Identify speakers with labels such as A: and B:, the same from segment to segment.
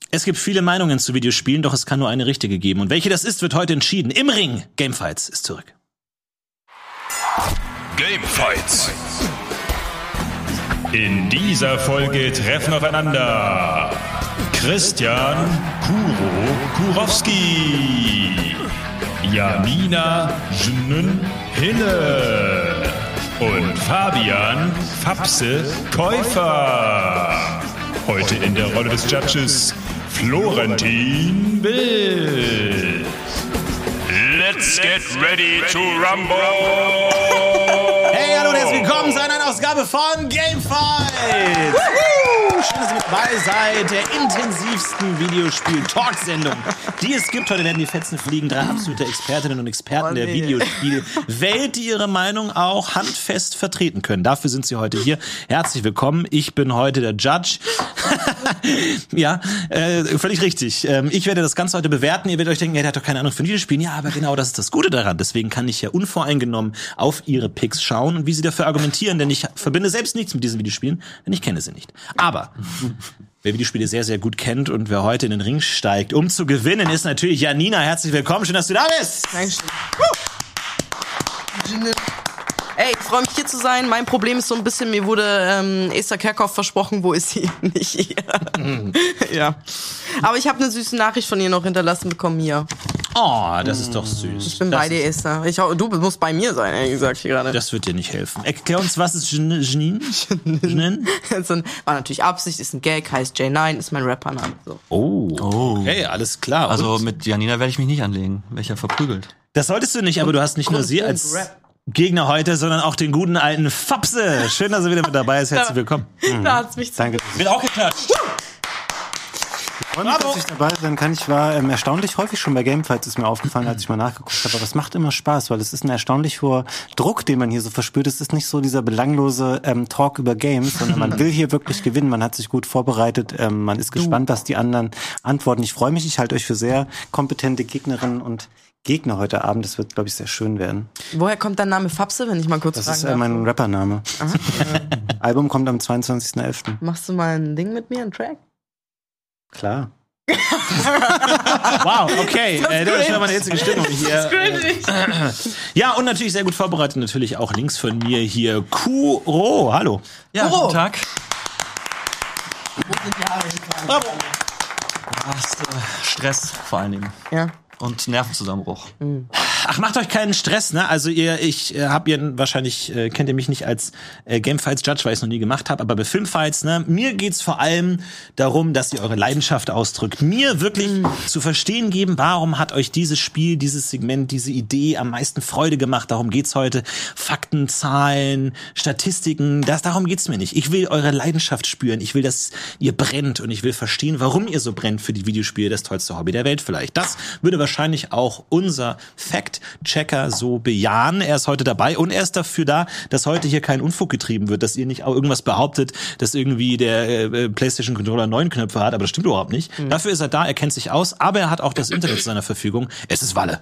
A: Es gibt viele Meinungen zu Videospielen, doch es kann nur eine richtige geben. Und welche das ist, wird heute entschieden. Im Ring. Gamefights ist zurück.
B: Gamefights. In dieser Folge treffen aufeinander Christian Kurowski, Janina Hille und Fabian Fapse Käufer. Heute in der Rolle des Judges Florentin Will. Let's get ready to rumble!
A: Hey, hallo und herzlich willkommen zu einer neuen Ausgabe von Gamefights! Schön, dass ihr mit dabei seid, der intensivsten Videospiel-Talk-Sendung, die es gibt. Heute werden die Fetzen fliegen, 3 absolute Expertinnen und Experten der Videospielwelt, die ihre Meinung auch handfest vertreten können. Dafür sind sie heute hier. Herzlich willkommen, ich bin heute der Judge. Ja, völlig richtig. Ich werde das Ganze heute bewerten. Ihr werdet euch denken, der hat doch keine Ahnung von Videospielen. Ja, aber genau das ist das Gute daran. Deswegen kann ich ja unvoreingenommen auf ihre Picks schauen und wie sie dafür argumentieren, denn ich verbinde selbst nichts mit diesen Videospielen, denn ich kenne sie nicht. Aber wer Videospiele sehr, sehr gut kennt und wer heute in den Ring steigt, um zu gewinnen, ist natürlich Janina. Herzlich willkommen, schön, dass du da bist.
C: Dankeschön. Ey, ich freue mich hier zu sein. Mein Problem ist so ein bisschen, mir wurde Esther Kerkhoff versprochen, wo ist sie? Nicht hier. Ja. Aber ich habe eine süße Nachricht von ihr noch hinterlassen bekommen hier.
A: Oh, das ist doch süß.
C: Ich bin bei dir, Esther. Du musst bei mir sein, ehrlich gesagt, hier gerade.
A: Das wird dir nicht helfen. Erklär uns, was ist Janine?
C: War natürlich Absicht, ist ein Gag, heißt J9, ist mein Rappername. So.
A: Oh, okay, alles klar.
D: Also
A: und
D: mit Janina werde ich mich nicht anlegen. Welcher verprügelt.
A: Das solltest du nicht, aber du hast nicht nur sie als Gegner heute, sondern auch den guten alten Fapse. Schön, dass er wieder mit dabei ist. Herzlich willkommen.
C: Da hat's mich
E: Danke.
A: Wird auch geklatscht.
E: Und dass ich dabei sein kann. Ich war erstaunlich häufig schon bei Gamefights, ist mir aufgefallen, als ich mal nachgeguckt habe. Aber es macht immer Spaß, weil es ist ein erstaunlich hoher Druck, den man hier so verspürt. Es ist nicht so dieser belanglose Talk über Games, sondern man will hier wirklich gewinnen. Man hat sich gut vorbereitet. Man ist gespannt, was die anderen antworten. Ich freue mich. Ich halte euch für sehr kompetente Gegnerinnen und Gegner heute Abend. Das wird, glaube ich, sehr schön werden.
C: Woher kommt dein Name Fapse, wenn ich mal kurz
E: das
C: fragen
E: ist
C: darf?
E: mein Rappername. Album kommt am 22.11.
C: Machst du mal ein Ding mit mir, einen Track?
E: Klar.
A: Wow, okay. Das ist schon mal eine hitzige Stimmung hier. Ja, und natürlich sehr gut vorbereitet. Natürlich auch links von mir hier Kuro. Hallo.
D: Ja, guten Tag.
A: Bravo.
D: Stress vor allen Dingen.
C: Ja.
D: Und Nervenzusammenbruch.
A: Ach, macht euch keinen Stress, ne? Also wahrscheinlich kennt ihr mich nicht als Gamefights Judge, weil ich es noch nie gemacht habe, aber bei Filmfights, ne? Mir geht's vor allem darum, dass ihr eure Leidenschaft ausdrückt. Mir wirklich zu verstehen geben, warum hat euch dieses Spiel, dieses Segment, diese Idee am meisten Freude gemacht. Darum geht's heute. Fakten, Zahlen, Statistiken, darum geht's mir nicht. Ich will eure Leidenschaft spüren. Ich will, dass ihr brennt und ich will verstehen, warum ihr so brennt für die Videospiele, das tollste Hobby der Welt vielleicht. Das würde wahrscheinlich auch unser Fact-Checker so bejahen. Er ist heute dabei und er ist dafür da, dass heute hier kein Unfug getrieben wird, dass ihr nicht auch irgendwas behauptet, dass irgendwie der PlayStation-Controller 9 Knöpfe hat, aber das stimmt überhaupt nicht. Dafür ist er da, er kennt sich aus, aber er hat auch das Internet zu seiner Verfügung. Es ist Walle.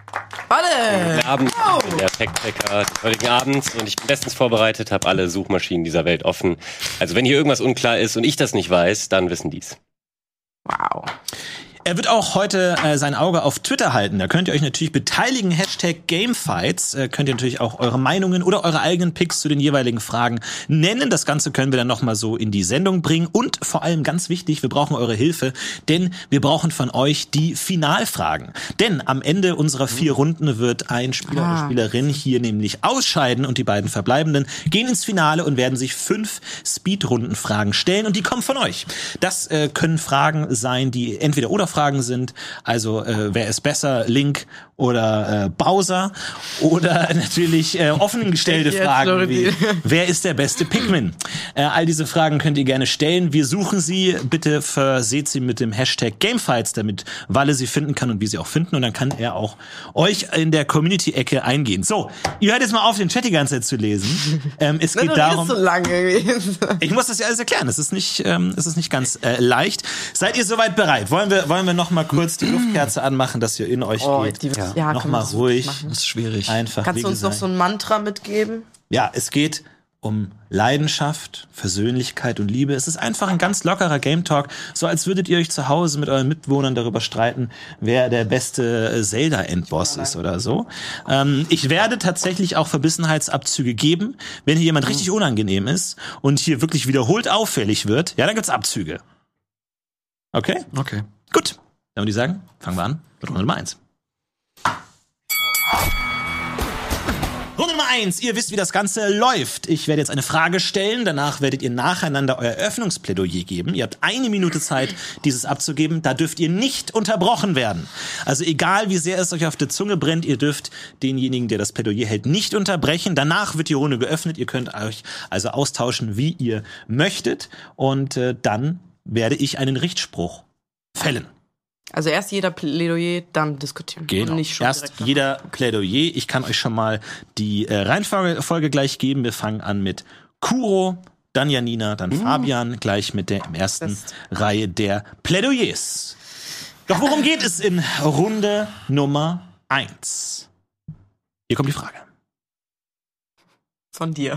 C: Walle!
F: Guten Abend, ich bin der Fact-Checker des heutigen Abends und ich bin bestens vorbereitet, habe alle Suchmaschinen dieser Welt offen. Also wenn hier irgendwas unklar ist und ich das nicht weiß, dann wissen die's.
C: Wow.
A: Er wird auch heute sein Auge auf Twitter halten. Da könnt ihr euch natürlich beteiligen. #Gamefights. Könnt ihr natürlich auch eure Meinungen oder eure eigenen Picks zu den jeweiligen Fragen nennen. Das Ganze können wir dann nochmal so in die Sendung bringen. Und vor allem ganz wichtig, wir brauchen eure Hilfe, denn wir brauchen von euch die Finalfragen. Denn am Ende unserer 4 Runden wird ein Spieler oder Spielerin hier nämlich ausscheiden und die beiden Verbleibenden gehen ins Finale und werden sich 5 Speedrundenfragen stellen und die kommen von euch. Das können Fragen sein, die entweder oder Fragen sind, also wer ist besser, Link oder Bowser, oder natürlich offengestellte Fragen wie wer ist der beste Pikmin? All diese Fragen könnt ihr gerne stellen. Wir suchen sie. Bitte verseht sie mit dem #Gamefights, damit Walle sie finden kann und wir sie auch finden, und dann kann er auch euch in der Community-Ecke eingehen. So, ihr hört jetzt mal auf, den Chat die ganze Zeit zu lesen. Es geht darum.
C: So lange.
A: Ich muss das ja alles erklären. Es ist nicht ganz leicht. Seid ihr soweit bereit? Wollen wir noch mal kurz die Luftkerze anmachen, dass ihr in euch geht?
C: Ja,
A: noch mal ruhig.
D: Das ist schwierig.
A: Einfach.
C: Kannst du uns noch so ein Mantra mitgeben?
A: Ja, es geht um Leidenschaft, Versöhnlichkeit und Liebe. Es ist einfach ein ganz lockerer Game Talk, so als würdet ihr euch zu Hause mit euren Mitbewohnern darüber streiten, wer der beste Zelda-Endboss ist oder so. Ich werde tatsächlich auch Verbissenheitsabzüge geben, wenn hier jemand richtig unangenehm ist und hier wirklich wiederholt auffällig wird. Ja, dann gibt's Abzüge. Okay?
D: Okay.
A: Gut. Dann würde ich sagen, fangen wir an mit Runde Nummer 1. Runde Nummer 1. Ihr wisst, wie das Ganze läuft. Ich werde jetzt eine Frage stellen. Danach werdet ihr nacheinander euer Eröffnungsplädoyer geben. Ihr habt 1 Minute Zeit, dieses abzugeben. Da dürft ihr nicht unterbrochen werden. Also egal, wie sehr es euch auf der Zunge brennt, ihr dürft denjenigen, der das Plädoyer hält, nicht unterbrechen. Danach wird die Runde geöffnet. Ihr könnt euch also austauschen, wie ihr möchtet. Und dann werde ich einen Richtspruch fällen.
C: Also erst jeder Plädoyer, dann diskutieren.
A: Genau.
C: Und nicht schon
A: erst
C: direkt
A: jeder Plädoyer. Ich kann euch schon mal die Reihenfolge gleich geben. Wir fangen an mit Kuro, dann Janina, dann Fabian, gleich mit der ersten Reihe der Plädoyers. Doch worum geht es in Runde Nummer 1? Hier kommt die Frage.
C: von dir.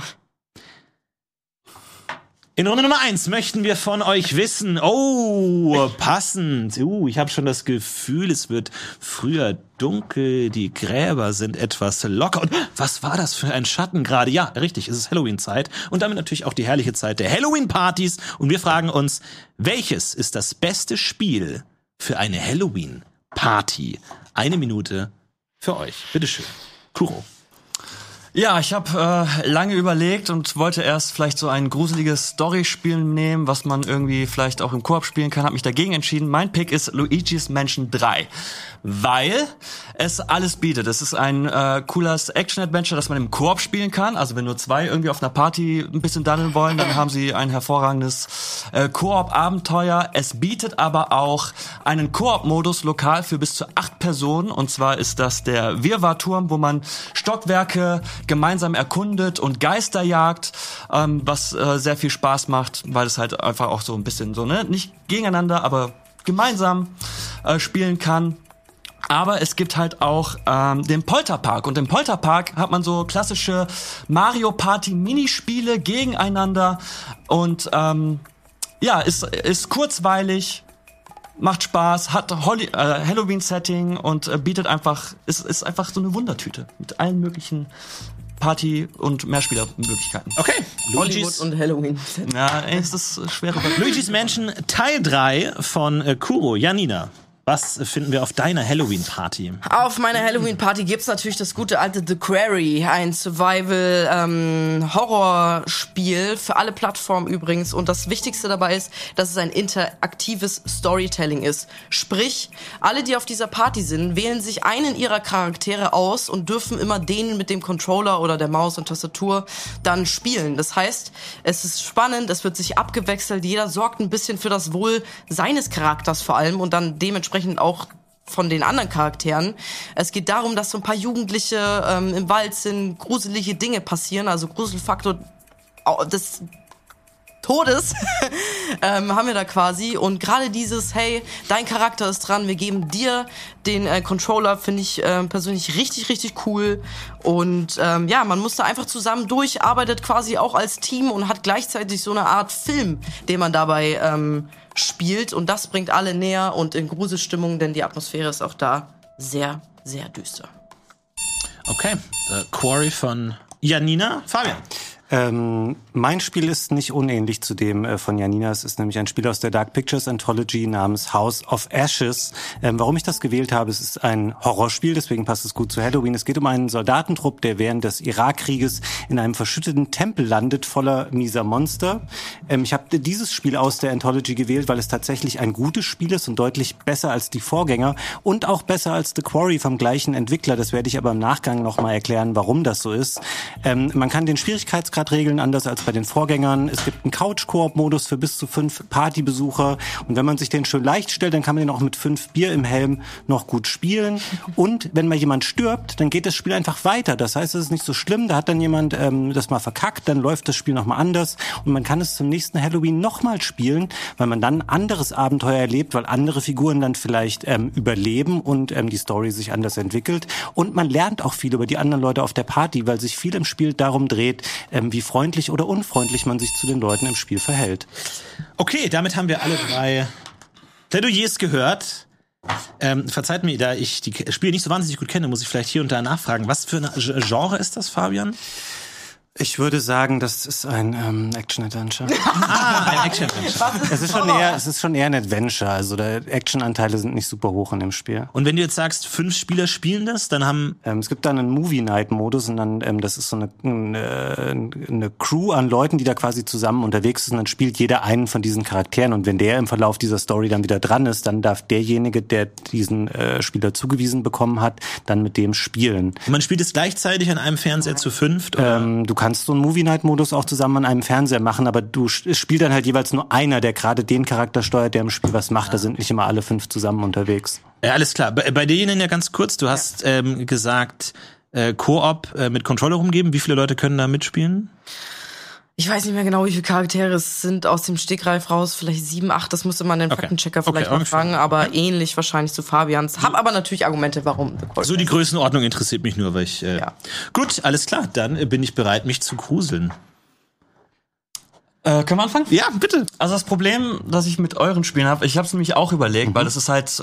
A: In Runde Nummer 1 möchten wir von euch wissen, passend, ich habe schon das Gefühl, es wird früher dunkel, die Gräber sind etwas locker. Und was war das für ein Schatten gerade? Ja, richtig, es ist Halloween-Zeit und damit natürlich auch die herrliche Zeit der Halloween-Partys. Und wir fragen uns, welches ist das beste Spiel für eine Halloween-Party? 1 Minute für euch. Bitteschön. Kuro.
D: Ja, ich habe lange überlegt und wollte erst vielleicht so ein gruseliges Story-Spiel nehmen, was man irgendwie vielleicht auch im Koop spielen kann. Habe mich dagegen entschieden. Mein Pick ist Luigi's Mansion 3, weil es alles bietet. Es ist ein cooles Action-Adventure, das man im Koop spielen kann. Also wenn nur 2 irgendwie auf einer Party ein bisschen daddeln wollen, dann haben sie ein hervorragendes Koop-Abenteuer. Es bietet aber auch einen Koop-Modus lokal für bis zu 8 Personen. Und zwar ist das der Wirrwarr-Turm, wo man Stockwerke gemeinsam erkundet und Geister jagt, was sehr viel Spaß macht, weil es halt einfach auch so ein bisschen so, ne, nicht gegeneinander, aber gemeinsam spielen kann. Aber es gibt halt auch den Polterpark. Und im Polterpark hat man so klassische Mario Party Minispiele gegeneinander. Und ist kurzweilig, macht Spaß, hat Halloween-Setting und bietet einfach, ist einfach so eine Wundertüte mit allen möglichen Party- und Mehrspielermöglichkeiten.
A: Okay.
C: Hollywood und Halloween.
D: Ja, es ist schwer.
A: Luigi's Mansion Teil 3 von Kuro. Janina, was finden wir auf deiner Halloween-Party?
C: Auf meiner Halloween-Party gibt's natürlich das gute alte The Quarry, ein Survival-Horrorspiel für alle Plattformen übrigens. Und das Wichtigste dabei ist, dass es ein interaktives Storytelling ist. Sprich, alle, die auf dieser Party sind, wählen sich einen ihrer Charaktere aus und dürfen immer den mit dem Controller oder der Maus und Tastatur dann spielen. Das heißt, es ist spannend, es wird sich abgewechselt, jeder sorgt ein bisschen für das Wohl seines Charakters vor allem und dann dementsprechend auch von den anderen Charakteren. Es geht darum, dass so ein paar Jugendliche im Wald sind, gruselige Dinge passieren, also Gruselfaktor des Todes haben wir da quasi. Und gerade dieses, hey, dein Charakter ist dran, wir geben dir den Controller, finde ich persönlich richtig, richtig cool. Und man muss da einfach zusammen durch, arbeitet quasi auch als Team und hat gleichzeitig so eine Art Film, den man dabei spielt. Und das bringt alle näher und in Gruselstimmung, denn die Atmosphäre ist auch da sehr, sehr düster.
A: Okay, The Quarry von Janina. Fabian.
E: Mein Spiel ist nicht unähnlich zu dem von Janina. Es ist nämlich ein Spiel aus der Dark Pictures Anthology namens House of Ashes. Warum ich das gewählt habe, es ist ein Horrorspiel, deswegen passt es gut zu Halloween. Es geht um einen Soldatentrupp, der während des Irakkrieges in einem verschütteten Tempel landet, voller mieser Monster. Ich habe dieses Spiel aus der Anthology gewählt, weil es tatsächlich ein gutes Spiel ist und deutlich besser als die Vorgänger und auch besser als The Quarry vom gleichen Entwickler. Das werde ich aber im Nachgang nochmal erklären, warum das so ist. Man kann den Schwierigkeitsgrad regeln, anders als bei den Vorgängern. Es gibt einen Couch-Koop-Modus für bis zu 5 Partybesucher. Und wenn man sich den schön leicht stellt, dann kann man den auch mit 5 Bier im Helm noch gut spielen. Und wenn mal jemand stirbt, dann geht das Spiel einfach weiter. Das heißt, es ist nicht so schlimm. Da hat dann jemand das mal verkackt, dann läuft das Spiel nochmal anders. Und man kann es zum nächsten Halloween nochmal spielen, weil man dann ein anderes Abenteuer erlebt, weil andere Figuren dann vielleicht überleben und die Story sich anders entwickelt. Und man lernt auch viel über die anderen Leute auf der Party, weil sich viel im Spiel darum dreht, wie freundlich oder unfreundlich man sich zu den Leuten im Spiel verhält.
A: Okay, damit haben wir alle 3 Plädoyers gehört. Verzeiht mir, da ich die Spiele nicht so wahnsinnig gut kenne, muss ich vielleicht hier und da nachfragen. Was für ein Genre ist das, Fabian?
E: Ich würde sagen, das ist ein Action-Adventure.
A: Ein Action-Adventure.
E: Es ist schon eher ein Adventure. Also der Action-Anteile sind nicht super hoch in dem Spiel.
A: Und wenn du jetzt sagst, 5 Spieler spielen das, dann haben...
E: Es gibt dann einen Movie-Night-Modus und dann, das ist so eine Crew an Leuten, die da quasi zusammen unterwegs ist und dann spielt jeder einen von diesen Charakteren und wenn der im Verlauf dieser Story dann wieder dran ist, dann darf derjenige, der diesen Spieler zugewiesen bekommen hat, dann mit dem spielen.
A: Und man spielt es gleichzeitig an einem Fernseher zu 5?
E: Du kannst so einen Movie-Night-Modus auch zusammen an einem Fernseher machen, aber es spielt dann halt jeweils nur einer, der gerade den Charakter steuert, der im Spiel was macht. Da sind nicht immer alle 5 zusammen unterwegs.
A: Ja, alles klar. Bei derjenigen ja ganz kurz, du hast gesagt, Koop mit Controller rumgeben. Wie viele Leute können da mitspielen?
C: Ich weiß nicht mehr genau, wie viele Charaktere es sind aus dem Stegreif raus. Vielleicht 7, 8, das müsste man den Faktenchecker vielleicht mal fragen. Aber ähnlich wahrscheinlich zu Fabians. Hab aber natürlich Argumente, warum.
A: So die Größenordnung interessiert mich nur, weil ich... Gut, alles klar. Dann bin ich bereit, mich zu gruseln.
D: Können wir anfangen?
A: Ja, bitte.
D: Also das Problem, das ich mit euren Spielen habe, ich habe es nämlich auch überlegt, weil das ist halt,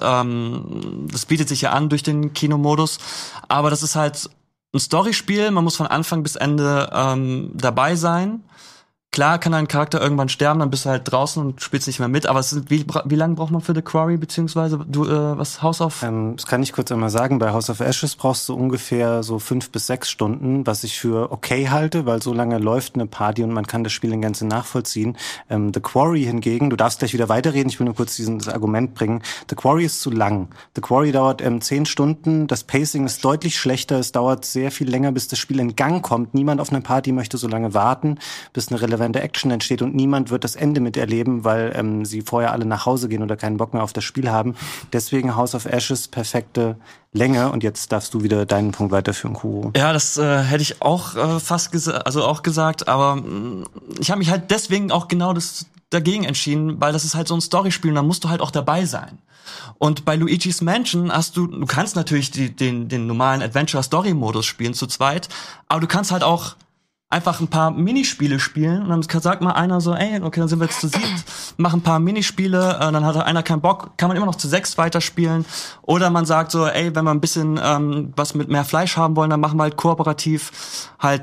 D: das bietet sich ja an durch den Kinomodus, aber das ist halt ein Storyspiel, man muss von Anfang bis Ende dabei sein. Klar kann ein Charakter irgendwann sterben, dann bist du halt draußen und spielst nicht mehr mit, aber wie lange braucht man für The Quarry, beziehungsweise House of...
E: Das kann ich kurz einmal sagen, bei House of Ashes brauchst du ungefähr so 5 bis 6 Stunden, was ich für okay halte, weil so lange läuft eine Party und man kann das Spiel in Gänze nachvollziehen. The Quarry hingegen, du darfst gleich wieder weiterreden, ich will nur kurz dieses Argument bringen, The Quarry ist zu lang. The Quarry dauert 10 Stunden, das Pacing ist deutlich schlechter, es dauert sehr viel länger, bis das Spiel in Gang kommt. Niemand auf einer Party möchte so lange warten, bis eine relevante Action entsteht und niemand wird das Ende miterleben, weil sie vorher alle nach Hause gehen oder keinen Bock mehr auf das Spiel haben. Deswegen House of Ashes, perfekte Länge. Und jetzt darfst du wieder deinen Punkt weiterführen, Kuro.
D: Ja, das hätte ich auch fast gesagt, aber ich habe mich halt deswegen auch genau dagegen entschieden, weil das ist halt so ein Storyspiel und da musst du halt auch dabei sein. Und bei Luigi's Mansion du kannst natürlich den normalen Adventure-Story-Modus spielen zu zweit, aber du kannst halt auch einfach ein paar Minispiele spielen und dann sagt mal einer so, ey, okay, dann sind wir jetzt zu 7, machen ein paar Minispiele, dann hat einer keinen Bock, kann man immer noch zu 6 weiterspielen. Oder man sagt so, ey, wenn wir ein bisschen was mit mehr Fleisch haben wollen, dann machen wir halt kooperativ halt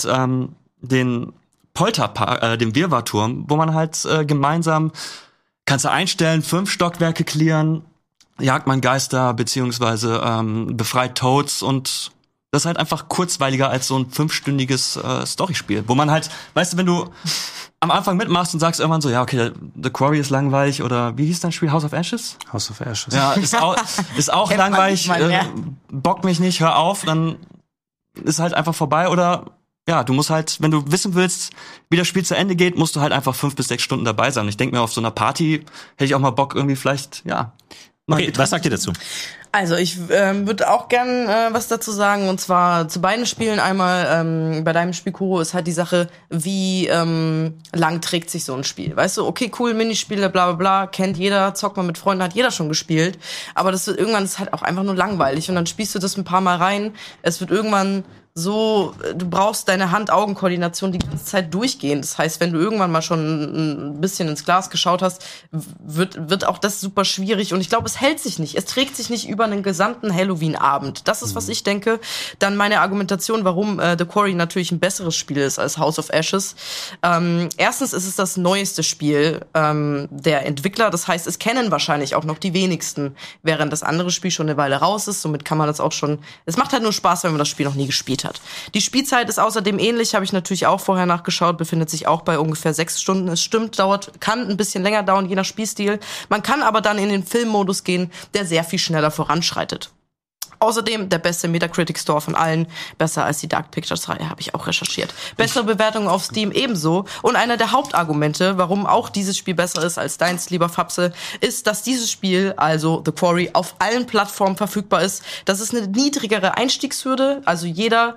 D: den Polterpark, den Wirrwarrturm, wo man halt gemeinsam, kannst du einstellen, 5 Stockwerke clearen, jagt man Geister, beziehungsweise befreit Toads und das ist halt einfach kurzweiliger als so ein 5-stündiges Storyspiel, wo man halt, weißt du, wenn du am Anfang mitmachst und sagst irgendwann so, ja, okay, The Quarry ist langweilig oder wie hieß dein Spiel? House of Ashes?
E: House of Ashes.
D: Ja, ist auch langweilig, bock mich nicht, hör auf, dann ist halt einfach vorbei oder ja, du musst halt, wenn du wissen willst, wie das Spiel zu Ende geht, musst du halt einfach 5 bis 6 Stunden dabei sein. Und ich denke mir, auf so einer Party hätte ich auch mal Bock irgendwie vielleicht, ja.
A: Okay, was sagt ihr dazu?
C: Also ich würde auch gern was dazu sagen, und zwar zu beiden Spielen. Einmal bei deinem Spiel, Kuro, ist halt die Sache, wie lang trägt sich so ein Spiel. Weißt du, okay, cool, Minispiele, bla bla bla, kennt jeder, zockt man mit Freunden, hat jeder schon gespielt. Aber irgendwann ist halt auch einfach nur langweilig. Und dann spielst du das ein paar Mal rein. Es wird irgendwann so, du brauchst deine Hand-Augen-Koordination die ganze Zeit durchgehen. Das heißt, wenn du irgendwann mal schon ein bisschen ins Glas geschaut hast, wird auch das super schwierig. Und ich glaube, es hält sich nicht. Es trägt sich nicht über einen gesamten Halloween-Abend. Das ist, was ich denke. Dann meine Argumentation, warum The Quarry natürlich ein besseres Spiel ist als House of Ashes. Erstens ist es das neueste Spiel der Entwickler. Das heißt, es kennen wahrscheinlich auch noch die wenigsten, während das andere Spiel schon eine Weile raus ist. Somit kann man das auch schon... Es macht halt nur Spaß, wenn man das Spiel noch nie gespielt hat. Die Spielzeit ist außerdem ähnlich, habe ich natürlich auch vorher nachgeschaut, befindet sich auch bei ungefähr 6 Stunden. Es stimmt, kann ein bisschen länger dauern, je nach Spielstil. Man kann aber dann in den Filmmodus gehen, der sehr viel schneller voranschreitet. Außerdem der beste Metacritic-Store von allen, besser als die Dark Pictures-Reihe, habe ich auch recherchiert. Bessere Bewertungen auf Steam ebenso. Und einer der Hauptargumente, warum auch dieses Spiel besser ist als deins, lieber Fapse, ist, dass dieses Spiel, also The Quarry, auf allen Plattformen verfügbar ist. Das ist eine niedrigere Einstiegshürde, also jeder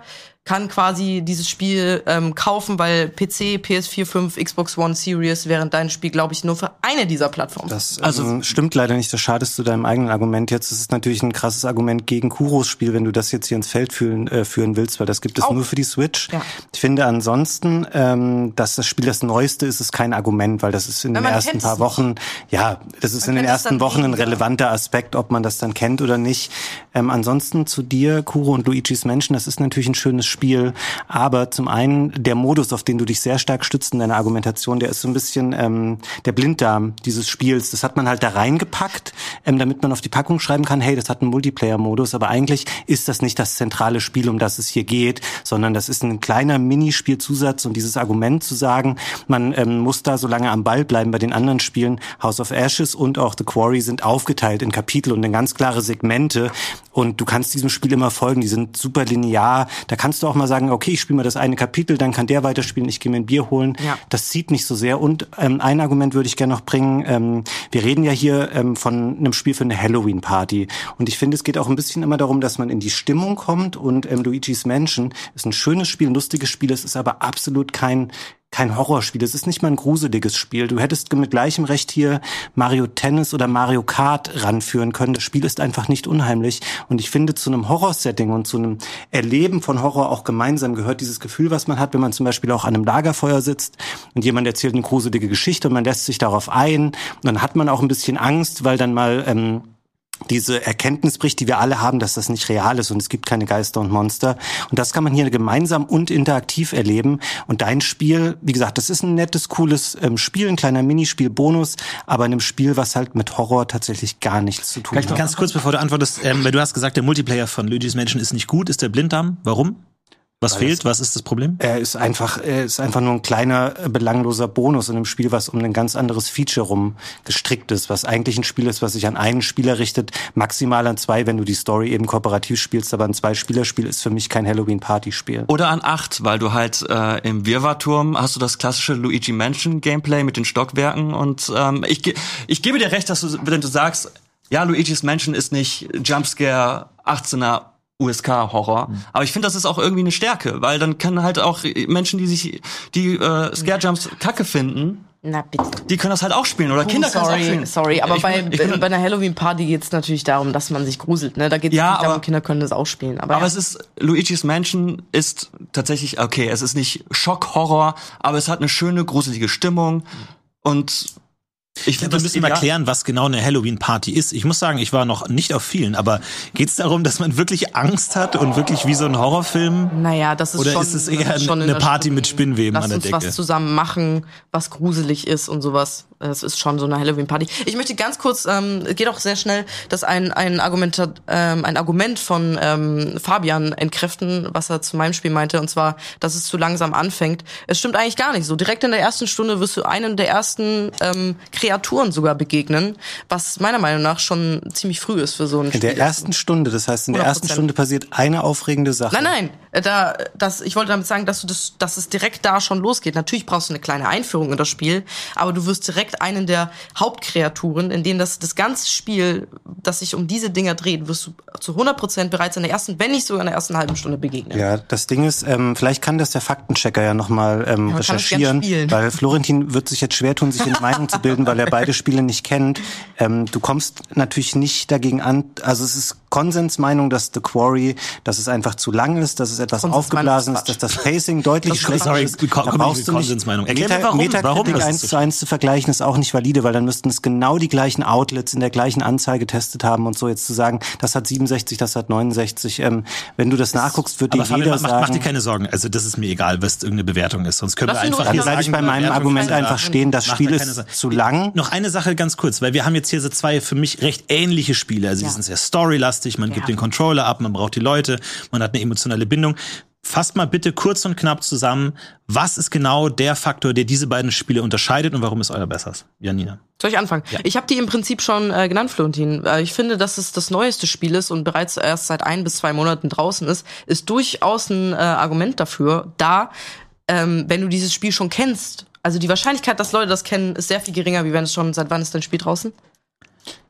C: kann quasi dieses Spiel kaufen, weil PC, PS4, 5, Xbox One Series wären dein Spiel, glaube ich, nur für eine dieser Plattformen.
E: Das stimmt leider nicht. Das schadest du deinem eigenen Argument jetzt. Das ist natürlich ein krasses Argument gegen Kuros Spiel, wenn du das jetzt hier ins Feld führen willst, weil das gibt es nur für die Switch. Ja. Ich finde ansonsten, dass das Spiel das Neueste ist, ist kein Argument, weil das ist in den ersten paar Wochen, das ist in den ersten Wochen ein relevanter Aspekt, ob man das dann kennt oder nicht. Ansonsten zu dir, Kuro und Luigi's Mansion, das ist natürlich ein schönes Spiel, aber zum einen der Modus, auf den du dich sehr stark stützt in deiner Argumentation, der ist so ein bisschen der Blinddarm dieses Spiels. Das hat man halt da reingepackt, damit man auf die Packung schreiben kann, hey, das hat einen Multiplayer-Modus, aber eigentlich ist das nicht das zentrale Spiel, um das es hier geht, sondern das ist ein kleiner Minispielzusatz und dieses Argument zu sagen, man muss da so lange am Ball bleiben. Bei den anderen Spielen, House of Ashes und auch The Quarry, sind aufgeteilt in Kapitel und in ganz klare Segmente und du kannst diesem Spiel immer folgen, die sind super linear. Da kannst du auch mal sagen, okay, ich spiele mal das eine Kapitel, dann kann der weiterspielen, ich gehe mir ein Bier holen. Ja. Das zieht nicht so sehr. Und ein Argument würde ich gerne noch bringen. Wir reden ja hier von einem Spiel für eine Halloween-Party. Und ich finde, es geht auch ein bisschen immer darum, dass man in die Stimmung kommt. Und Luigi's Mansion ist ein schönes Spiel, ein lustiges Spiel. Es ist aber absolut kein Horrorspiel. Es ist nicht mal ein gruseliges Spiel. Du hättest mit gleichem Recht hier Mario Tennis oder Mario Kart ranführen können. Das Spiel ist einfach nicht unheimlich. Und ich finde, zu einem Horrorsetting und zu einem Erleben von Horror auch gemeinsam gehört dieses Gefühl, was man hat, wenn man zum Beispiel auch an einem Lagerfeuer sitzt und jemand erzählt eine gruselige Geschichte und man lässt sich darauf ein. Und dann hat man auch ein bisschen Angst, weil dann mal diese Erkenntnis bricht, die wir alle haben, dass das nicht real ist und es gibt keine Geister und Monster. Und das kann man hier gemeinsam und interaktiv erleben. Und dein Spiel, wie gesagt, das ist ein nettes, cooles Spiel, ein kleiner Minispiel-Bonus, aber in einem Spiel, was halt mit Horror tatsächlich gar nichts zu tun hat.
A: Ganz kurz, bevor du antwortest, weil du hast gesagt, der Multiplayer von Luigi's Mansion ist nicht gut, ist der Blinddarm. Warum? Was fehlt? Was ist das Problem?
E: Er ist einfach nur ein kleiner, belangloser Bonus in einem Spiel, was um ein ganz anderes Feature rum gestrickt ist, was eigentlich ein Spiel ist, was sich an einen Spieler richtet, maximal an zwei, wenn du die Story eben kooperativ spielst, aber ein Zwei-Spieler-Spiel ist für mich kein Halloween-Party-Spiel.
D: Oder an 8, weil du halt im Wirrwarrturm hast du das klassische Luigi Mansion Gameplay mit den Stockwerken und ich gebe dir recht, dass wenn du sagst, ja, Luigi's Mansion ist nicht Jumpscare 18er USK-Horror. Aber ich finde, das ist auch irgendwie eine Stärke, weil dann können halt auch Menschen, die Scare-Jumps kacke finden,
C: na bitte.
D: Die können das halt auch spielen oder Kinder können das auch spielen.
C: Sorry, aber bei einer Halloween-Party geht's natürlich darum, dass man sich gruselt. Ne? Da geht's nicht darum, Kinder können das auch spielen. Aber
D: es ist, Luigi's Mansion ist tatsächlich, okay, es ist nicht Schock-Horror, aber es hat eine schöne, gruselige Stimmung und
A: wir müssen mal klären, was genau eine Halloween-Party ist. Ich muss sagen, ich war noch nicht auf vielen, aber geht's darum, dass man wirklich Angst hat und wirklich wie so ein Horrorfilm?
C: Naja, das ist
A: oder
C: schon...
A: Oder ist es eher eine Party mit Spinnweben an der Decke?
C: Lass uns was zusammen machen, was gruselig ist und sowas. Es ist schon so eine Halloween-Party. Ich möchte ganz kurz, geht auch sehr schnell, dass ein Argument von Fabian entkräften, was er zu meinem Spiel meinte, und zwar, dass es zu langsam anfängt. Es stimmt eigentlich gar nicht so. Direkt in der ersten Stunde wirst du einen der ersten Kreaturen sogar begegnen, was meiner Meinung nach schon ziemlich früh ist für so ein Spiel.
E: In der ersten Stunde, das heißt, in der ersten Stunde passiert eine aufregende Sache.
C: Nein, ich wollte damit sagen, dass es direkt da schon losgeht. Natürlich brauchst du eine kleine Einführung in das Spiel, aber du wirst direkt einen der Hauptkreaturen, in denen das ganze Spiel, das sich um diese Dinger dreht, wirst du zu 100% bereits in der ersten, wenn nicht sogar in der ersten halben Stunde begegnen.
E: Ja, das Ding ist, vielleicht kann das der Faktenchecker ja nochmal recherchieren, weil Florentin wird sich jetzt schwer tun, sich eine Meinung zu bilden, weil er beide Spiele nicht kennt. Du kommst natürlich nicht dagegen an, also es ist Konsensmeinung, dass The Quarry, dass es einfach zu lang ist, dass es etwas aufgeblasen ist, dass das Pacing deutlich schlechter ist. Da brauchst du nicht. Metacritic 1:1 zu vergleichen ist auch nicht valide, weil dann müssten es genau die gleichen Outlets in der gleichen Anzahl getestet haben und so jetzt zu sagen, das hat 67, das hat 69. Wenn du das nachguckst, wird dir jeder sagen...
A: Mach dir keine Sorgen, also das ist mir egal, was irgendeine Bewertung ist, sonst können wir einfach...
E: Dann bleibe ich bei meinem Argument einfach stehen, das Spiel ist zu lang.
A: Noch eine Sache ganz kurz, weil wir haben jetzt hier so zwei für mich recht ähnliche Spiele, also die sind sehr storylastig, man gibt den Controller ab, man braucht die Leute, man hat eine emotionale Bindung. Fasst mal bitte kurz und knapp zusammen, was ist genau der Faktor, der diese beiden Spiele unterscheidet und warum ist euer besseres? Janina.
C: Soll ich anfangen? Ja. Ich habe die im Prinzip schon genannt, Florentin. Ich finde, dass es das neueste Spiel ist und bereits erst seit 1 bis 2 Monaten draußen ist durchaus ein Argument dafür, wenn du dieses Spiel schon kennst. Also die Wahrscheinlichkeit, dass Leute das kennen, ist sehr viel geringer, wie wenn es schon, seit wann ist dein Spiel draußen?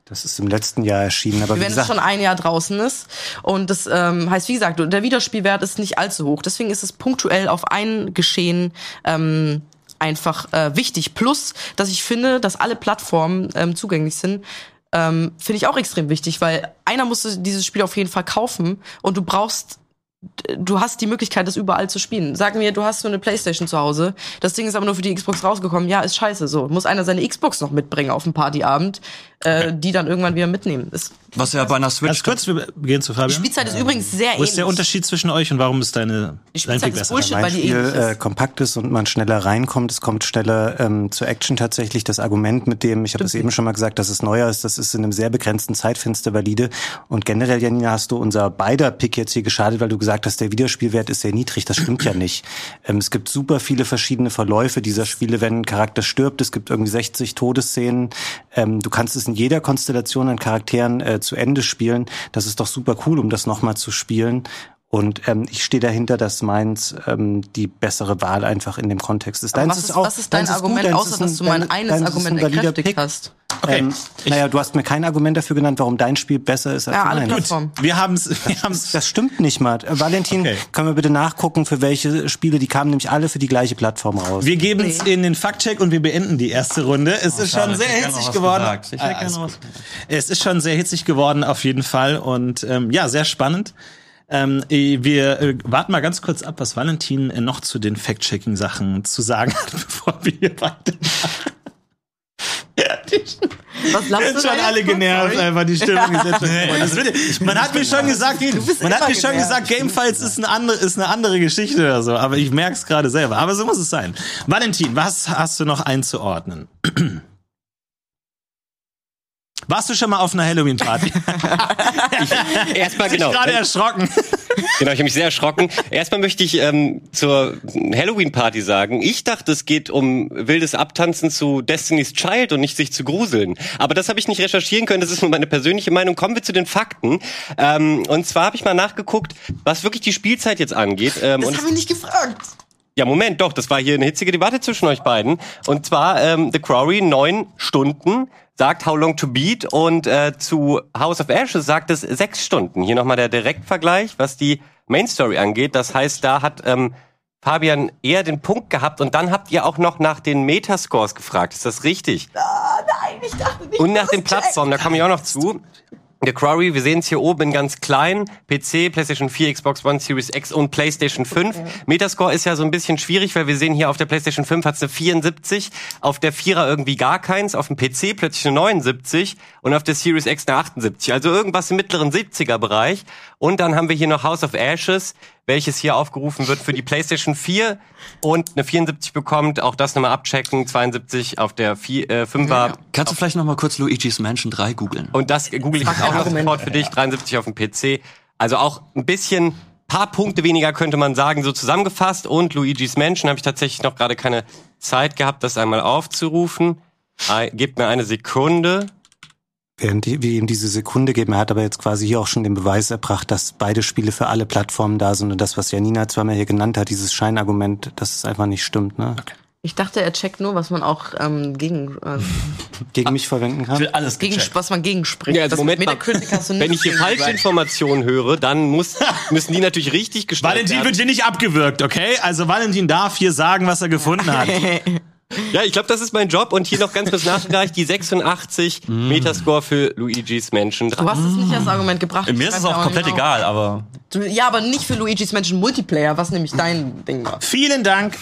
E: Das ist im letzten Jahr erschienen. Aber
C: wenn es schon ein Jahr draußen ist. Und das heißt, wie gesagt, der Wiederspielwert ist nicht allzu hoch. Deswegen ist es punktuell auf ein Geschehen einfach wichtig. Plus, dass ich finde, dass alle Plattformen zugänglich sind, finde ich auch extrem wichtig, weil einer muss dieses Spiel auf jeden Fall kaufen und du hast die Möglichkeit, das überall zu spielen. Sag mir, du hast so eine Playstation zu Hause, das Ding ist aber nur für die Xbox rausgekommen. Ja, ist scheiße. So muss einer seine Xbox noch mitbringen auf einen Partyabend, die dann irgendwann wieder mitnehmen.
D: Was ja bei einer Switch...
A: Ganz kurz, wir gehen zu
C: Die
A: Fabian.
C: Spielzeit ist übrigens sehr ähnlich.
A: Wo ist der Unterschied zwischen euch und warum ist dein
C: Spielzeit
A: Pick
C: ist
A: besser?
C: Bullshit,
E: Weil
C: weil
E: das
C: die ähnlich
E: Spiel
C: ist.
E: kompakt ist und man schneller reinkommt. Es kommt schneller zur Action tatsächlich. Das Argument, mit dem, ich habe das eben schon mal gesagt, dass es neuer ist, das ist in einem sehr begrenzten Zeitfenster valide. Und generell, Janina, hast du unser beider Pick jetzt hier geschadet, weil du gesagt hast, der Wiederspielwert ist sehr niedrig. Das stimmt ja nicht. Es gibt super viele verschiedene Verläufe dieser Spiele, wenn ein Charakter stirbt. Es gibt irgendwie 60 Todesszenen. Du kannst es in jeder Konstellation an Charakteren zu Ende spielen. Das ist doch super cool, um das nochmal zu spielen. Und ich stehe dahinter, dass meins die bessere Wahl einfach in dem Kontext ist.
C: Was ist dein Argument, außer dass du mein eines Argument entkräftigt hast?
A: Okay.
E: Naja, du hast mir kein Argument dafür genannt, warum dein Spiel besser ist als
C: alle
E: meins.
C: Plattformen.
A: Wir haben's.
E: Das stimmt nicht, Matt. Valentin, können wir bitte nachgucken, für welche Spiele, die kamen nämlich alle für die gleiche Plattform raus.
A: Wir geben es in den Faktcheck und wir beenden die erste Runde. Es ist schon sehr hitzig geworden. Es ist schon sehr hitzig geworden, auf jeden Fall. Und ja, sehr spannend. Wir warten mal ganz kurz ab, was Valentin noch zu den Fact-Checking-Sachen zu sagen hat, bevor wir hier weitermachen.
C: Was lachst du
A: Jetzt schon
C: da
A: alle
C: jetzt?
A: genervt,
C: Sorry.
A: einfach die Stimmung gesetzt. Man hat mir schon gesagt, Gamefights ist eine andere Geschichte oder so, aber ich merk's gerade selber. Aber so muss es sein. Valentin, was hast du noch einzuordnen? Warst du schon mal auf einer Halloween-Party?
F: Erstmal
A: Ich bin
F: genau.
A: gerade erschrocken.
F: Genau, ich habe mich sehr erschrocken. Erstmal möchte ich zur Halloween-Party sagen, ich dachte, es geht um wildes Abtanzen zu Destiny's Child und nicht sich zu gruseln. Aber das habe ich nicht recherchieren können, das ist nur meine persönliche Meinung. Kommen wir zu den Fakten. Und zwar habe ich mal nachgeguckt, was wirklich die Spielzeit jetzt angeht.
C: Das haben wir nicht gefragt.
F: Ja, Moment, doch, das war hier eine hitzige Debatte zwischen euch beiden. Und zwar The Quarry 9 Stunden sagt How Long to Beat und zu House of Ashes sagt es 6 Stunden. Hier nochmal der Direktvergleich, was die Main Story angeht. Das heißt, da hat Fabian eher den Punkt gehabt und dann habt ihr auch noch nach den Metascores gefragt. Ist das richtig?
C: Nein, ich dachte nicht.
F: Und nach den Plattformen, da komme ich auch noch zu. The Quarry, wir sehen es hier oben in ganz klein. PC, PlayStation 4, Xbox One, Series X und PlayStation 5. Metascore ist ja so ein bisschen schwierig, weil wir sehen hier auf der PlayStation 5 hat es eine 74, auf der 4er irgendwie gar keins, auf dem PC plötzlich eine 79 und auf der Series X eine 78. Also irgendwas im mittleren 70er-Bereich. Und dann haben wir hier noch House of Ashes, welches hier aufgerufen wird für die PlayStation 4 und eine 74 bekommt. Auch das nochmal abchecken. 72 auf der 5er.
D: Kannst du vielleicht noch mal kurz Luigi's Mansion 3 googeln?
F: Und das google ich jetzt auch noch sofort für dich. 73 auf dem PC. Also auch ein bisschen, paar Punkte weniger könnte man sagen, so zusammengefasst. Und Luigi's Mansion habe ich tatsächlich noch gerade keine Zeit gehabt, das einmal aufzurufen. Gebt mir eine Sekunde.
E: Während wir ihm diese Sekunde geben, er hat aber jetzt quasi hier auch schon den Beweis erbracht, dass beide Spiele für alle Plattformen da sind und das, was Janina zweimal hier genannt hat, dieses Scheinargument, dass es einfach nicht stimmt, ne?
A: Okay.
C: Ich dachte, er checkt nur, was man auch gegen
E: Mich verwenden kann.
D: Alles
C: was man gegenspricht.
F: Ja, also Moment mal. Wenn ich hier falsche Informationen höre, dann müssen die natürlich richtig gestellt
A: Valentin
F: werden.
A: wird hier nicht abgewürgt, okay? Also Valentin darf hier sagen, was er gefunden hat.
F: Ja, ich glaube, das ist mein Job. Und hier noch ganz kurz nachgereicht, die 86 Metascore für Luigi's Mansion 3.
C: Du hast es nicht als Argument gebracht.
D: Mir ist es auch komplett egal, aber...
C: Ja, aber nicht für Luigi's Mansion Multiplayer, was nämlich dein Ding war.
A: Vielen Dank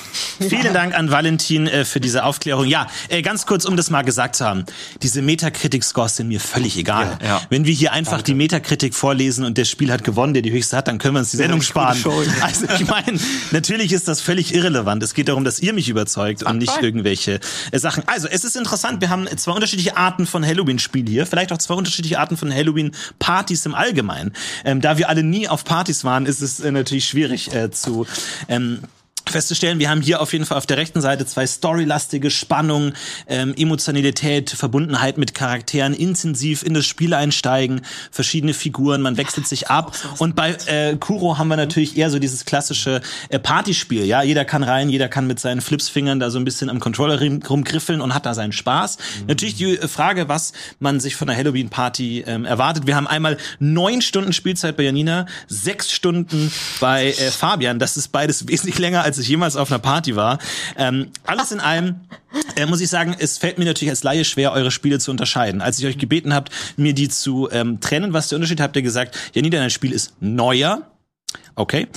A: an Valentin für diese Aufklärung. Ja, ganz kurz, um das mal gesagt zu haben. Diese Metacritic-Scores sind mir völlig egal.
D: Ja.
A: Wenn wir hier einfach die Metacritic vorlesen und das Spiel hat gewonnen, der die höchste hat, dann können wir uns die Sendung sparen. Also ich meine, natürlich ist das völlig irrelevant. Es geht darum, dass ihr mich überzeugt und nicht irgendwelche Sachen. Also es ist interessant, wir haben 2 unterschiedliche Arten von Halloween-Spiel hier. Vielleicht auch 2 unterschiedliche Arten von Halloween-Partys im Allgemeinen. Da wir alle nie auf Partys waren, ist es natürlich schwierig zu festzustellen, wir haben hier auf jeden Fall auf der rechten Seite 2 storylastige Spannung, Emotionalität, Verbundenheit mit Charakteren, intensiv in das Spiel einsteigen, verschiedene Figuren, man wechselt sich ab. Und bei Kuro haben wir natürlich eher so dieses klassische Partyspiel. Ja, jeder kann rein, jeder kann mit seinen Flipsfingern da so ein bisschen am Controller rumgriffeln und hat da seinen Spaß. Natürlich die Frage, was man sich von einer Halloween-Party erwartet. Wir haben einmal 9 Stunden Spielzeit bei Janina, 6 Stunden bei Fabian. Das ist beides wesentlich länger, als ich jemals auf einer Party war. Alles in allem muss ich sagen, es fällt mir natürlich als Laie schwer, eure Spiele zu unterscheiden. Als ich euch gebeten habt, mir die zu trennen, was der Unterschied, habt ihr gesagt, Janina, dein Spiel ist neuer. Okay.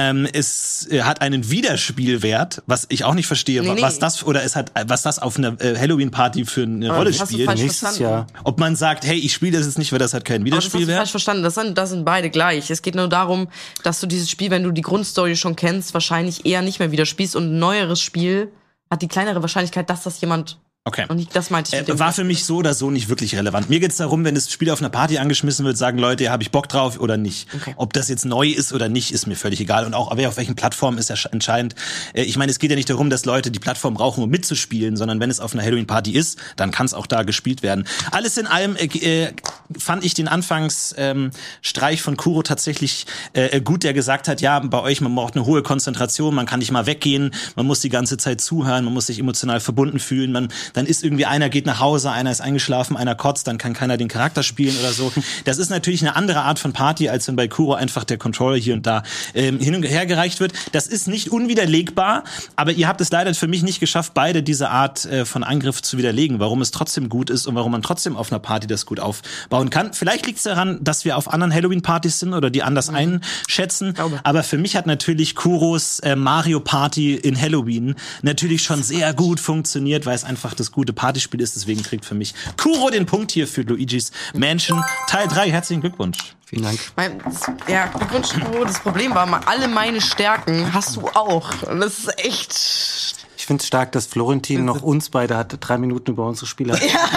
A: Es hat einen Wiederspielwert, was ich auch nicht verstehe, was das auf einer Halloween-Party für eine Rolle spielt.
E: Nächstes Jahr.
A: Ob man sagt, hey, ich spiele das jetzt nicht, weil das hat keinen Wiederspielwert.
C: Das hast du falsch verstanden. Das sind beide gleich. Es geht nur darum, dass du dieses Spiel, wenn du die Grundstory schon kennst, wahrscheinlich eher nicht mehr wieder spielst und ein neueres Spiel hat die kleinere Wahrscheinlichkeit, dass das jemand.
A: Okay.
C: Und das meinte ich.
A: War für mich so oder so nicht wirklich relevant. Mir geht's darum, wenn das Spiel auf einer Party angeschmissen wird, sagen Leute, ja, habe ich Bock drauf oder nicht.
C: Okay.
A: Ob das jetzt neu ist oder nicht, ist mir völlig egal. Und auch auf welchen Plattformen ist ja entscheidend. Ich meine, es geht ja nicht darum, dass Leute die Plattform brauchen, um mitzuspielen, sondern wenn es auf einer Halloween-Party ist, dann kann es auch da gespielt werden. Alles in allem fand ich den Anfangsstreich von Kuro tatsächlich gut, der gesagt hat, ja, bei euch, man braucht eine hohe Konzentration, man kann nicht mal weggehen, man muss die ganze Zeit zuhören, man muss sich emotional verbunden fühlen, dann ist irgendwie einer geht nach Hause, einer ist eingeschlafen, einer kotzt, dann kann keiner den Charakter spielen oder so. Das ist natürlich eine andere Art von Party, als wenn bei Kuro einfach der Controller hier und da hin und her gereicht wird. Das ist nicht unwiderlegbar, aber ihr habt es leider für mich nicht geschafft, beide diese Art von Angriff zu widerlegen, warum es trotzdem gut ist und warum man trotzdem auf einer Party das gut aufbauen kann. Vielleicht liegt es daran, dass wir auf anderen Halloween-Partys sind oder die anders einschätzen, aber für mich hat natürlich Kuros Mario Party in Halloween natürlich schon sehr gut funktioniert, weil es einfach das gute Partyspiel ist. Deswegen kriegt für mich Kuro den Punkt hier für Luigi's Mansion Teil 3. Herzlichen Glückwunsch.
D: Vielen Dank.
C: Ja, Glückwunsch, Kuro. Das Problem war, alle meine Stärken hast du auch. Und das ist echt.
E: Ich finde es stark, dass Florentin noch uns beide hat 3 Minuten über unsere Spieler.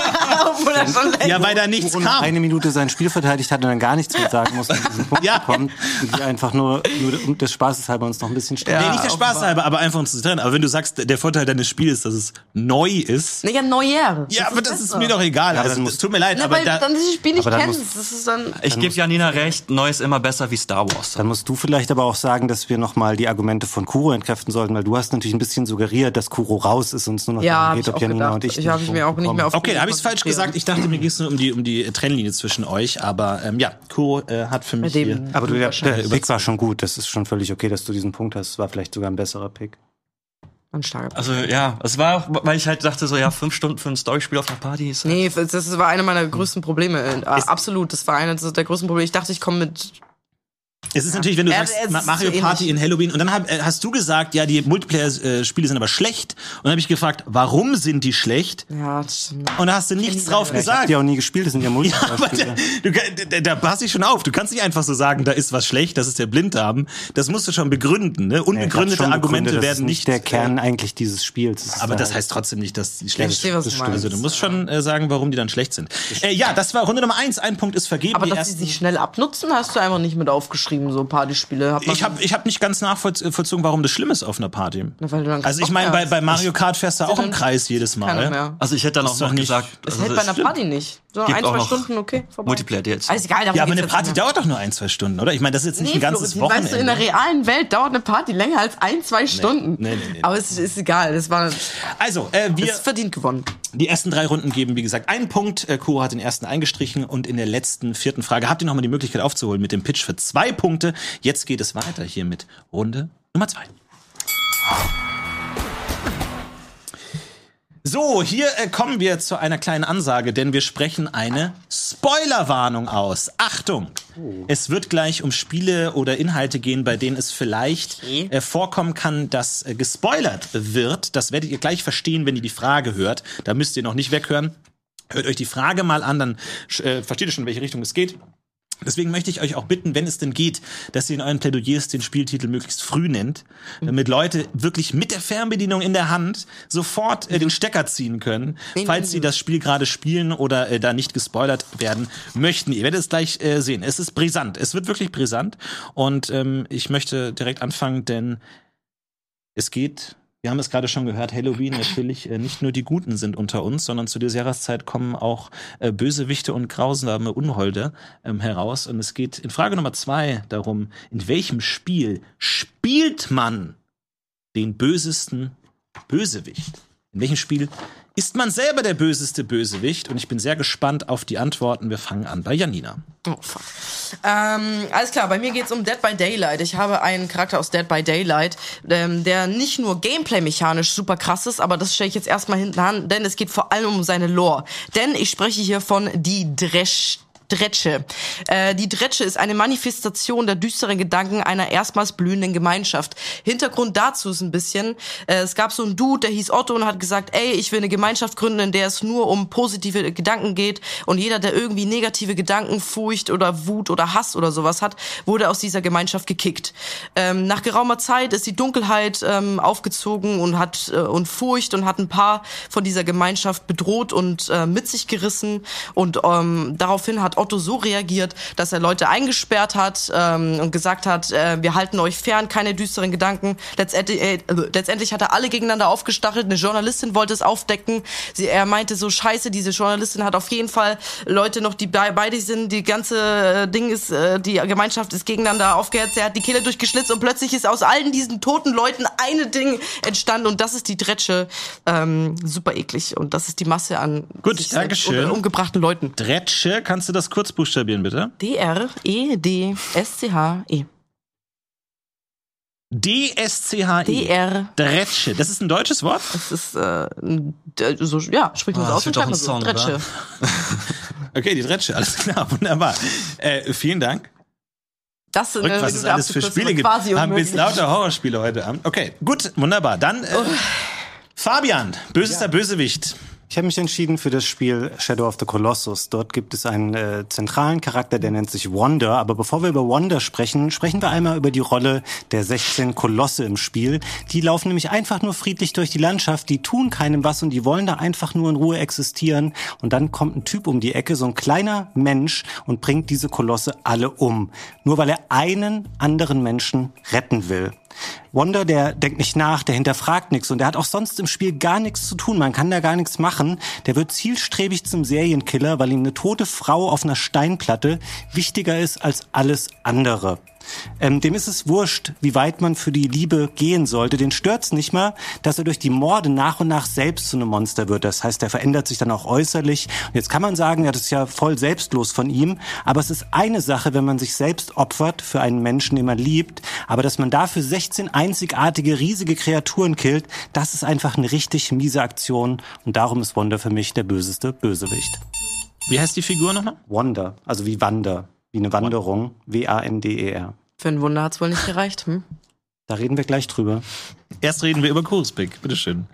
A: Ja, weil da nichts kam.
E: 1 Minute sein Spiel verteidigt hat und dann gar nichts mehr sagen musste, diesen Punkt bekommen. Und wir einfach nur des Spaßes halber uns noch ein bisschen stärker.
A: Nee, nicht der Spaß halber, aber einfach uns zu trennen. Aber wenn du sagst, der Vorteil deines Spiels ist, dass es neu ist.
C: Nee, ja, neuer.
A: Ja, aber das ist mir doch egal.
E: Ja,
A: also, es tut mir leid,
C: Na,
A: aber
C: weil dann das Spiel nicht kennst. Das ist dann.
D: Ich gebe Janina recht, neu ist immer besser wie Star Wars.
E: Dann musst du vielleicht aber auch sagen, dass wir nochmal die Argumente von Kuro entkräften sollten, weil du hast natürlich ein bisschen suggeriert, dass Kuro raus ist und es nur noch darum geht, ob Janina und ich.
C: Ich habe mir auch nicht mehr auf.
A: Okay, da habe ich es falsch gesagt. Ich dachte, mir ging es nur um die Trennlinie zwischen euch. Aber ja, Kuro hat für mich hier.
E: Aber der Pick war schon gut. Das ist schon völlig okay, dass du diesen Punkt hast. War vielleicht sogar ein besserer Pick.
C: Ein starker.
D: Also ja, es war auch, weil ich halt dachte so, ja, 5 Stunden für ein Storyspiel auf einer Party ist.
C: Nee, das war einer meiner größten Probleme. Absolut, das war einer der größten Probleme. Ich dachte, ich komme mit.
A: Es ist natürlich, wenn du sagst, Mario Party in Halloween und dann hast du gesagt, ja, die Multiplayer-Spiele sind aber schlecht. Und dann habe ich gefragt, warum sind die schlecht?
C: Ja, das stimmt.
A: Und da hast du nichts drauf gesagt.
E: Ich hab die auch nie gespielt, das sind ja Multiplayer-Spiele.
A: Ja, da pass ich schon auf. Du kannst nicht einfach so sagen, da ist was schlecht, das ist der Blinddarm. Das musst du schon begründen. Ne? Unbegründete Argumente werden nicht
E: der Kern eigentlich dieses Spiels.
A: Aber das heißt trotzdem nicht, dass die schlecht
C: sind.
A: Also du musst schon sagen, warum die dann schlecht sind. Ja, das war Runde Nummer 1. Ein Punkt ist vergeben.
C: Aber dass sie sich schnell abnutzen, hast du einfach nicht mit aufgeschrieben, so Partyspiele.
A: Ich hab nicht ganz nachvollzogen, warum das schlimm ist auf einer Party.
C: Na, weil du dann
A: Also ich meine, bei Mario Kart fährst du auch im Kreis jedes Mal.
D: Also ich hätte dann auch noch gesagt,
C: das hält bei einer Party nicht. So 1-2 Stunden, okay, vorbei.
D: Multiplayer jetzt.
C: Alles egal,
A: ja, aber eine Party dauert doch nur 1-2 Stunden, oder? Ich meine, das ist jetzt nicht ein ganzes Wochenende.
C: Weißt du, in der realen Welt dauert eine Party länger als 1-2 Stunden.
A: Nee.
C: Aber es ist egal, das war.
A: Also, wir
C: ist verdient gewonnen.
A: Die ersten 3 Runden geben, wie gesagt, einen Punkt. Kuro hat den ersten eingestrichen und in der letzten 4. Frage habt ihr nochmal die Möglichkeit aufzuholen mit dem Pitch für 2 Punkte. Jetzt geht es weiter hier mit Runde Nummer 2. So, hier kommen wir zu einer kleinen Ansage, denn wir sprechen eine Spoilerwarnung aus. Achtung! Es wird gleich um Spiele oder Inhalte gehen, bei denen es vielleicht vorkommen kann, dass gespoilert wird. Das werdet ihr gleich verstehen, wenn ihr die Frage hört. Da müsst ihr noch nicht weghören. Hört euch die Frage mal an, dann versteht ihr schon, in welche Richtung es geht. Deswegen möchte ich euch auch bitten, wenn es denn geht, dass ihr in euren Plädoyers den Spieltitel möglichst früh nennt, damit Leute wirklich mit der Fernbedienung in der Hand sofort den Stecker ziehen können, falls sie das Spiel gerade spielen oder da nicht gespoilert werden möchten. Ihr werdet es gleich sehen. Es ist brisant. Es wird wirklich brisant. Und ich möchte direkt anfangen, denn Es geht, wir haben es gerade schon gehört, Halloween natürlich, nicht nur die Guten sind unter uns, sondern zu dieser Jahreszeit kommen auch Bösewichte und grausame Unholde heraus. Und es geht in Frage Nummer 2 darum, in welchem Spiel spielt man den bösesten Bösewicht? In welchem Spiel ist man selber der böseste Bösewicht? Und ich bin sehr gespannt auf die Antworten. Wir fangen an bei Janina.
C: Oh, fuck. Alles klar, bei mir geht's um Dead by Daylight. Ich habe einen Charakter aus Dead by Daylight, der nicht nur gameplay-mechanisch super krass ist, aber das stelle ich jetzt erstmal hinten an, denn es geht vor allem um seine Lore. Denn ich spreche hier von die Dresche. Die Dresche ist eine Manifestation der düsteren Gedanken einer erstmals blühenden Gemeinschaft. Hintergrund dazu ist ein bisschen, es gab so einen Dude, der hieß Otto und hat gesagt, ey, ich will eine Gemeinschaft gründen, in der es nur um positive Gedanken geht und jeder, der irgendwie negative Gedanken, Furcht oder Wut oder Hass oder sowas hat, wurde aus dieser Gemeinschaft gekickt. Nach geraumer Zeit ist die Dunkelheit aufgezogen und Furcht und hat ein paar von dieser Gemeinschaft bedroht und mit sich gerissen und daraufhin hat Otto so reagiert, dass er Leute eingesperrt hat und gesagt hat, wir halten euch fern, keine düsteren Gedanken. Letztendlich hat er alle gegeneinander aufgestachelt. Eine Journalistin wollte es aufdecken. Er meinte so, scheiße, diese Journalistin hat auf jeden Fall Leute noch, die beide sind. Die ganze die Gemeinschaft ist gegeneinander aufgehetzt. Er hat die Kehle durchgeschlitzt und plötzlich ist aus allen diesen toten Leuten eine Ding entstanden und das ist die Dresche. Super eklig und das ist die Masse an umgebrachten Leuten.
A: Dresche, kannst du das kurz buchstabieren, bitte?
C: D-R-E-D-S-C-H-E.
A: D-S-C-H-E. Dresche. Das ist ein deutsches Wort?
C: Das ist, spricht man so aus.
D: Das wird doch ein Song,
C: Dresche.
A: Okay, die Dresche, alles klar, wunderbar. Vielen Dank.
C: Das sind
A: was es alles für Spiele gibt. Haben wir jetzt lauter Horrorspiele heute Abend. Okay, gut, wunderbar. Dann Fabian, bösester Bösewicht.
E: Ich habe mich entschieden für das Spiel Shadow of the Colossus. Dort gibt es einen zentralen Charakter, der nennt sich Wanda. Aber bevor wir über Wanda sprechen wir einmal über die Rolle der 16 Kolosse im Spiel. Die laufen nämlich einfach nur friedlich durch die Landschaft, die tun keinem was und die wollen da einfach nur in Ruhe existieren. Und dann kommt ein Typ um die Ecke, so ein kleiner Mensch, und bringt diese Kolosse alle um. Nur weil er einen anderen Menschen retten will. Wanda, der denkt nicht nach, der hinterfragt nichts und der hat auch sonst im Spiel gar nichts zu tun, man kann da gar nichts machen. Der wird zielstrebig zum Serienkiller, weil ihm eine tote Frau auf einer Steinplatte wichtiger ist als alles andere. Dem ist es wurscht, wie weit man für die Liebe gehen sollte. Den stört's nicht mal, dass er durch die Morde nach und nach selbst zu einem Monster wird. Das heißt, er verändert sich dann auch äußerlich. Und jetzt kann man sagen, ja, das ist ja voll selbstlos von ihm. Aber es ist eine Sache, wenn man sich selbst opfert für einen Menschen, den man liebt. Aber dass man dafür 16 einzigartige, riesige Kreaturen killt, das ist einfach eine richtig miese Aktion. Und darum ist Wanda für mich der böseste Bösewicht.
A: Wie heißt die Figur nochmal?
E: Wanda, also wie Wander. Wie eine Wanderung, W-A-N-D-E-R.
C: Für ein Wunder hat's wohl nicht gereicht,
E: Da reden wir gleich drüber.
A: Erst reden wir über Kuruspik, bitteschön.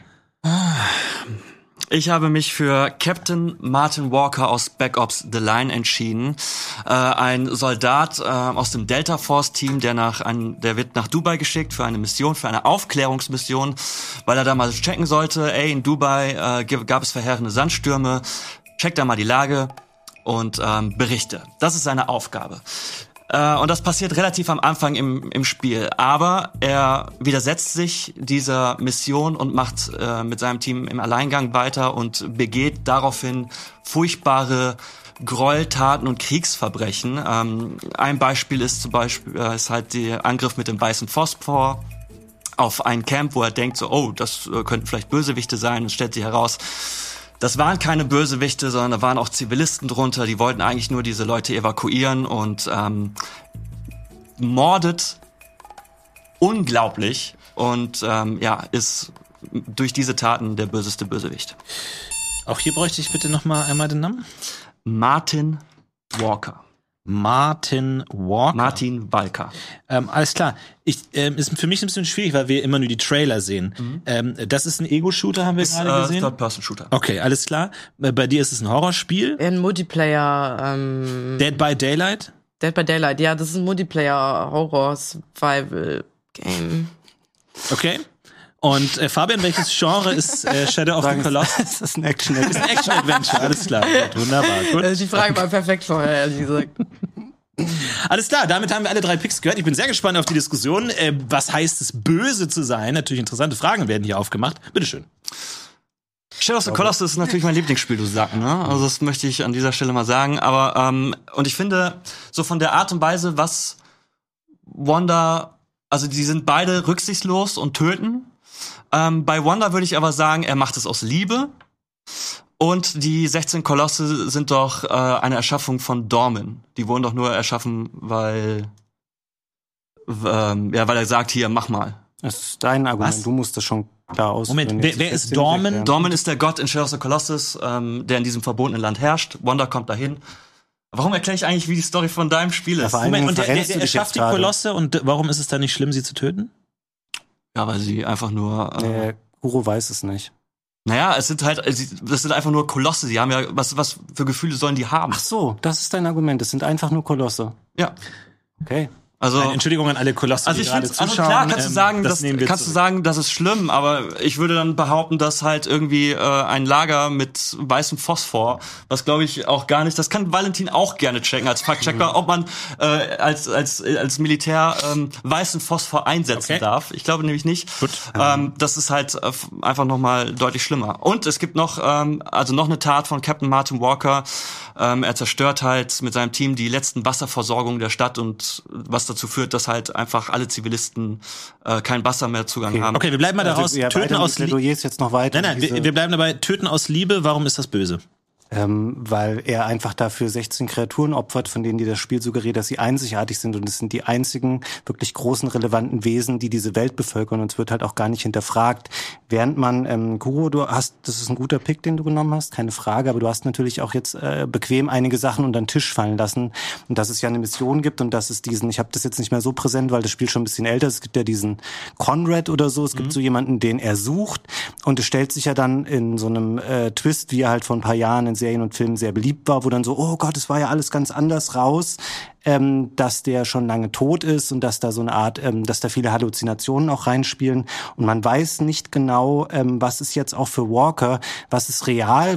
D: Ich habe mich für Captain Martin Walker aus Black Ops The Line entschieden. Ein Soldat aus dem Delta Force Team, der wird nach Dubai geschickt für eine Mission, für eine Aufklärungsmission, weil er da mal checken sollte, in Dubai gab es verheerende Sandstürme, checkt da mal die Lage und berichte. Das ist seine Aufgabe. Und das passiert relativ am Anfang im Spiel. Aber er widersetzt sich dieser Mission und macht mit seinem Team im Alleingang weiter und begeht daraufhin furchtbare Gräueltaten und Kriegsverbrechen. Ein Beispiel ist halt der Angriff mit dem weißen Phosphor auf ein Camp, wo er denkt so, das könnten vielleicht Bösewichte sein. Und stellt sich heraus, das waren keine Bösewichte, sondern da waren auch Zivilisten drunter, die wollten eigentlich nur diese Leute evakuieren und mordet unglaublich und ist durch diese Taten der böseste Bösewicht.
A: Auch hier bräuchte ich bitte noch mal einmal den Namen.
D: Martin Walker.
A: Martin
D: Walker.
A: Alles klar. Ist für mich ein bisschen schwierig, weil wir immer nur die Trailer sehen. Das ist ein Ego-Shooter, haben wir gerade gesehen?
D: Third-Person-Shooter.
A: Okay, alles klar. Bei dir ist es ein Horrorspiel.
C: Ein Multiplayer.
A: Dead by Daylight?
C: Dead by Daylight, ja, das ist ein Multiplayer-Horror-Survival-Game.
A: Okay. Und Fabian, welches Genre ist Shadow of the Colossus?
E: Das ist ein Action-Adventure.
A: Das ist ein Action-Adventure, alles klar. Gut, wunderbar. Gut.
C: Die Frage war perfekt vorher, ehrlich gesagt.
A: Alles klar, damit haben wir alle 3 Picks gehört. Ich bin sehr gespannt auf die Diskussion. Was heißt es, böse zu sein? Natürlich interessante Fragen werden hier aufgemacht. Bitteschön.
D: Shadow of the Colossus ist natürlich mein Lieblingsspiel, du sagst, ne? Also das möchte ich an dieser Stelle mal sagen. Aber und ich finde, so von der Art und Weise, was Wonder, also die sind beide rücksichtslos und töten. Bei Wonder würde ich aber sagen, er macht es aus Liebe. Und die 16 Kolosse sind doch eine Erschaffung von Dormin. Die wurden doch nur erschaffen, weil er sagt, hier, mach mal.
E: Das ist dein Argument.
A: Was?
E: Du musst das schon klar ausführen.
A: Moment, wer ist Dormin?
D: Dormin ist der Gott in Shadow of the Colossus, der in diesem verbotenen Land herrscht. Wanda kommt dahin. Warum erkläre ich eigentlich, wie die Story von deinem Spiel ist?
A: Moment, und der erschafft die Kolosse und warum ist es dann nicht schlimm, sie zu töten?
D: Ja, weil sie einfach nur...
E: Guru weiß es nicht.
D: Naja, das sind einfach nur Kolosse. Sie haben ja, was für Gefühle sollen die haben?
E: Ach so, das ist dein Argument. Es sind einfach nur Kolosse.
D: Ja.
E: Okay.
D: Also,
A: Entschuldigung an alle Kolosse,
D: also
A: die
D: ich
A: gerade
D: finde, also
A: zuschauen.
D: klar kannst du sagen, das ist schlimm, aber ich würde dann behaupten, dass halt irgendwie ein Lager mit weißem Phosphor, was glaube ich auch gar nicht, das kann Valentin auch gerne checken als Faktchecker, ob man als Militär weißen Phosphor einsetzen darf. Ich glaube nämlich nicht.
A: Gut.
D: Das ist halt einfach noch mal deutlich schlimmer. Und es gibt noch noch eine Tat von Captain Martin Walker. Er zerstört halt mit seinem Team die letzten Wasserversorgungen der Stadt und was dazu führt, dass halt einfach alle Zivilisten kein Wasser mehr Zugang haben.
A: Okay, wir bleiben mal daraus. Töten aus Liebe.
E: Jetzt noch weiter.
A: Nein, wir bleiben dabei. Töten aus Liebe. Warum ist das böse?
E: Weil er einfach dafür 16 Kreaturen opfert, von denen die das Spiel suggeriert, dass sie einzigartig sind und es sind die einzigen wirklich großen, relevanten Wesen, die diese Welt bevölkern und es wird halt auch gar nicht hinterfragt. Während man, Guru, das ist ein guter Pick, den du genommen hast, keine Frage, aber du hast natürlich auch jetzt bequem einige Sachen unter den Tisch fallen lassen und dass es ja eine Mission gibt und dass es ich habe das jetzt nicht mehr so präsent, weil das Spiel schon ein bisschen älter ist, es gibt ja diesen Conrad oder so, es gibt so jemanden, den er sucht und es stellt sich ja dann in so einem Twist, wie er halt vor ein paar Jahren in Serien und Filmen sehr beliebt war, wo dann so, oh Gott, es war ja alles ganz anders raus, dass der schon lange tot ist und dass da so eine Art, dass da viele Halluzinationen auch reinspielen und man weiß nicht genau, was ist jetzt auch für Walker, was ist real,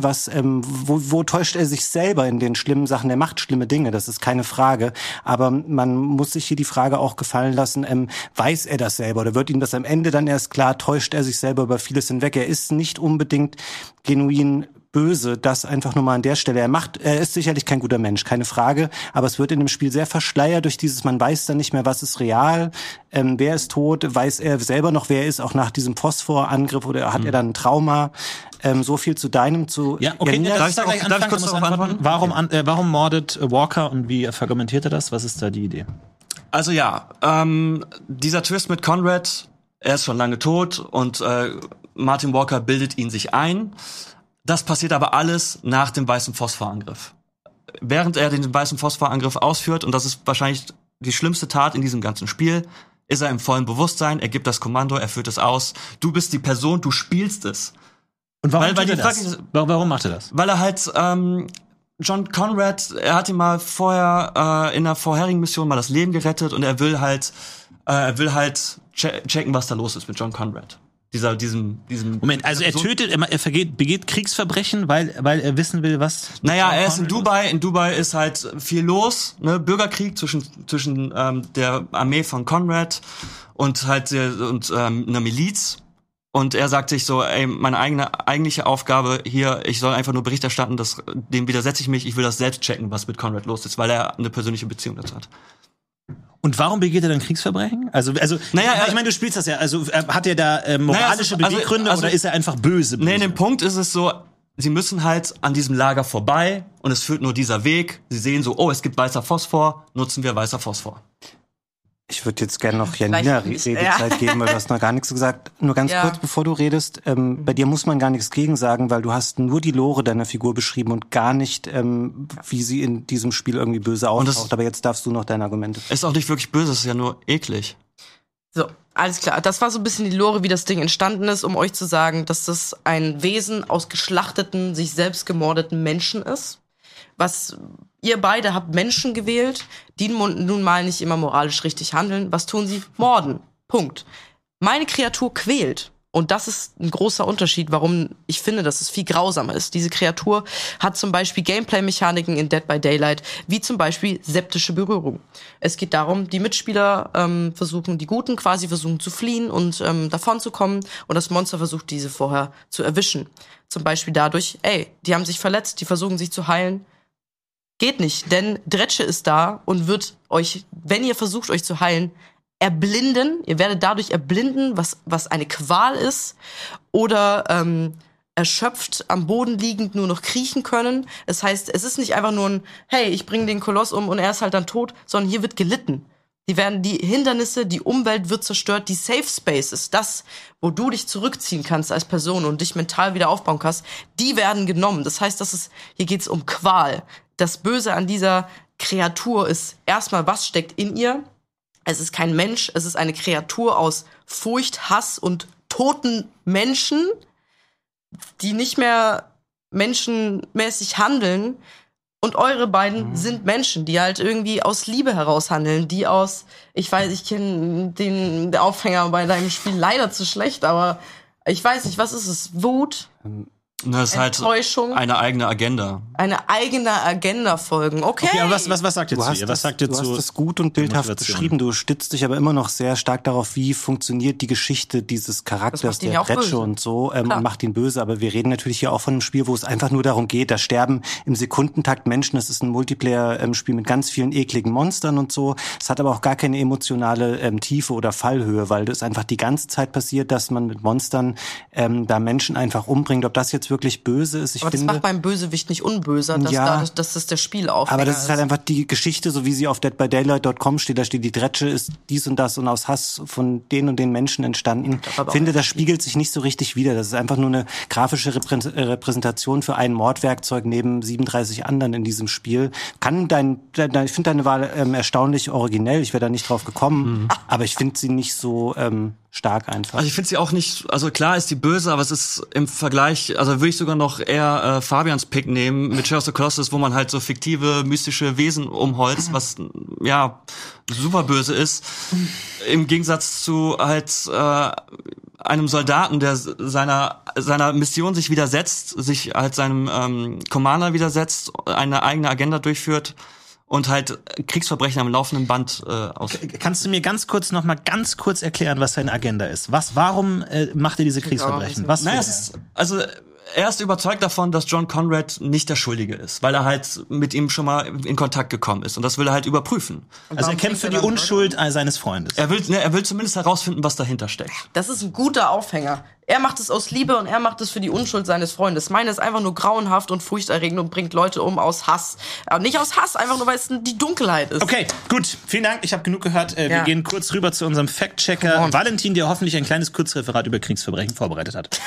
E: wo täuscht er sich selber in den schlimmen Sachen, der macht schlimme Dinge, das ist keine Frage, aber man muss sich hier die Frage auch gefallen lassen, weiß er das selber oder wird ihm das am Ende dann erst klar, täuscht er sich selber über vieles hinweg, er ist nicht unbedingt genuin böse, das einfach nur mal an der Stelle. Er ist sicherlich kein guter Mensch, keine Frage, aber es wird in dem Spiel sehr verschleiert durch dieses, man weiß dann nicht mehr, was ist real, wer ist tot, weiß er selber noch, wer er ist, auch nach diesem Phosphorangriff oder hat er dann ein Trauma, so viel zu deinem,
A: Ja, okay, darf ich kurz darauf antworten? Warum mordet Walker und wie verargumentiert er das? Was ist da die Idee?
D: Also ja, dieser Twist mit Conrad, er ist schon lange tot und Martin Walker bildet ihn sich ein. Das passiert aber alles nach dem weißen Phosphorangriff. Während er den weißen Phosphorangriff ausführt, und das ist wahrscheinlich die schlimmste Tat in diesem ganzen Spiel, ist er im vollen Bewusstsein, er gibt das Kommando, er führt es aus. Du bist die Person, du spielst es.
A: Und warum tut er das? Warum macht er das?
D: Weil er halt John Conrad, er hat ihm mal vorher in einer vorherigen Mission mal das Leben gerettet und er will halt checken, was da los ist mit John Conrad.
A: Moment, also er begeht Kriegsverbrechen, weil er wissen will, was.
D: Naja, er ist in Dubai. In Dubai ist halt viel los, ne? Bürgerkrieg zwischen der Armee von Conrad und halt einer Miliz. Und er sagt sich so, ey, meine eigentliche Aufgabe hier, ich soll einfach nur Bericht erstatten, dem widersetze ich mich, ich will das selbst checken, was mit Conrad los ist, weil er eine persönliche Beziehung dazu hat.
A: Und warum begeht er dann Kriegsverbrechen? Also, naja, ich meine, du spielst das ja. Also, hat er da moralische Beweggründe oder ist er einfach böse?
D: Nee, in dem Punkt ist es so, sie müssen halt an diesem Lager vorbei und es führt nur dieser Weg. Sie sehen so, oh, es gibt weißer Phosphor, nutzen wir weißer Phosphor.
E: Ich würde jetzt gerne noch Janina Redezeit geben, weil du hast noch gar nichts gesagt. Nur ganz kurz, bevor du redest, bei dir muss man gar nichts gegen sagen, weil du hast nur die Lore deiner Figur beschrieben und gar nicht, wie sie in diesem Spiel irgendwie böse auftaucht. Aber jetzt darfst du noch deine Argumente.
D: Ist auch nicht wirklich böse, es ist ja nur eklig.
C: So, alles klar. Das war so ein bisschen die Lore, wie das Ding entstanden ist, um euch zu sagen, dass das ein Wesen aus geschlachteten, sich selbst gemordeten Menschen ist. Was ihr beide habt Menschen gewählt, die nun mal nicht immer moralisch richtig handeln. Was tun sie? Morden. Punkt. Meine Kreatur quält. Und das ist ein großer Unterschied, warum ich finde, dass es viel grausamer ist. Diese Kreatur hat zum Beispiel Gameplay-Mechaniken in Dead by Daylight, wie zum Beispiel septische Berührung. Es geht darum, die Mitspieler die Guten versuchen zu fliehen und davon zu kommen. Und das Monster versucht, diese vorher zu erwischen. Zum Beispiel dadurch, die haben sich verletzt, die versuchen sich zu heilen. Geht nicht, denn Dretsche ist da und wird euch, wenn ihr versucht, euch zu heilen, erblinden. Ihr werdet dadurch erblinden, was eine Qual ist, oder erschöpft am Boden liegend nur noch kriechen können. Das heißt, es ist nicht einfach nur ein, hey, ich bringe den Koloss um und er ist halt dann tot, sondern hier wird gelitten. Die Hindernisse, die Umwelt wird zerstört, die Safe Spaces, das, wo du dich zurückziehen kannst als Person und dich mental wieder aufbauen kannst, die werden genommen. Das heißt, hier geht's um Qual. Das Böse an dieser Kreatur ist erstmal, was steckt in ihr? Es ist kein Mensch, es ist eine Kreatur aus Furcht, Hass und toten Menschen, die nicht mehr menschenmäßig handeln. Und eure beiden sind Menschen, die halt irgendwie aus Liebe heraus handeln, die ich kenne den Aufhänger bei deinem Spiel leider zu schlecht, aber ich weiß nicht, was ist es? Wut?
D: Das ist halt eine eigene Agenda.
C: Eine eigene Agenda folgen. Okay,
A: aber was sagt ihr zu ihr? Was sagt ihr zu?
E: Du hast das gut und bildhaft
A: Motivation
E: beschrieben. Du stützt dich aber immer noch sehr stark darauf, wie funktioniert die Geschichte dieses Charakters, der Dretsche und so, und macht ihn böse. Aber wir reden natürlich hier auch von einem Spiel, wo es einfach nur darum geht, da sterben im Sekundentakt Menschen. Das ist ein Multiplayer-Spiel mit ganz vielen ekligen Monstern und so. Es hat aber auch gar keine emotionale Tiefe oder Fallhöhe, weil das einfach die ganze Zeit passiert, dass man mit Monstern da Menschen einfach umbringt. Ob das jetzt wirklich böse ist,
C: aber das macht beim Bösewicht nicht unböser, dass das der Spielaufhänger
E: aber das ist halt einfach die Geschichte, so wie sie auf deadbydaylight.com steht. Da steht, die Dretsche ist dies und das und aus Hass von den und den Menschen entstanden. Ich finde, das spiegelt sich nicht so richtig wider. Das ist einfach nur eine grafische Repräsentation für ein Mordwerkzeug neben 37 anderen in diesem Spiel. Ich finde deine Wahl erstaunlich originell. Ich wäre da nicht drauf gekommen, aber ich finde sie nicht so stark einfach.
D: Also ich finde sie auch nicht, also klar ist die böse, aber es ist im Vergleich, also würde ich sogar noch eher Fabians Pick nehmen mit Shadow of the Colossus, wo man halt so fiktive, mystische Wesen umholzt, was ja super böse ist. Im Gegensatz zu halt einem Soldaten, der seiner Mission sich widersetzt, sich halt seinem Commander widersetzt, eine eigene Agenda durchführt und halt Kriegsverbrechen am laufenden Band aus.
A: Kannst du mir ganz kurz erklären, was seine Agenda ist? Warum macht er diese Kriegsverbrechen?
D: Er ist überzeugt davon, dass John Conrad nicht der Schuldige ist, weil er halt mit ihm schon mal in Kontakt gekommen ist. Und das will er halt überprüfen.
A: Also er kämpft für die Unschuld seines Freundes.
D: Er will zumindest herausfinden, was dahinter steckt.
C: Das ist ein guter Aufhänger. Er macht es aus Liebe und er macht es für die Unschuld seines Freundes. Meine ist einfach nur grauenhaft und furchterregend und bringt Leute um aus Hass. Aber nicht aus Hass, einfach nur, weil es die Dunkelheit ist.
A: Okay, gut. Vielen Dank. Ich habe genug gehört. Wir gehen kurz rüber zu unserem Fact-Checker Valentin, der hoffentlich ein kleines Kurzreferat über Kriegsverbrechen vorbereitet hat.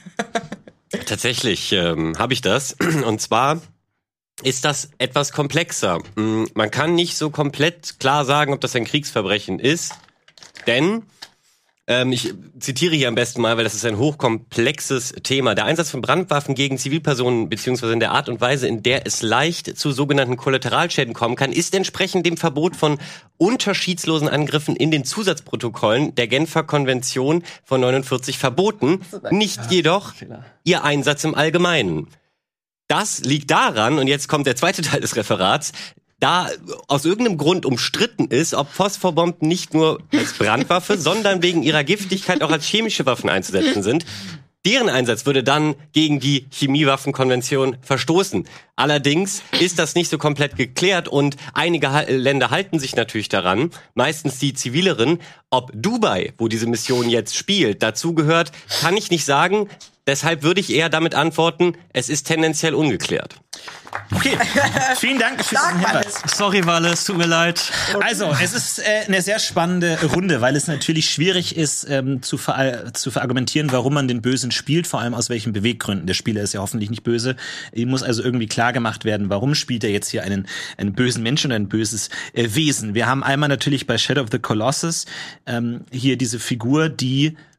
F: Tatsächlich habe ich das. Und zwar ist das etwas komplexer. Man kann nicht so komplett klar sagen, ob das ein Kriegsverbrechen ist, denn ich zitiere hier am besten mal, weil das ist ein hochkomplexes Thema. Der Einsatz von Brandwaffen gegen Zivilpersonen beziehungsweise in der Art und Weise, in der es leicht zu sogenannten Kollateralschäden kommen kann, ist entsprechend dem Verbot von unterschiedslosen Angriffen in den Zusatzprotokollen der Genfer Konvention von 49 verboten, nicht jedoch ihr Einsatz im Allgemeinen. Das liegt daran, und jetzt kommt der zweite Teil des Referats, da aus irgendeinem Grund umstritten ist, ob Phosphorbomben nicht nur als Brandwaffe, sondern wegen ihrer Giftigkeit auch als chemische Waffen einzusetzen sind. Deren Einsatz würde dann gegen die Chemiewaffenkonvention verstoßen. Allerdings ist das nicht so komplett geklärt und einige Länder halten sich natürlich daran, meistens die zivileren. Ob Dubai, wo diese Mission jetzt spielt, dazugehört, kann ich nicht sagen. Deshalb würde ich eher damit antworten, es ist tendenziell ungeklärt.
A: Okay, vielen Dank für diesen Hinweis.
D: Sorry, Walle, es tut mir leid.
A: Also, es ist eine sehr spannende Runde, weil es natürlich schwierig ist, zu verargumentieren, warum man den Bösen spielt, vor allem aus welchen Beweggründen. Der Spieler ist ja hoffentlich nicht böse. Ihm muss also irgendwie klar gemacht werden, warum spielt er jetzt hier einen bösen Menschen oder ein böses Wesen. Wir haben einmal natürlich bei Shadow of the Colossus hier diese Figur, die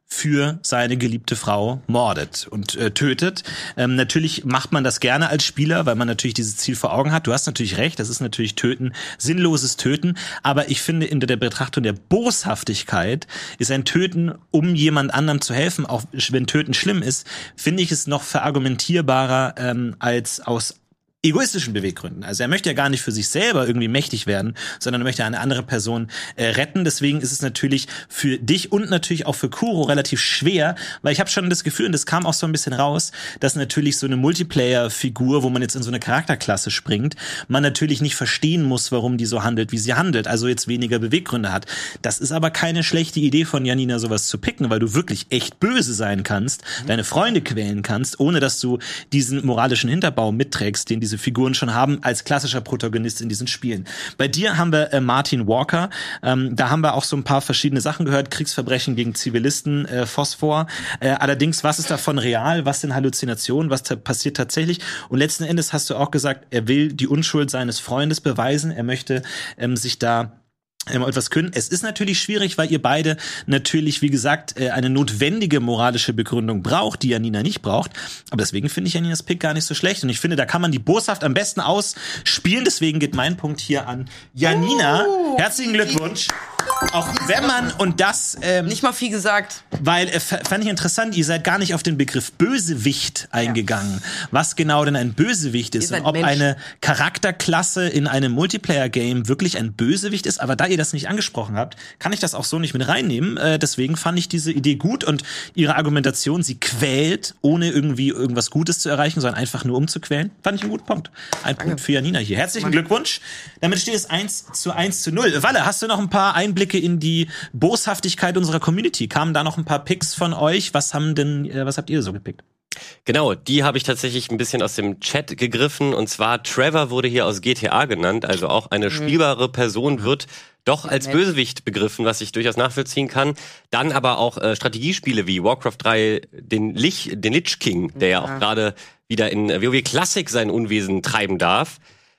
A: für seine geliebte Frau mordet und tötet. Natürlich macht man das gerne als Spieler, weil man natürlich dieses Ziel vor Augen hat. Du hast natürlich recht, das ist natürlich Töten, sinnloses Töten. Aber ich finde, in der Betrachtung der Boshaftigkeit ist ein Töten, um jemand anderem zu helfen, auch wenn Töten schlimm ist, finde ich es noch verargumentierbarer als aus egoistischen Beweggründen. Also er möchte ja gar nicht für sich selber irgendwie mächtig werden, sondern er möchte eine andere Person retten. Deswegen ist es natürlich für dich und natürlich auch für Kuro relativ schwer, weil ich habe schon das Gefühl, und das kam auch so ein bisschen raus, dass natürlich so eine Multiplayer-Figur, wo man jetzt in so eine Charakterklasse springt, man natürlich nicht verstehen muss, warum die so handelt, wie sie handelt, also jetzt weniger Beweggründe hat. Das ist aber keine schlechte Idee von Janina, sowas zu picken, weil du wirklich echt böse sein kannst, deine Freunde quälen kannst, ohne dass du diesen moralischen Hinterbau mitträgst, den diese Figuren schon haben, als klassischer Protagonist in diesen Spielen. Bei dir haben wir Martin Walker. Da haben wir auch so ein paar verschiedene Sachen gehört. Kriegsverbrechen gegen Zivilisten, Phosphor. Allerdings, was ist davon real? Was sind Halluzinationen? Was passiert tatsächlich? Und letzten Endes hast du auch gesagt, er will die Unschuld seines Freundes beweisen. Er möchte sich da etwas können. Es ist natürlich schwierig, weil ihr beide natürlich, wie gesagt, eine notwendige moralische Begründung braucht, die Janina nicht braucht. Aber deswegen finde ich Janinas Pick gar nicht so schlecht. Und ich finde, da kann man die Boshaft am besten ausspielen. Deswegen geht mein Punkt hier an Janina. Herzlichen Glückwunsch. Auch wenn man, und das
C: nicht mal viel gesagt.
A: Weil, fand ich interessant, ihr seid gar nicht auf den Begriff Bösewicht eingegangen. Was genau denn ein Bösewicht ist und ob eine Charakterklasse in einem Multiplayer-Game wirklich ein Bösewicht ist. Aber da ihr das nicht angesprochen habt, kann ich das auch so nicht mit reinnehmen. Deswegen fand ich diese Idee gut und ihre Argumentation, sie quält, ohne irgendwie irgendwas Gutes zu erreichen, sondern einfach nur umzuquälen, fand ich einen guten Punkt. Punkt für Janina hier. Herzlichen Glückwunsch. Damit steht es 1:1:0. Walle, hast du noch ein paar Einblicke in die Boshaftigkeit unserer Community? Kamen da noch ein paar Picks von euch? Was habt ihr so gepickt?
F: Genau, die habe ich tatsächlich ein bisschen aus dem Chat gegriffen. Und zwar, Trevor wurde hier aus GTA genannt, also auch eine spielbare Person wird doch als Bösewicht begriffen, was ich durchaus nachvollziehen kann. Dann aber auch Strategiespiele wie Warcraft 3, den Lich King, der ja auch gerade wieder in WoW Classic sein Unwesen treiben darf.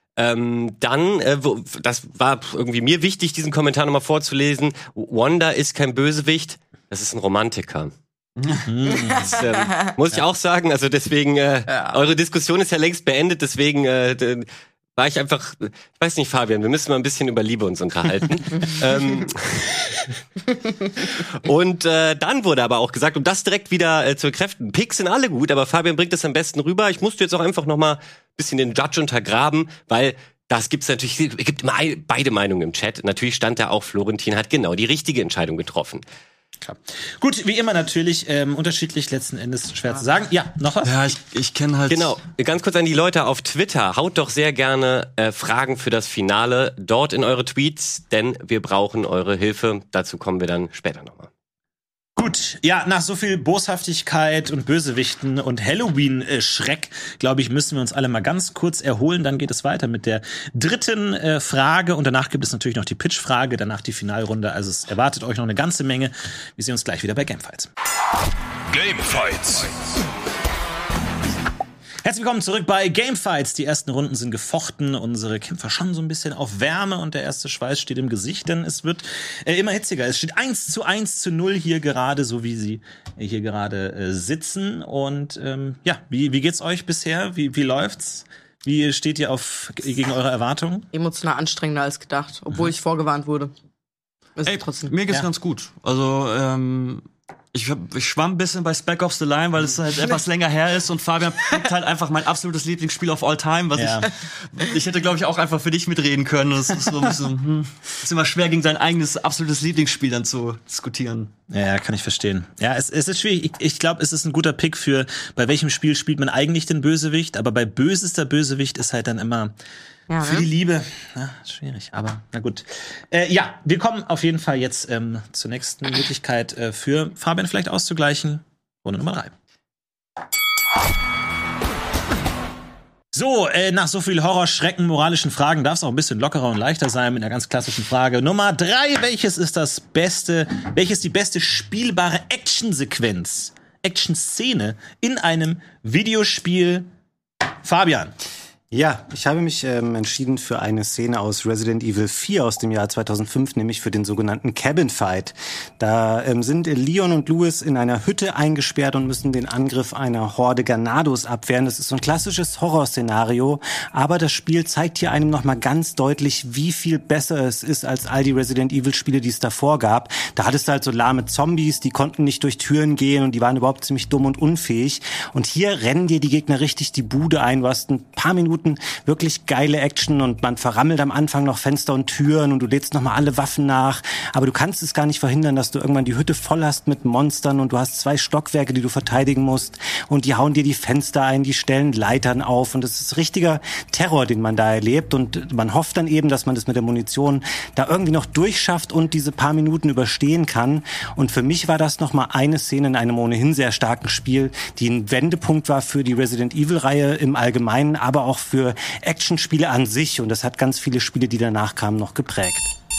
F: Das war irgendwie mir wichtig, diesen Kommentar nochmal vorzulesen. Wanda ist kein Bösewicht, das ist ein Romantiker. Das muss ich auch sagen, also deswegen, eure Diskussion ist ja längst beendet, deswegen war ich einfach, ich weiß nicht, Fabian, wir müssen mal ein bisschen über Liebe uns unterhalten. Und dann wurde aber auch gesagt, um das direkt wieder zu bekräftigen, Picks sind alle gut, aber Fabian bringt das am besten rüber. Ich musste jetzt auch einfach noch mal ein bisschen den Judge untergraben, weil es gibt immer beide Meinungen im Chat. Natürlich stand da auch, Florentin hat genau die richtige Entscheidung getroffen.
A: Klar. Gut, wie immer natürlich, unterschiedlich, letzten Endes schwer zu sagen. Ja, noch was?
D: Ja, ich kenne halt...
F: Genau, ganz kurz an die Leute auf Twitter. Haut doch sehr gerne Fragen für das Finale dort in eure Tweets, denn wir brauchen eure Hilfe. Dazu kommen wir dann später nochmal.
A: Gut, ja, nach so viel Boshaftigkeit und Bösewichten und Halloween-Schreck, glaube ich, müssen wir uns alle mal ganz kurz erholen. Dann geht es weiter mit der dritten Frage und danach gibt es natürlich noch die Pitch-Frage, danach die Finalrunde. Also es erwartet euch noch eine ganze Menge. Wir sehen uns gleich wieder bei Gamefights.
B: Gamefights.
A: Herzlich willkommen zurück bei Gamefights. Die ersten Runden sind gefochten, unsere Kämpfer schon so ein bisschen auf Wärme und der erste Schweiß steht im Gesicht, denn es wird immer hitziger. Es steht 1:1:0 hier gerade, so wie sie hier gerade sitzen. Und wie geht's euch bisher? Wie läuft's? Wie steht ihr gegen eure Erwartungen?
C: Emotional anstrengender als gedacht, obwohl ich vorgewarnt wurde.
D: Mir geht's ganz gut. Also ich schwamm ein bisschen bei Spec Ops The Line, weil es halt etwas länger her ist und Fabian pickt halt einfach mein absolutes Lieblingsspiel of all time, was ich hätte, glaube ich, auch einfach für dich mitreden können. Das ist so ein bisschen, ist immer schwer, gegen sein eigenes absolutes Lieblingsspiel dann zu diskutieren.
A: Ja, kann ich verstehen. Ja, es ist schwierig. Ich glaube, es ist ein guter Pick für, bei welchem Spiel spielt man eigentlich den Bösewicht, aber bei bösester Bösewicht ist halt dann immer für die Liebe. Ja, schwierig, aber na gut. Wir kommen auf jeden Fall jetzt zur nächsten Möglichkeit für Fabian vielleicht auszugleichen. Runde Nummer 3. So, nach so viel Horror, Schrecken, moralischen Fragen darf es auch ein bisschen lockerer und leichter sein mit einer ganz klassischen Frage. Nummer 3, welches ist die beste spielbare Action-Szene in einem Videospiel? Fabian.
E: Ja, ich habe mich entschieden für eine Szene aus Resident Evil 4 aus dem Jahr 2005, nämlich für den sogenannten Cabin Fight. Da sind Leon und Louis in einer Hütte eingesperrt und müssen den Angriff einer Horde Ganados abwehren. Das ist so ein klassisches Horrorszenario, aber das Spiel zeigt hier einem nochmal ganz deutlich, wie viel besser es ist als all die Resident Evil Spiele, die es davor gab. Da hattest du halt so lahme Zombies, die konnten nicht durch Türen gehen und die waren überhaupt ziemlich dumm und unfähig. Und hier rennen dir die Gegner richtig die Bude ein. Du hast ein paar Minuten wirklich geile Action und man verrammelt am Anfang noch Fenster und Türen und du lädst nochmal alle Waffen nach. Aber du kannst es gar nicht verhindern, dass du irgendwann die Hütte voll hast mit Monstern und du hast 2 Stockwerke, die du verteidigen musst und die hauen dir die Fenster ein, die stellen Leitern auf und es ist richtiger Terror, den man da erlebt und man hofft dann eben, dass man das mit der Munition da irgendwie noch durchschafft und diese paar Minuten überstehen kann. Und für mich war das nochmal eine Szene in einem ohnehin sehr starken Spiel, die ein Wendepunkt war für die Resident Evil-Reihe im Allgemeinen, aber auch für Actionspiele an sich und das hat ganz viele Spiele, die danach kamen, noch geprägt.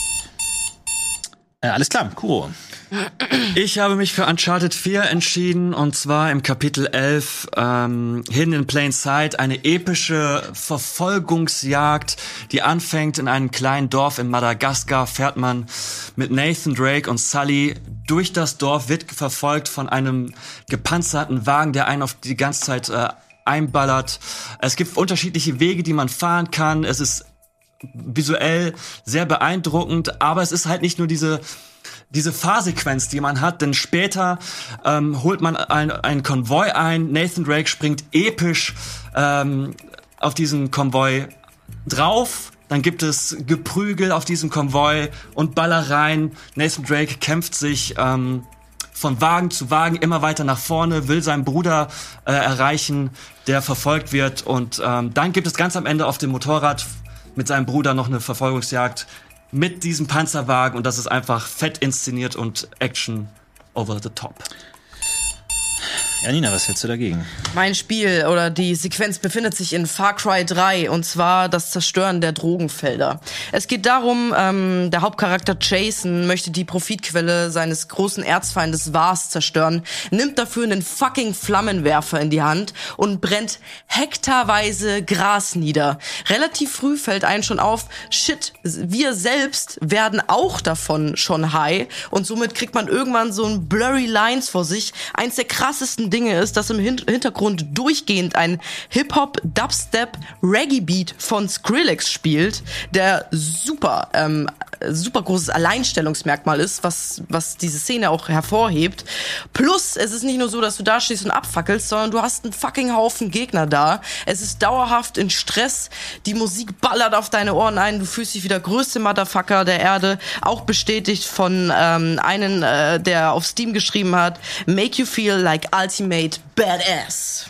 A: Alles klar, Kuro.
D: Ich habe mich für Uncharted 4 entschieden und zwar im Kapitel 11 Hidden in Plain Sight, eine epische Verfolgungsjagd, die anfängt in einem kleinen Dorf in Madagaskar, fährt man mit Nathan Drake und Sully durch das Dorf, wird verfolgt von einem gepanzerten Wagen, der einen auf die ganze Zeit einballert. Es gibt unterschiedliche Wege, die man fahren kann. Es ist visuell sehr beeindruckend, aber es ist halt nicht nur diese Fahrsequenz, die man hat, denn später holt man einen Konvoi ein. Nathan Drake springt episch auf diesen Konvoi drauf. Dann gibt es Geprügel auf diesem Konvoi und Ballereien. Nathan Drake kämpft sich von Wagen zu Wagen immer weiter nach vorne, will seinen Bruder erreichen, der verfolgt wird. Und dann gibt es ganz am Ende auf dem Motorrad mit seinem Bruder noch eine Verfolgungsjagd mit diesem Panzerwagen. Und das ist einfach fett inszeniert und Action over the top.
A: Janina, was hältst du dagegen?
C: Mein Spiel oder die Sequenz befindet sich in Far Cry 3 und zwar das Zerstören der Drogenfelder. Es geht darum, der Hauptcharakter Jason möchte die Profitquelle seines großen Erzfeindes Vars zerstören, nimmt dafür einen fucking Flammenwerfer in die Hand und brennt hektarweise Gras nieder. Relativ früh fällt einem schon auf, shit, wir selbst werden auch davon schon high und somit kriegt man irgendwann so ein blurry Lines vor sich. Eins der krassesten Dinge ist, dass im Hintergrund durchgehend ein Hip-Hop-Dubstep-Reggae-Beat von Skrillex spielt, der super großes Alleinstellungsmerkmal ist, was diese Szene auch hervorhebt. Plus, es ist nicht nur so, dass du da stehst und abfackelst, sondern du hast einen fucking Haufen Gegner da. Es ist dauerhaft in Stress, die Musik ballert auf deine Ohren ein, du fühlst dich wie der größte Motherfucker der Erde, auch bestätigt von einem, der auf Steam geschrieben hat, Make you feel like ultimate badass.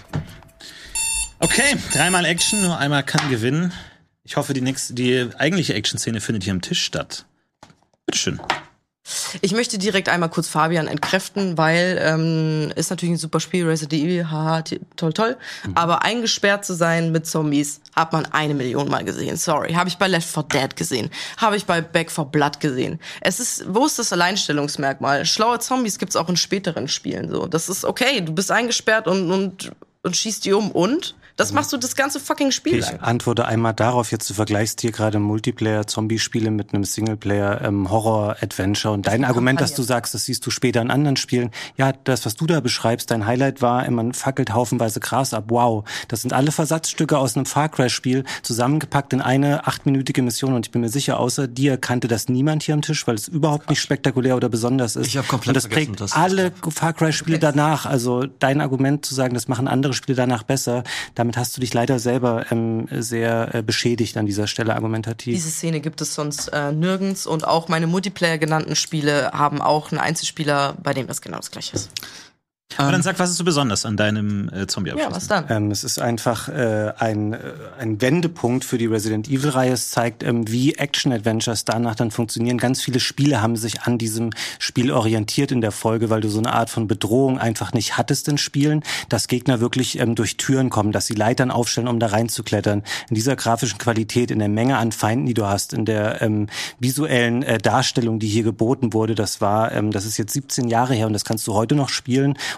A: Okay, 3-mal Action, nur einmal kann gewinnen. Ich hoffe, die eigentliche Action-Szene findet hier am Tisch statt. Bitteschön.
C: Ich möchte direkt einmal kurz Fabian entkräften, weil ist natürlich ein super Spiel, Resident Evil, haha, toll. Aber eingesperrt zu sein mit Zombies, hat man 1 Million Mal gesehen. Sorry, habe ich bei Left 4 Dead gesehen, habe ich bei Back 4 Blood gesehen. Wo ist das Alleinstellungsmerkmal? Schlaue Zombies gibt's auch in späteren Spielen. So, das ist okay. Du bist eingesperrt und schießt die um und das machst du das ganze fucking Spiel lang.
E: Ich antworte einmal darauf, jetzt du vergleichst hier gerade Multiplayer-Zombie-Spiele mit einem Singleplayer-Horror-Adventure und dein Argument, dass du sagst, das siehst du später in anderen Spielen. Ja, das, was du da beschreibst, dein Highlight war, man fackelt haufenweise Gras ab. Wow, das sind alle Versatzstücke aus einem Far Cry-Spiel zusammengepackt in eine 8-minütige Mission und ich bin mir sicher, außer dir kannte das niemand hier am Tisch, weil es überhaupt nicht spektakulär oder besonders ist.
D: Ich habe komplett
E: und das
D: vergessen,
E: prägt alle Far Cry-Spiele danach. Also dein Argument zu sagen, das machen andere Spiele danach besser, damit hast du dich leider selber sehr beschädigt an dieser Stelle argumentativ.
C: Diese Szene gibt es sonst nirgends und auch meine Multiplayer genannten Spiele haben auch einen Einzelspieler, bei dem das genau das gleiche ist.
A: Aber dann sag, was ist so besonders an deinem Zombie-Abschluss?
C: Ja, was dann?
E: Es ist einfach ein Wendepunkt für die Resident Evil-Reihe. Es zeigt, wie Action-Adventures danach dann funktionieren. Ganz viele Spiele haben sich an diesem Spiel orientiert in der Folge, weil du so eine Art von Bedrohung einfach nicht hattest in Spielen, dass Gegner wirklich durch Türen kommen, dass sie Leitern aufstellen, um da reinzuklettern. In dieser grafischen Qualität, in der Menge an Feinden, die du hast, in der visuellen Darstellung, die hier geboten wurde, das ist jetzt 17 Jahre her und das kannst du heute noch spielen.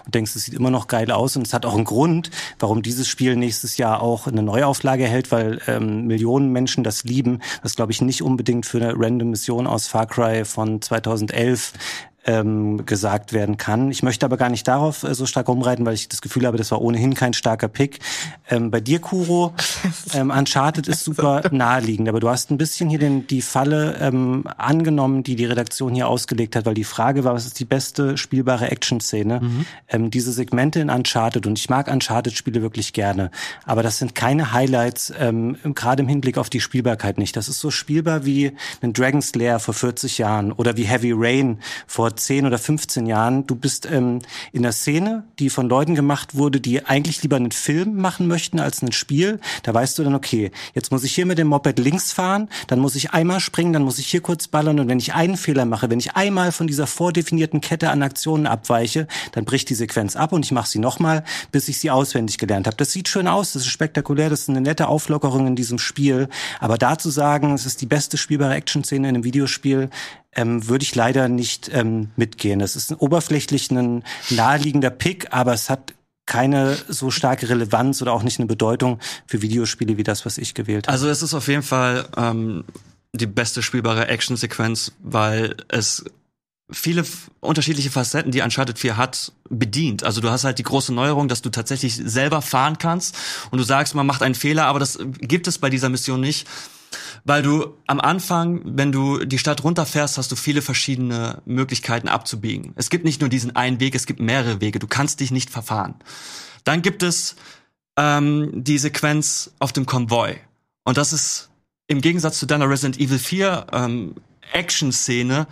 E: und denkst, es sieht immer noch geil aus. Und es hat auch einen Grund, warum dieses Spiel nächstes Jahr auch eine Neuauflage erhält, weil Millionen Menschen das lieben. Das glaube ich nicht unbedingt für eine random Mission aus Far Cry von 2011 gesagt werden kann. Ich möchte aber gar nicht darauf so stark rumreiten, weil ich das Gefühl habe, das war ohnehin kein starker Pick. Bei dir, Kuro, Uncharted ist super naheliegend, aber du hast ein bisschen hier die Falle angenommen, die Redaktion hier ausgelegt hat, weil die Frage war, was ist die beste spielbare Action-Szene? Diese Segmente in Uncharted, und ich mag Uncharted-Spiele wirklich gerne, aber das sind keine Highlights, gerade im Hinblick auf die Spielbarkeit nicht. Das ist so spielbar wie ein Dragon's Lair vor 40 Jahren oder wie Heavy Rain vor 10 oder 15 Jahren. Du bist in einer Szene, die von Leuten gemacht wurde, die eigentlich lieber einen Film machen möchten als ein Spiel. Da weißt du dann, okay, jetzt muss ich hier mit dem Moped links fahren, dann muss ich einmal springen, dann muss ich hier kurz ballern, und wenn ich einen Fehler mache, wenn ich einmal von dieser vordefinierten Kette an Aktionen abweiche, dann bricht die Sequenz ab und ich mache sie nochmal, bis ich sie auswendig gelernt habe. Das sieht schön aus, das ist spektakulär, das ist eine nette Auflockerung in diesem Spiel, aber da zu sagen, es ist die beste spielbare Action-Szene in einem Videospiel, würde ich leider nicht mitgehen. Es ist oberflächlich ein naheliegender Pick, aber es hat keine so starke Relevanz oder auch nicht eine Bedeutung für Videospiele wie das, was ich gewählt habe.
D: Also es ist auf jeden Fall die beste spielbare Action-Sequenz, weil es viele unterschiedliche Facetten, die Uncharted 4 hat, bedient. Also du hast halt die große Neuerung, dass du tatsächlich selber fahren kannst und du sagst, man macht einen Fehler, aber das gibt es bei dieser Mission nicht. Weil du am Anfang, wenn du die Stadt runterfährst, hast du viele verschiedene Möglichkeiten abzubiegen. Es gibt nicht nur diesen einen Weg, es gibt mehrere Wege. Du kannst dich nicht verfahren. Dann gibt es die Sequenz auf dem Konvoi. Und das ist im Gegensatz zu deiner Resident Evil 4 Action-Szene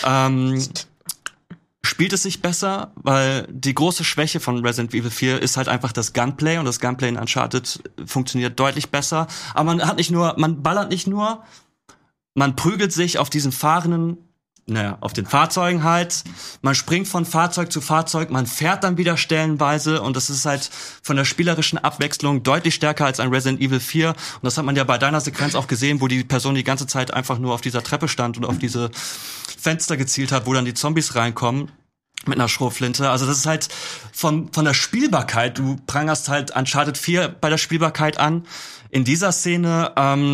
D: spielt es sich besser, weil die große Schwäche von Resident Evil 4 ist halt einfach das Gunplay, und das Gunplay in Uncharted funktioniert deutlich besser. Aber man ballert nicht nur, man prügelt sich auf diesen auf den Fahrzeugen halt. Man springt von Fahrzeug zu Fahrzeug, man fährt dann wieder stellenweise, und das ist halt von der spielerischen Abwechslung deutlich stärker als ein Resident Evil 4. Und das hat man ja bei deiner Sequenz auch gesehen, wo die Person die ganze Zeit einfach nur auf dieser Treppe stand und auf diese Fenster gezielt hat, wo dann die Zombies reinkommen mit einer Schrotflinte. Also das ist halt von der Spielbarkeit, du prangerst halt Uncharted 4 bei der Spielbarkeit an. In dieser Szene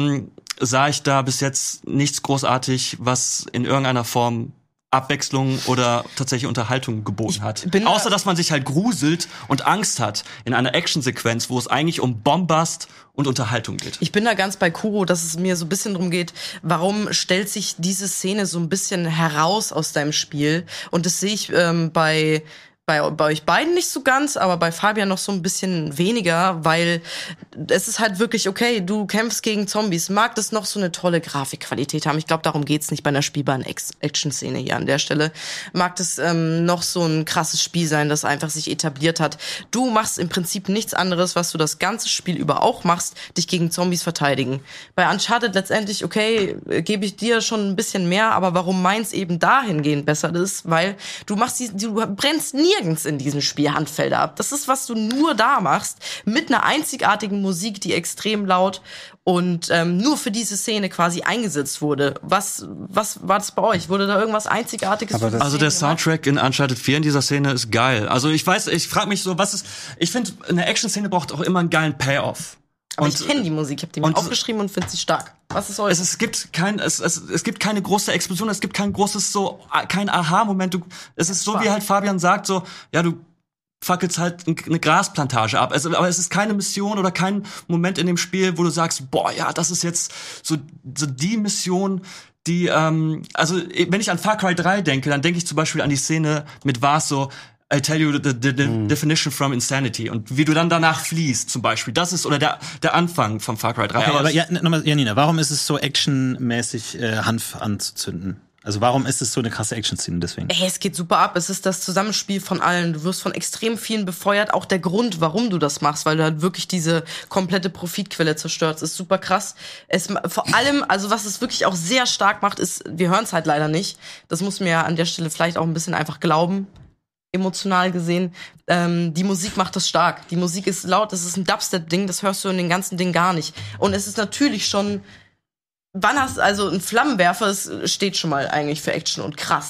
D: sah ich da bis jetzt nichts großartig, was in irgendeiner Form Abwechslung oder tatsächlich Unterhaltung geboten hat. Außer, dass man sich halt gruselt und Angst hat in einer Actionsequenz, wo es eigentlich um Bombast und Unterhaltung geht.
C: Ich bin da ganz bei Kuro, dass es mir so ein bisschen drum geht, warum stellt sich diese Szene so ein bisschen heraus aus deinem Spiel? Und das sehe ich bei euch beiden nicht so ganz, aber bei Fabian noch so ein bisschen weniger, weil es ist halt wirklich, okay, du kämpfst gegen Zombies, mag das noch so eine tolle Grafikqualität haben. Ich glaube, darum geht's nicht bei einer spielbaren Action-Szene hier an der Stelle. Mag das noch so ein krasses Spiel sein, das einfach sich etabliert hat. Du machst im Prinzip nichts anderes, was du das ganze Spiel über auch machst, dich gegen Zombies verteidigen. Bei Uncharted letztendlich, okay, gebe ich dir schon ein bisschen mehr, aber warum meins eben dahingehend besser ist, weil du brennst nirgends in diesem Spiel Handfelder ab. Das ist, was du nur da machst, mit einer einzigartigen Musik, die extrem laut und nur für diese Szene quasi eingesetzt wurde. Was war das bei euch? Wurde da irgendwas Einzigartiges für
D: Also der Soundtrack in Uncharted 4 in dieser Szene ist geil. Also ich frage mich so, ich finde, eine Action-Szene braucht auch immer einen geilen Payoff.
C: Aber ich kenne die Musik, ich habe die mir aufgeschrieben und finde sie stark. Was ist euch?
D: Es gibt keine große Explosion, es gibt kein Aha-Moment. Es ist so, wie halt Fabian sagt, so, ja, du fackelst halt eine Grasplantage ab. Aber es ist keine Mission oder kein Moment in dem Spiel, wo du sagst, boah, ja, das ist jetzt so die Mission, die, also, wenn ich an Far Cry 3 denke, dann denke ich zum Beispiel an die Szene mit Vaso, I tell you the definition from insanity. Und wie du dann danach fliehst, zum Beispiel. Das ist, oder der Anfang von Far Cry 3.
A: Okay, aber nochmal, Janina, warum ist es so actionmäßig, Hanf anzuzünden? Also warum ist es so eine krasse Action-Szene deswegen?
C: Es geht super ab. Es ist das Zusammenspiel von allen. Du wirst von extrem vielen befeuert. Auch der Grund, warum du das machst, weil du halt wirklich diese komplette Profitquelle zerstörst, ist super krass. Vor allem, also was es wirklich auch sehr stark macht, ist, wir hören es halt leider nicht. Das muss mir an der Stelle vielleicht auch ein bisschen einfach glauben. Emotional gesehen, die Musik macht das stark. Die Musik ist laut, das ist ein Dubstep-Ding, das hörst du in den ganzen Ding gar nicht. Und es ist natürlich schon, also ein Flammenwerfer, das steht schon mal eigentlich für Action und krass.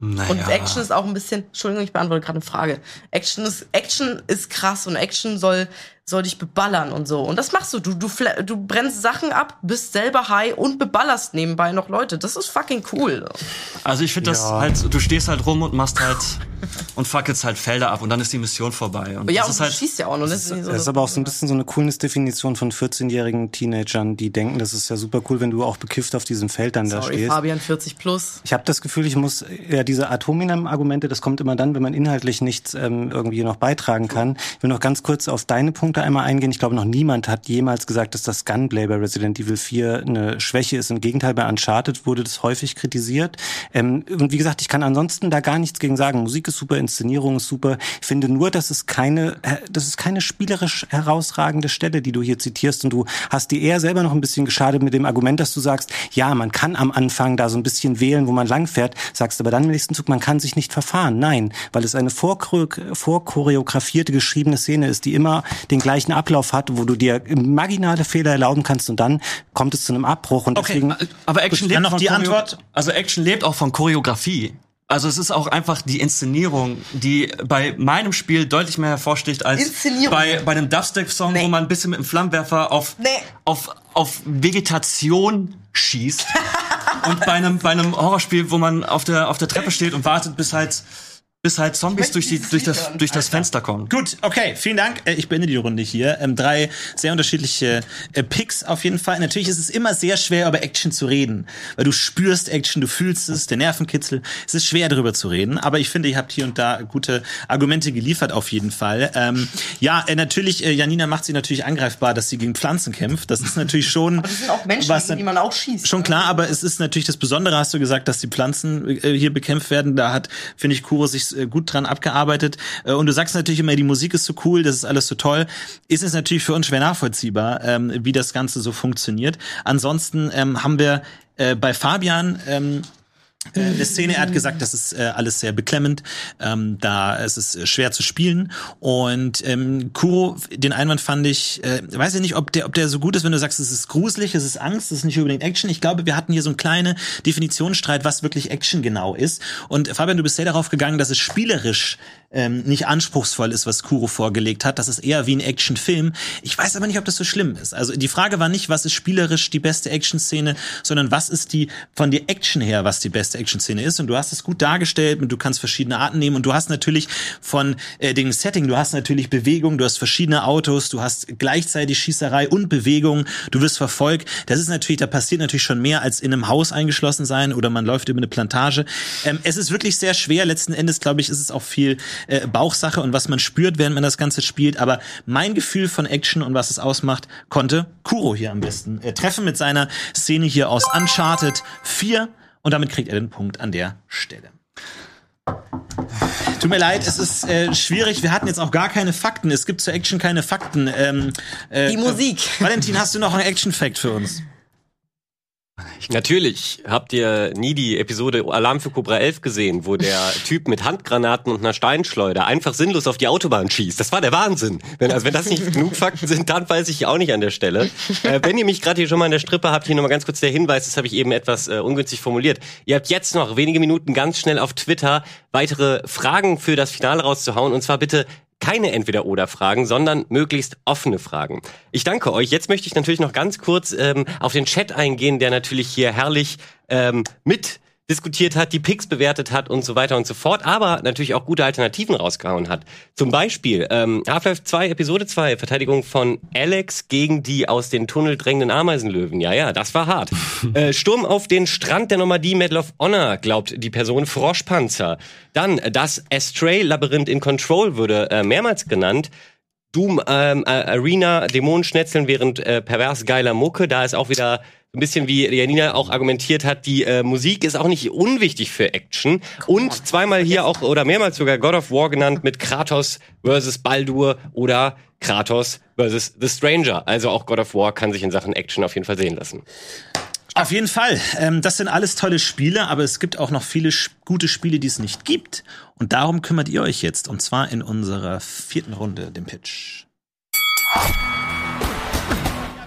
D: Naja.
C: Und Action ist auch ein bisschen, Entschuldigung, ich beantworte gerade eine Frage. Action ist krass und Action soll dich beballern und so. Und das machst du. Du brennst Sachen ab, bist selber high und beballerst nebenbei noch Leute. Das ist fucking cool.
D: Also ich finde das halt, du stehst halt rum und machst halt und fackelst halt Felder ab und dann ist die Mission vorbei. Und
C: Ja,
D: das
C: und
D: ist
C: du
D: halt,
C: schießt ja auch noch.
E: Das ist aber auch so ein bisschen so eine Coolness-Definition von 14-jährigen Teenagern, die denken, das ist ja super cool, wenn du auch bekifft auf diesem Feld dann da stehst.
C: Fabian, 40 plus.
E: Ich habe das Gefühl, diese Ad hominem-Argumente, das kommt immer dann, wenn man inhaltlich nichts irgendwie noch beitragen kann. Ich will noch ganz kurz auf deine Punkte einmal eingehen. Ich glaube, noch niemand hat jemals gesagt, dass das Gunplay bei Resident Evil 4 eine Schwäche ist. Im Gegenteil, bei Uncharted wurde das häufig kritisiert. Und wie gesagt, ich kann ansonsten da gar nichts gegen sagen. Musik ist super, Inszenierung ist super. Ich finde nur, das ist keine spielerisch herausragende Stelle, die du hier zitierst. Und du hast dir eher selber noch ein bisschen geschadet mit dem Argument, dass du sagst, ja, man kann am Anfang da so ein bisschen wählen, wo man langfährt, sagst aber dann im nächsten Zug, man kann sich nicht verfahren. Nein, weil es eine vorchoreografierte, geschriebene Szene ist, die immer den gleichen Ablauf hat, wo du dir marginale Fehler erlauben kannst und dann kommt es zu einem Abbruch. Und deswegen,
D: aber Action lebt
A: dann noch die Antwort.
D: Also Action lebt auch von Choreografie. Also es ist auch einfach die Inszenierung, die bei meinem Spiel deutlich mehr hervorsticht als bei einem Dubstep-Song, wo man ein bisschen mit dem Flammenwerfer auf Vegetation schießt. Und bei einem Horrorspiel, wo man auf der Treppe steht und wartet, bis halt Zombies durch das Fenster kommen.
A: Gut, okay, vielen Dank. Ich beende die Runde hier. 3 sehr unterschiedliche Picks auf jeden Fall. Natürlich ist es immer sehr schwer, über Action zu reden, weil du spürst Action, du fühlst es, der Nervenkitzel. Es ist schwer, darüber zu reden, aber ich finde, ihr habt hier und da gute Argumente geliefert auf jeden Fall. Natürlich, Janina macht sie natürlich angreifbar, dass sie gegen Pflanzen kämpft. Das ist natürlich schon...
C: Aber das sind auch Menschen, die man auch schießt.
A: Schon klar, aber es ist natürlich das Besondere, hast du gesagt, dass die Pflanzen hier bekämpft werden. Da hat, finde ich, Kuro sich gut dran abgearbeitet. Und du sagst natürlich immer, die Musik ist so cool, das ist alles so toll. Ist es natürlich für uns schwer nachvollziehbar, wie das Ganze so funktioniert. Ansonsten haben wir bei Fabian eine Szene, er hat gesagt, das ist alles sehr beklemmend, da ist es schwer zu spielen und Kuro, den Einwand fand ich, weiß ich nicht, ob der so gut ist, wenn du sagst, es ist gruselig, es ist Angst, es ist nicht unbedingt Action. Ich glaube, wir hatten hier so einen kleinen Definitionsstreit, was wirklich Action genau ist. Und Fabian, du bist sehr darauf gegangen, dass es spielerisch nicht anspruchsvoll ist, was Kuro vorgelegt hat. Das ist eher wie ein Actionfilm. Ich weiß aber nicht, ob das so schlimm ist. Also die Frage war nicht, was ist spielerisch die beste Action-Szene, sondern was ist die von der Action her, was die beste Action-Szene ist. Und du hast es gut dargestellt und du kannst verschiedene Arten nehmen und du hast natürlich von dem Setting, du hast natürlich Bewegung, du hast verschiedene Autos, du hast gleichzeitig Schießerei und Bewegung, du wirst verfolgt. Das ist natürlich, da passiert natürlich schon mehr als in einem Haus eingeschlossen sein oder man läuft über eine Plantage. Es ist wirklich sehr schwer. Letzten Endes, glaube ich, ist es auch viel Bauchsache und was man spürt, während man das Ganze spielt. Aber mein Gefühl von Action und was es ausmacht, konnte Kuro hier am besten treffen mit seiner Szene hier aus Uncharted 4. Und damit kriegt er den Punkt an der Stelle. Tut mir leid, es ist schwierig. Wir hatten jetzt auch gar keine Fakten. Es gibt zur Action keine Fakten.
C: Die Musik.
A: Valentin, hast du noch einen Action-Fact für uns?
F: Natürlich. Habt ihr nie die Episode Alarm für Cobra 11 gesehen, wo der Typ mit Handgranaten und einer Steinschleuder einfach sinnlos auf die Autobahn schießt? Das war der Wahnsinn. Wenn das nicht genug Fakten sind, dann weiß ich auch nicht an der Stelle. Wenn ihr mich gerade hier schon mal in der Strippe habt, hier nochmal ganz kurz der Hinweis, das habe ich eben etwas ungünstig formuliert. Ihr habt jetzt noch wenige Minuten ganz schnell auf Twitter weitere Fragen für das Finale rauszuhauen. Und zwar bitte keine Entweder-Oder-Fragen, sondern möglichst offene Fragen. Ich danke euch. Jetzt möchte ich natürlich noch ganz kurz auf den Chat eingehen, der natürlich hier herrlich mit diskutiert hat, die Picks bewertet hat und so weiter und so fort, aber natürlich auch gute Alternativen rausgehauen hat. Zum Beispiel Half-Life 2, Episode 2, Verteidigung von Alex gegen die aus den Tunnel drängenden Ameisenlöwen. Ja, das war hart. Sturm auf den Strand der Normandie, Medal of Honor, glaubt die Person. Froschpanzer. Dann das Astray-Labyrinth in Control wurde mehrmals genannt. Doom Arena, Dämonenschnetzeln während pervers geiler Mucke. Da ist auch wieder ein bisschen, wie Janina auch argumentiert hat, die Musik ist auch nicht unwichtig für Action. Und zweimal hier auch, oder mehrmals sogar God of War genannt mit Kratos versus Baldur oder Kratos versus The Stranger. Also auch God of War kann sich in Sachen Action auf jeden Fall sehen lassen.
A: Auf jeden Fall. Das sind alles tolle Spiele, aber es gibt auch noch viele gute Spiele, die es nicht gibt. Und darum kümmert ihr euch jetzt. Und zwar in unserer 4. Runde, dem Pitch. Wir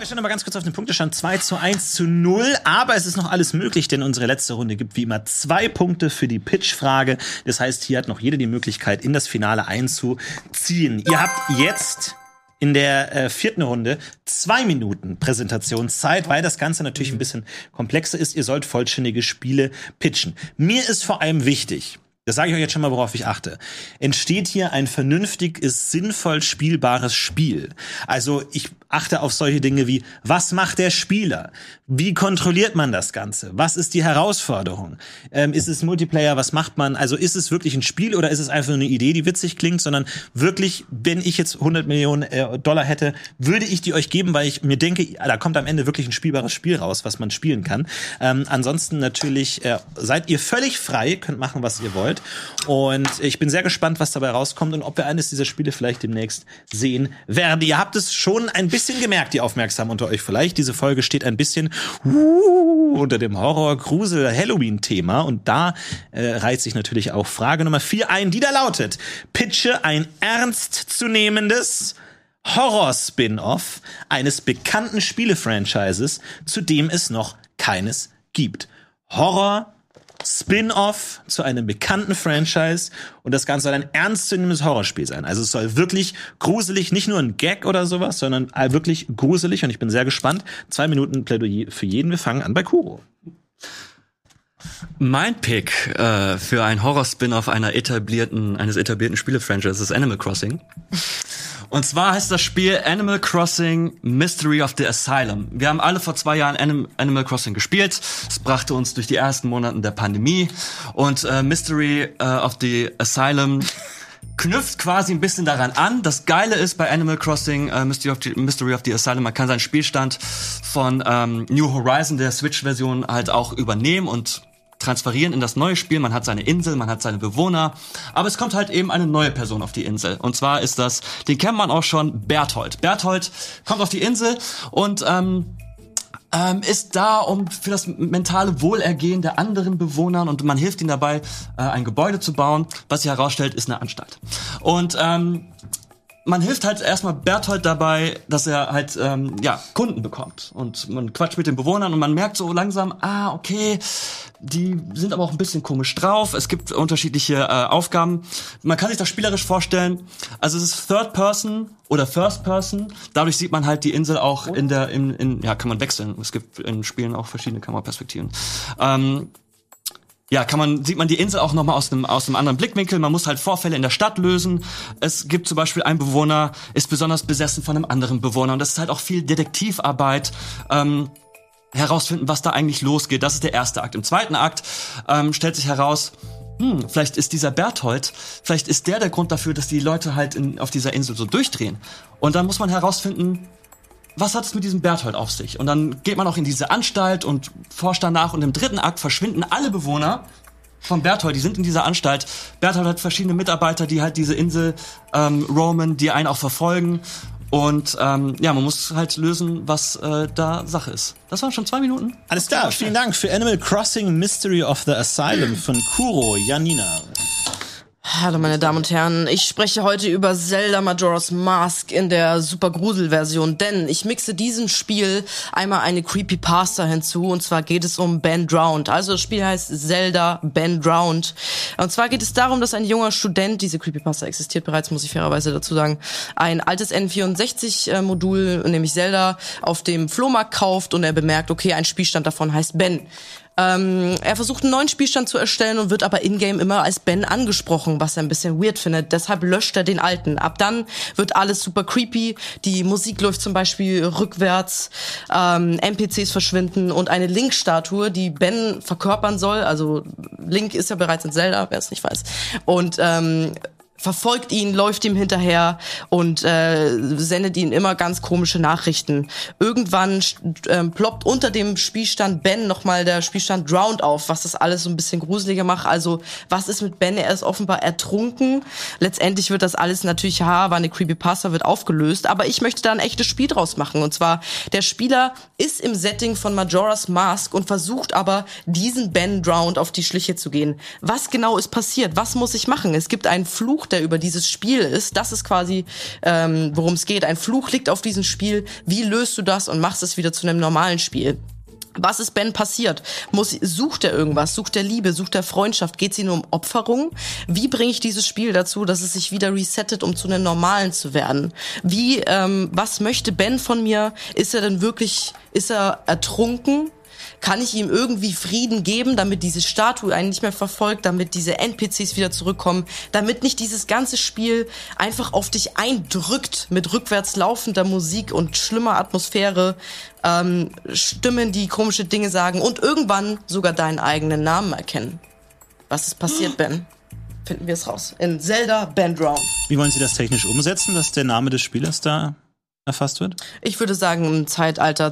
A: schauen wir mal ganz kurz auf den Punktestand. 2:1:0. Aber es ist noch alles möglich, denn unsere letzte Runde gibt wie immer 2 Punkte für die Pitch-Frage. Das heißt, hier hat noch jeder die Möglichkeit, in das Finale einzuziehen. Ihr habt jetzt in der 4. Runde 2 Minuten Präsentationszeit, weil das Ganze natürlich ein bisschen komplexer ist. Ihr sollt vollständige Spiele pitchen. Mir ist vor allem wichtig, das sage ich euch jetzt schon mal, worauf ich achte, entsteht hier ein vernünftiges, sinnvoll spielbares Spiel. Also ich achte auf solche Dinge wie, was macht der Spieler? Wie kontrolliert man das Ganze? Was ist die Herausforderung? Ist es Multiplayer? Was macht man? Also ist es wirklich ein Spiel oder ist es einfach nur eine Idee, die witzig klingt? Sondern wirklich, wenn ich jetzt 100 Millionen Dollar hätte, würde ich die euch geben, weil ich mir denke, da kommt am Ende wirklich ein spielbares Spiel raus, was man spielen kann. Ansonsten natürlich seid ihr völlig frei, könnt machen, was ihr wollt. Und ich bin sehr gespannt, was dabei rauskommt und ob wir eines dieser Spiele vielleicht demnächst sehen werden. Ihr habt es schon ein bisschen gemerkt, die Aufmerksamen unter euch vielleicht. Diese Folge steht ein bisschen unter dem Horror-Grusel-Halloween-Thema. Und da reiht sich natürlich auch Frage Nummer 4 ein, die da lautet: Pitche ein ernstzunehmendes Horror-Spin-Off eines bekannten Spiele-Franchises, zu dem es noch keines gibt. Horror Spin-off zu einem bekannten Franchise und das Ganze soll ein ernstzunehmendes Horrorspiel sein. Also es soll wirklich gruselig, nicht nur ein Gag oder sowas, sondern wirklich gruselig und ich bin sehr gespannt. 2 Minuten Plädoyer für jeden. Wir fangen an bei Kuro.
D: Mein Pick für ein Horror-Spin-off eines etablierten Spiele-Franchises ist Animal Crossing. Und zwar heißt das Spiel Animal Crossing Mystery of the Asylum. Wir haben alle vor 2 Jahren Animal Crossing gespielt. Es brachte uns durch die ersten Monate der Pandemie. Und Mystery of the Asylum knüpft quasi ein bisschen daran an. Das Geile ist bei Animal Crossing Mystery of the Asylum, man kann seinen Spielstand von New Horizon, der Switch-Version, halt auch übernehmen und transferieren in das neue Spiel. Man hat seine Insel, man hat seine Bewohner, aber es kommt halt eben eine neue Person auf die Insel. Und zwar ist das, den kennt man auch schon, Berthold. Berthold kommt auf die Insel und ist da für das mentale Wohlergehen der anderen Bewohner und man hilft ihnen dabei, ein Gebäude zu bauen. Was sich herausstellt, ist eine Anstalt. Und man hilft halt erstmal Berthold dabei, dass er halt Kunden bekommt. Und man quatscht mit den Bewohnern und man merkt so langsam, okay, die sind aber auch ein bisschen komisch drauf. Es gibt unterschiedliche Aufgaben. Man kann sich das spielerisch vorstellen. Also es ist Third Person oder First Person. Dadurch sieht man halt die Insel auch kann man wechseln. Es gibt in Spielen auch verschiedene Kameraperspektiven. Sieht man die Insel auch nochmal aus einem anderen Blickwinkel. Man muss halt Vorfälle in der Stadt lösen. Es gibt zum Beispiel einen Bewohner, ist besonders besessen von einem anderen Bewohner. Und das ist halt auch viel Detektivarbeit, herausfinden, was da eigentlich losgeht. Das ist der erste Akt. Im zweiten Akt stellt sich heraus, vielleicht ist dieser Berthold, vielleicht ist der Grund dafür, dass die Leute halt auf dieser Insel so durchdrehen. Und dann muss man herausfinden, was hat es mit diesem Berthold auf sich? Und dann geht man auch in diese Anstalt und forscht danach. Und im dritten Akt verschwinden alle Bewohner von Berthold. Die sind in dieser Anstalt. Berthold hat verschiedene Mitarbeiter, die halt diese Insel roamen, die einen auch verfolgen. Und man muss halt lösen, was da Sache ist. Das waren schon 2 Minuten.
A: Alles klar, vielen Dank für Animal Crossing Mystery of the Asylum von Kuro. Janina.
C: Hallo meine Damen und Herren, ich spreche heute über Zelda Majora's Mask in der Super Grusel-Version, denn ich mixe diesem Spiel einmal eine Creepypasta hinzu und zwar geht es um Ben Drowned. Also das Spiel heißt Zelda Ben Drowned und zwar geht es darum, dass ein junger Student, diese Creepypasta existiert bereits, muss ich fairerweise dazu sagen, ein altes N64-Modul, nämlich Zelda, auf dem Flohmarkt kauft und er bemerkt, okay, ein Spielstand davon heißt Ben. Er versucht einen neuen Spielstand zu erstellen und wird aber in-game immer als Ben angesprochen, was er ein bisschen weird findet. Deshalb löscht er den alten. Ab dann wird alles super creepy. Die Musik läuft zum Beispiel rückwärts, NPCs verschwinden und eine Link-Statue, die Ben verkörpern soll, also Link ist ja bereits in Zelda, wer es nicht weiß, und verfolgt ihn, läuft ihm hinterher und sendet ihm immer ganz komische Nachrichten. Irgendwann ploppt unter dem Spielstand Ben nochmal der Spielstand Drowned auf, was das alles so ein bisschen gruseliger macht. Also, was ist mit Ben? Er ist offenbar ertrunken. Letztendlich wird das alles natürlich, war eine Creepypasta, wird aufgelöst. Aber ich möchte da ein echtes Spiel draus machen. Und zwar, der Spieler ist im Setting von Majora's Mask und versucht aber, diesen Ben Drowned auf die Schliche zu gehen. Was genau ist passiert? Was muss ich machen? Es gibt einen Fluch, der über dieses Spiel ist. Das ist quasi, worum es geht. Ein Fluch liegt auf diesem Spiel. Wie löst du das und machst es wieder zu einem normalen Spiel? Was ist Ben passiert? Sucht er irgendwas? Sucht er Liebe? Sucht er Freundschaft? Geht es ihm nur um Opferung? Wie bringe ich dieses Spiel dazu, dass es sich wieder resettet, um zu einem Normalen zu werden? Was möchte Ben von mir? Ist er ertrunken? Kann ich ihm irgendwie Frieden geben, damit diese Statue einen nicht mehr verfolgt, damit diese NPCs wieder zurückkommen, damit nicht dieses ganze Spiel einfach auf dich eindrückt mit rückwärts laufender Musik und schlimmer Atmosphäre, Stimmen, die komische Dinge sagen und irgendwann sogar deinen eigenen Namen erkennen. Was ist passiert, Ben? Finden wir es raus. In Zelda Bandround.
A: Wie wollen Sie das technisch umsetzen, dass der Name des Spielers da erfasst wird?
C: Ich würde sagen, im Zeitalter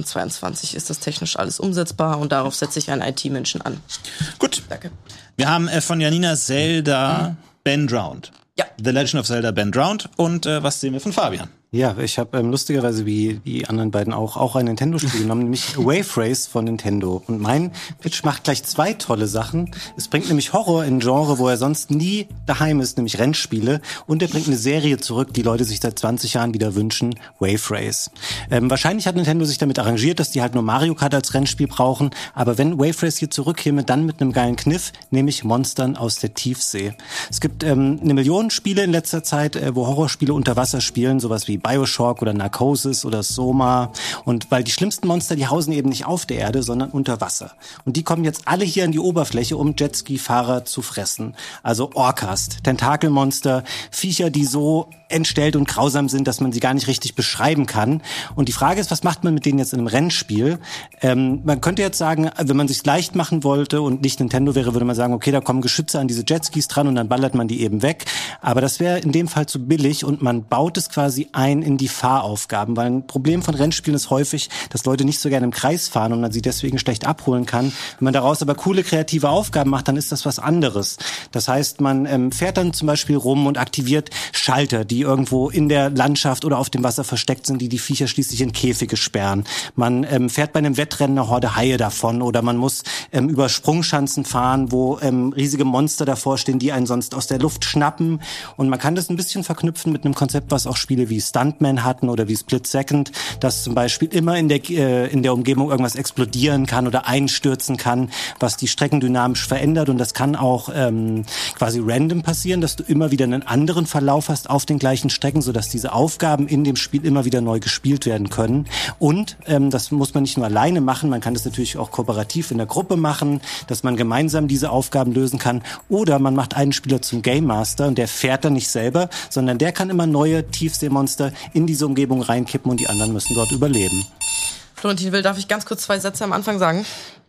C: 2022 ist das technisch alles umsetzbar und darauf setze ich einen IT-Menschen an.
A: Gut.
C: Danke.
A: Wir haben von Janina Zelda Bandround.
C: Ja.
A: The Legend of Zelda Bandround. Und was sehen wir von Fabian?
E: Ja, ich habe lustigerweise wie die anderen beiden auch ein Nintendo-Spiel genommen, nämlich Wave Race von Nintendo. Und mein Pitch macht gleich zwei tolle Sachen. Es bringt nämlich Horror in ein Genre, wo er sonst nie daheim ist, nämlich Rennspiele. Und er bringt eine Serie zurück, die Leute sich seit 20 Jahren wieder wünschen, Wave Race. Wahrscheinlich hat Nintendo sich damit arrangiert, dass die halt nur Mario Kart als Rennspiel brauchen. Aber wenn Wave Race hier zurückkäme, dann mit einem geilen Kniff, nämlich Monstern aus der Tiefsee. Es gibt eine Million Spiele in letzter Zeit, wo Horrorspiele unter Wasser spielen, sowas wie Bioshock oder Narcosis oder Soma. Und weil die schlimmsten Monster, die hausen eben nicht auf der Erde, sondern unter Wasser. Und die kommen jetzt alle hier an die Oberfläche, um Jetski-Fahrer zu fressen. Also Orcas, Tentakelmonster, Viecher, die so entstellt und grausam sind, dass man sie gar nicht richtig beschreiben kann. Und die Frage ist, was macht man mit denen jetzt in einem Rennspiel? Man könnte jetzt sagen, wenn man sich's leicht machen wollte und nicht Nintendo wäre, würde man sagen, okay, da kommen Geschütze an diese Jetskis dran und dann ballert man die eben weg. Aber das wäre in dem Fall zu billig und man baut es quasi ein in die Fahraufgaben, weil ein Problem von Rennspielen ist häufig, dass Leute nicht so gerne im Kreis fahren und man sie deswegen schlecht abholen kann. Wenn man daraus aber coole kreative Aufgaben macht, dann ist das was anderes. Das heißt, man fährt dann zum Beispiel rum und aktiviert Schalter, die irgendwo in der Landschaft oder auf dem Wasser versteckt sind, die Viecher schließlich in Käfige sperren. Man fährt bei einem Wettrennen eine Horde Haie davon oder man muss über Sprungschanzen fahren, wo riesige Monster davor stehen, die einen sonst aus der Luft schnappen. Und man kann das ein bisschen verknüpfen mit einem Konzept, was auch Spiele wie Stuntman hatten oder wie Split Second, dass zum Beispiel immer in der Umgebung irgendwas explodieren kann oder einstürzen kann, was die Strecken dynamisch verändert. Und das kann auch quasi random passieren, dass du immer wieder einen anderen Verlauf hast auf den gleichen Strecken, sodass diese Aufgaben in dem Spiel immer wieder neu gespielt werden können. Und das muss man nicht nur alleine machen, man kann das natürlich auch kooperativ in der Gruppe machen, dass man gemeinsam diese Aufgaben lösen kann. Oder man macht einen Spieler zum Game Master und der fährt dann nicht selber, sondern der kann immer neue Tiefseemonster in diese Umgebung reinkippen und die anderen müssen dort überleben.
C: Florentin Will, darf ich ganz kurz 2 Sätze am Anfang sagen?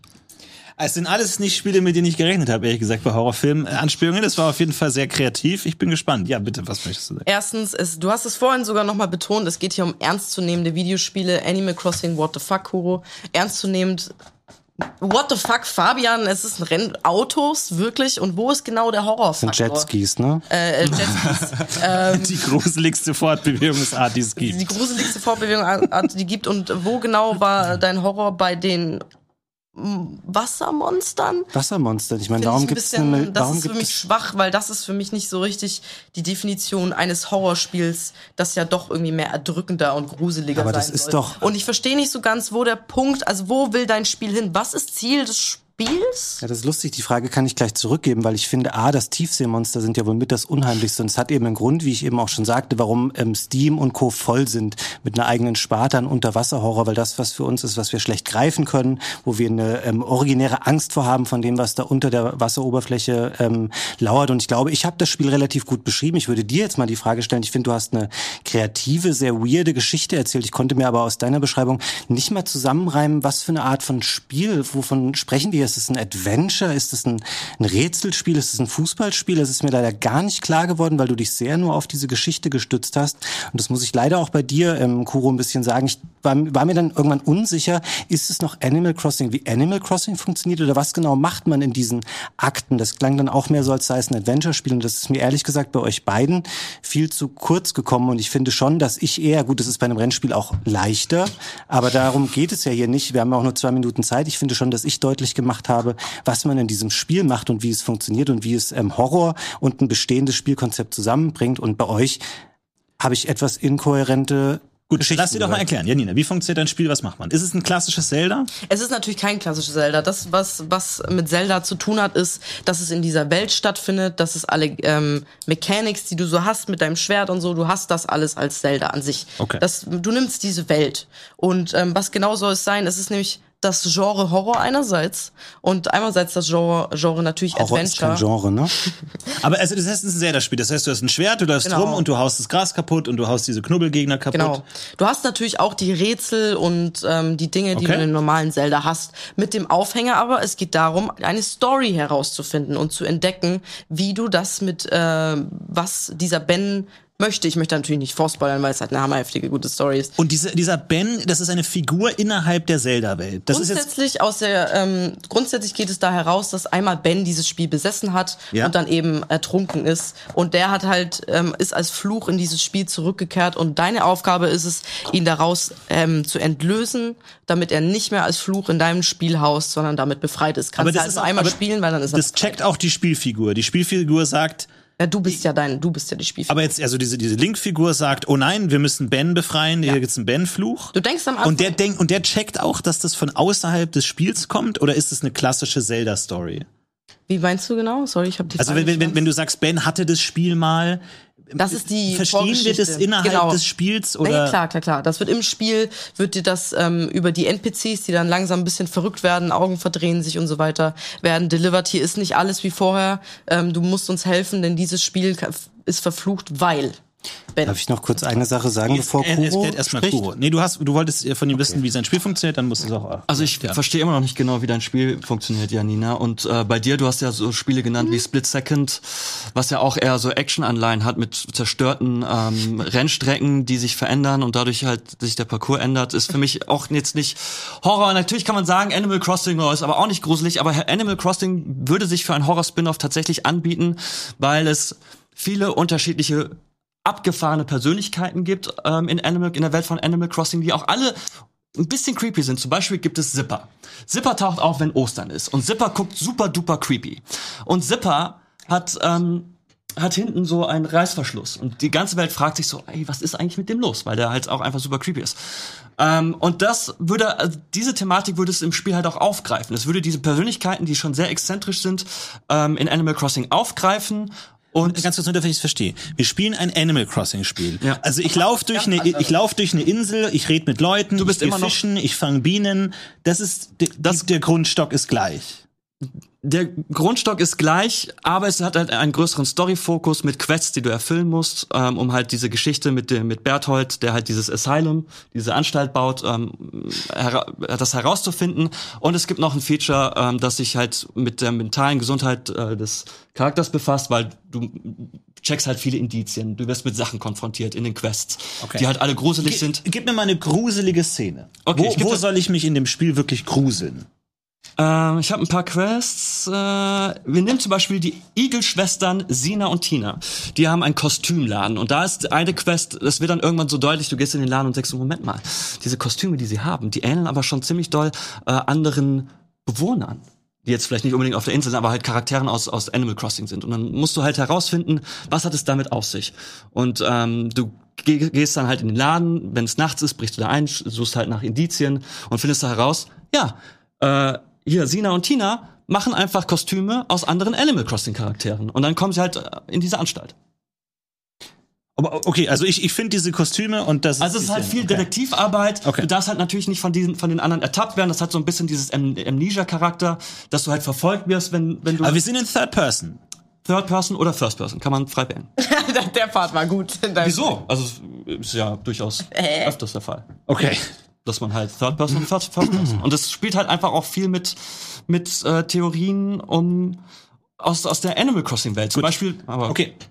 A: Es sind alles nicht Spiele, mit denen ich gerechnet habe, ehrlich gesagt, bei Horrorfilm-Anspielungen. Das war auf jeden Fall sehr kreativ. Ich bin gespannt. Ja, bitte, was möchtest du sagen?
C: Erstens, du hast es vorhin sogar nochmal betont, es geht hier um ernstzunehmende Videospiele. Animal Crossing, what the fuck, Kuro? Ernstzunehmend. What the fuck, Fabian? Es ist ein Rennautos, wirklich? Und wo ist genau der Horrorfaktor?
E: Das sind Jetskis, ne?
C: Jetskis.
A: Die gruseligste Fortbewegungsart, die es gibt.
C: Die gruseligste Fortbewegungsart, die gibt. Und wo genau war dein Horror bei den Wassermonstern?
E: Wassermonster. Ich meine, warum gibt es eine...
C: Das ist für mich schwach, weil das ist für mich nicht so richtig die Definition eines Horrorspiels, das ja doch irgendwie mehr erdrückender und gruseliger
E: aber
C: sein
E: das ist
C: soll.
E: doch...
C: Und ich verstehe nicht so ganz, wo der Punkt, also wo will dein Spiel hin? Was ist Ziel des Spiels? Ja,
E: das ist lustig. Die Frage kann ich gleich zurückgeben, weil ich finde, das Tiefseemonster sind ja wohl mit das Unheimlichste. Und es hat eben einen Grund, wie ich eben auch schon sagte, warum Steam und Co. voll sind mit einer eigenen Sparte an Unterwasserhorror, weil das, was für uns ist, was wir schlecht greifen können, wo wir eine originäre Angst vor haben von dem, was da unter der Wasseroberfläche lauert. Und ich glaube, ich habe das Spiel relativ gut beschrieben. Ich würde dir jetzt mal die Frage stellen, ich finde, du hast eine kreative, sehr weirde Geschichte erzählt. Ich konnte mir aber aus deiner Beschreibung nicht mal zusammenreimen, was für eine Art von Spiel, wovon sprechen wir? Ist es ein Adventure? Ist es ein Rätselspiel? Ist es ein Fußballspiel? Das ist mir leider gar nicht klar geworden, weil du dich sehr nur auf diese Geschichte gestützt hast. Und das muss ich leider auch bei dir, Kuro, ein bisschen sagen. Ich war mir dann irgendwann unsicher, ist es noch Animal Crossing, wie Animal Crossing funktioniert oder was genau macht man in diesen Akten? Das klang dann auch mehr so, als sei es ein Adventure-Spiel und das ist mir ehrlich gesagt bei euch beiden viel zu kurz gekommen und ich finde schon, dass ich eher, gut, es ist bei einem Rennspiel auch leichter, aber darum geht es ja hier nicht. Wir haben ja auch nur 2 Minuten Zeit. Ich finde schon, dass ich deutlich gemacht gemacht habe, was man in diesem Spiel macht und wie es funktioniert und wie es Horror und ein bestehendes Spielkonzept zusammenbringt. Und bei euch habe ich etwas inkohärente
A: Gut, lass dir doch mal erklären. Janina, wie funktioniert dein Spiel? Was macht man? Ist es ein klassisches Zelda?
C: Es ist natürlich kein klassisches Zelda. Das, was mit Zelda zu tun hat, ist, dass es in dieser Welt stattfindet, dass es alle Mechanics, die du so hast mit deinem Schwert und so, du hast das alles als Zelda an sich.
A: Okay.
C: Du nimmst diese Welt. Und was genau soll es sein? Es ist nämlich das Genre Horror einerseits und einerseits das Genre natürlich
E: Horror
C: Adventure.
E: ist kein Genre, ne?
A: Aber also das heißt, es ist ein Zelda-Spiel. Das heißt, du hast ein Schwert, du läufst
C: Genau.
A: rum und du haust das Gras kaputt und du haust diese Knubbelgegner kaputt.
C: Genau. Du hast natürlich auch die Rätsel und die Dinge, die du in einem normalen Zelda hast. Mit dem Aufhänger aber, es geht darum, eine Story herauszufinden und zu entdecken, wie du das mit, was dieser Ben möchte. Ich möchte natürlich nicht vorspoilern, weil es halt eine hammerheftige, gute Story ist.
A: Und dieser Ben, das ist eine Figur innerhalb der Zelda-Welt. Das ist jetzt
C: Grundsätzlich geht es da heraus, dass einmal Ben dieses Spiel besessen hat und dann eben ertrunken ist. Und der hat halt, ist als Fluch in dieses Spiel zurückgekehrt und deine Aufgabe ist es, ihn daraus zu entlösen, damit er nicht mehr als Fluch in deinem Spiel haust, sondern damit befreit ist. Kannst du halt nur einmal spielen, weil dann ist er
A: das checkt auch die Spielfigur. Die Spielfigur sagt,
C: ja, du bist ja die Spielfigur.
A: aber jetzt, also diese Link-Figur sagt, oh nein, wir müssen Ben befreien, hier gibt's einen Ben-Fluch.
C: Du denkst am Anfang.
A: Und der checkt auch, dass das von außerhalb des Spiels kommt, oder ist es eine klassische Zelda-Story?
C: Wie meinst du genau? Sorry, ich habe die
A: Also
C: Frage
A: wenn du sagst, Ben hatte das Spiel mal,
C: das ist die
A: verstehen wir
C: Vorgeschichte.
A: das innerhalb des Spiels oder?
C: Nee, klar. Das wird im Spiel, wird dir das über die NPCs, die dann langsam ein bisschen verrückt werden, Augen verdrehen sich und so weiter, werden delivered. Hier ist nicht alles wie vorher. Du musst uns helfen, denn dieses Spiel ist verflucht, weil Ben.
E: Darf ich noch kurz eine Sache sagen, bevor Kuro
A: erstmal
E: spricht?
A: Kuro. Nee, du wolltest von ihm wissen, wie sein Spiel funktioniert, dann musst du es auch.
D: Also ich verstehe immer noch nicht genau, wie dein Spiel funktioniert, Janina. Und bei dir, du hast ja so Spiele genannt wie Split Second, was ja auch eher so Action-Anleihen hat mit zerstörten Rennstrecken, die sich verändern und dadurch halt sich der Parcours ändert, ist für mich auch jetzt nicht Horror. Natürlich kann man sagen, Animal Crossing ist aber auch nicht gruselig, aber Animal Crossing würde sich für ein Horror-Spin-Off tatsächlich anbieten, weil es viele unterschiedliche abgefahrene Persönlichkeiten gibt in der Welt von Animal Crossing, die auch alle ein bisschen creepy sind. Zum Beispiel gibt es Zipper. Zipper taucht auf, wenn Ostern ist. Und Zipper guckt super duper creepy. Und Zipper hat hinten so einen Reißverschluss. Und die ganze Welt fragt sich so, ey, was ist eigentlich mit dem los? Weil der halt auch einfach super creepy ist. Und diese Thematik würde es im Spiel halt auch aufgreifen. Es würde diese Persönlichkeiten, die schon sehr exzentrisch sind, in Animal Crossing aufgreifen. Und
A: ganz kurz nur, dass ich es verstehe. Wir spielen ein Animal Crossing Spiel.
D: Ja.
A: Also ich laufe durch eine Insel, ich rede mit Leuten,
D: du bist
A: ich
D: immer noch
A: fischen, ich fange Bienen. Der Grundstock ist gleich.
D: Der Grundstock ist gleich, aber es hat halt einen größeren Story-Fokus mit Quests, die du erfüllen musst, um halt diese Geschichte mit Berthold, der halt dieses Asylum, diese Anstalt baut, das herauszufinden. Und es gibt noch ein Feature, das sich halt mit der mentalen Gesundheit des Charakters befasst, weil du checkst halt viele Indizien. Du wirst mit Sachen konfrontiert in den Quests, die halt alle gruselig sind.
A: Gib mir mal eine gruselige Szene.
D: Okay,
A: wo soll ich mich in dem Spiel wirklich gruseln?
D: Ich habe ein paar Quests. Wir nehmen zum Beispiel die Igel-Schwestern Sina und Tina. Die haben einen Kostümladen. Und da ist eine Quest, das wird dann irgendwann so deutlich, du gehst in den Laden und sagst, Moment mal, diese Kostüme, die sie haben, die ähneln aber schon ziemlich doll anderen Bewohnern. Die jetzt vielleicht nicht unbedingt auf der Insel sind, aber halt Charakteren aus Animal Crossing sind. Und dann musst du halt herausfinden, was hat es damit auf sich. Und du gehst dann halt in den Laden, wenn es nachts ist, brichst du da ein, suchst halt nach Indizien und findest da heraus, hier, Sina und Tina machen einfach Kostüme aus anderen Animal Crossing Charakteren. Und dann kommen sie halt in diese Anstalt.
A: Aber okay, also ich finde diese Kostüme und das
D: Also es ist halt viel Detektivarbeit.
A: Okay.
D: Du darfst halt natürlich nicht von den anderen ertappt werden. Das hat so ein bisschen dieses Amnesia-Charakter, dass du halt verfolgt wirst, wenn du...
A: Aber wir sind in Third Person.
D: Third Person oder First Person, kann man frei wählen.
C: Der Part war gut.
D: Wieso? Also ist ja durchaus öfters der Fall.
A: Okay.
D: Dass man halt Third Person und First Person. Und das spielt halt einfach auch viel mit Theorien aus der Animal Crossing Welt. Zum Beispiel. Aber
A: Okay.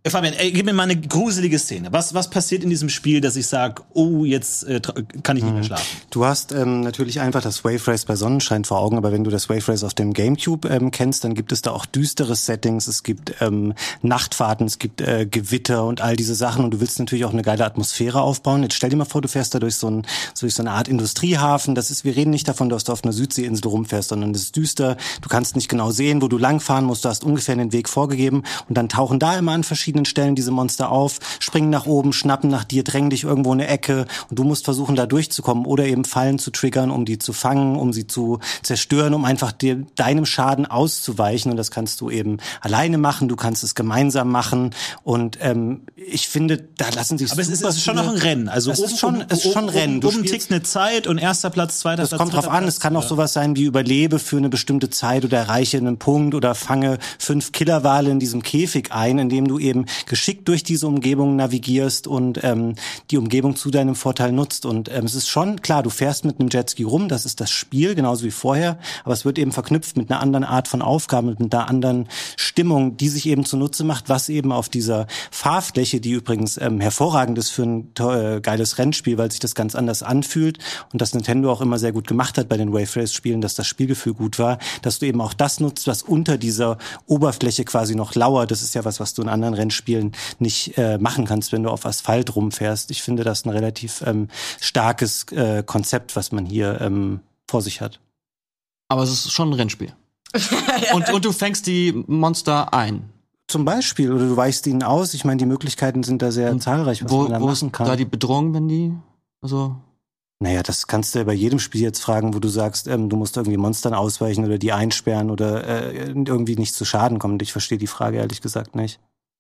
A: Fabian, gib mir mal eine gruselige Szene. Was passiert in diesem Spiel, dass ich sage, oh, jetzt kann ich nicht mehr schlafen?
E: Du hast natürlich einfach das Wave Race bei Sonnenschein vor Augen, aber wenn du das Wave Race auf dem Gamecube kennst, dann gibt es da auch düstere Settings, es gibt Nachtfahrten, es gibt Gewitter und all diese Sachen und du willst natürlich auch eine geile Atmosphäre aufbauen. Jetzt stell dir mal vor, du fährst da durch so eine Art Industriehafen. Wir reden nicht davon, dass du auf einer Südseeinsel rumfährst, sondern es ist düster. Du kannst nicht genau sehen, wo du langfahren musst. Du hast ungefähr den Weg vorgegeben und dann tauchen da immer an verschiedenen Stellen diese Monster auf, springen nach oben, schnappen nach dir, drängen dich irgendwo in eine Ecke und du musst versuchen, da durchzukommen oder eben Fallen zu triggern, um die zu fangen, um sie zu zerstören, um einfach deinem Schaden auszuweichen und das kannst du eben alleine machen, du kannst es gemeinsam machen und ich finde, da lassen sich
A: aber es ist schon noch ein Rennen, also
E: es ist schon ein Rennen.
A: Oben tickt eine Zeit und erster Platz, zweiter Platz.
E: Das kommt drauf an, es kann auch sowas sein wie überlebe für eine bestimmte Zeit oder erreiche einen Punkt oder fange 5 Killerwale in diesem Käfig ein, indem du eben geschickt durch diese Umgebung navigierst und die Umgebung zu deinem Vorteil nutzt. Und es ist schon klar, du fährst mit einem Jetski rum, das ist das Spiel, genauso wie vorher, aber es wird eben verknüpft mit einer anderen Art von Aufgaben, mit einer anderen Stimmung, die sich eben zunutze macht, was eben auf dieser Fahrfläche, die übrigens hervorragend ist für ein geiles Rennspiel, weil sich das ganz anders anfühlt und das Nintendo auch immer sehr gut gemacht hat bei den Wave Race Spielen, dass das Spielgefühl gut war, dass du eben auch das nutzt, was unter dieser Oberfläche quasi noch lauert. Das ist ja was du in anderen Rennspielen nicht machen kannst, wenn du auf Asphalt rumfährst. Ich finde das ein relativ starkes Konzept, was man hier vor sich hat.
D: Aber es ist schon ein Rennspiel. und du fängst die Monster ein.
E: Zum Beispiel, oder du weichst ihnen aus. Ich meine, die Möglichkeiten sind da sehr zahlreich, was man da machen kann.
D: Wo ist da die Bedrohung, wenn die, also...
E: Naja, das kannst du ja bei jedem Spiel jetzt fragen, wo du sagst, du musst irgendwie Monstern ausweichen oder die einsperren oder irgendwie nicht zu Schaden kommen. Ich verstehe die Frage ehrlich gesagt nicht.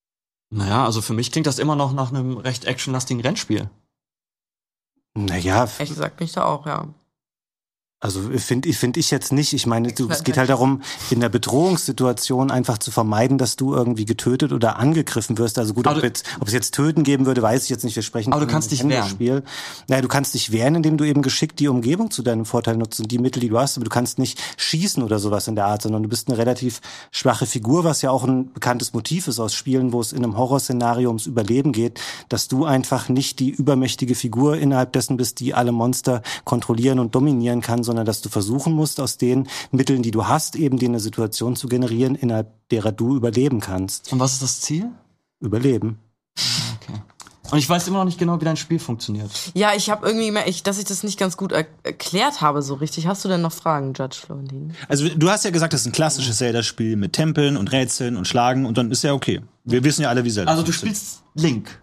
D: Naja, also für mich klingt das immer noch nach einem recht actionlastigen Rennspiel.
E: Naja.
C: Ehrlich gesagt bin ich da auch, ja.
E: Also find ich jetzt nicht. Ich meine, es geht halt darum, in der Bedrohungssituation einfach zu vermeiden, dass du irgendwie getötet oder angegriffen wirst. Also gut, ob es jetzt Töten geben würde, weiß ich jetzt nicht. Wir sprechen
D: aber du kannst dich wehren.
E: Spiel. Naja, du kannst dich wehren, indem du eben geschickt die Umgebung zu deinem Vorteil nutzt und die Mittel, die du hast. Aber du kannst nicht schießen oder sowas in der Art, sondern du bist eine relativ schwache Figur, was ja auch ein bekanntes Motiv ist aus Spielen, wo es in einem Horrorszenario ums Überleben geht, dass du einfach nicht die übermächtige Figur innerhalb dessen bist, die alle Monster kontrollieren und dominieren kann, sondern dass du versuchen musst, aus den Mitteln, die du hast, eben dir eine Situation zu generieren, innerhalb derer du überleben kannst.
D: Und was ist das Ziel?
E: Überleben.
D: Okay. Und ich weiß immer noch nicht genau, wie dein Spiel funktioniert.
C: Ja, ich habe irgendwie dass ich das nicht ganz gut erklärt habe so richtig. Hast du denn noch Fragen, Judge Florentin?
A: Also du hast ja gesagt, das ist ein klassisches Zelda-Spiel mit Tempeln und Rätseln und Schlagen und dann ist ja okay. Wir wissen ja alle, wie Zelda
D: Also du spielst Link.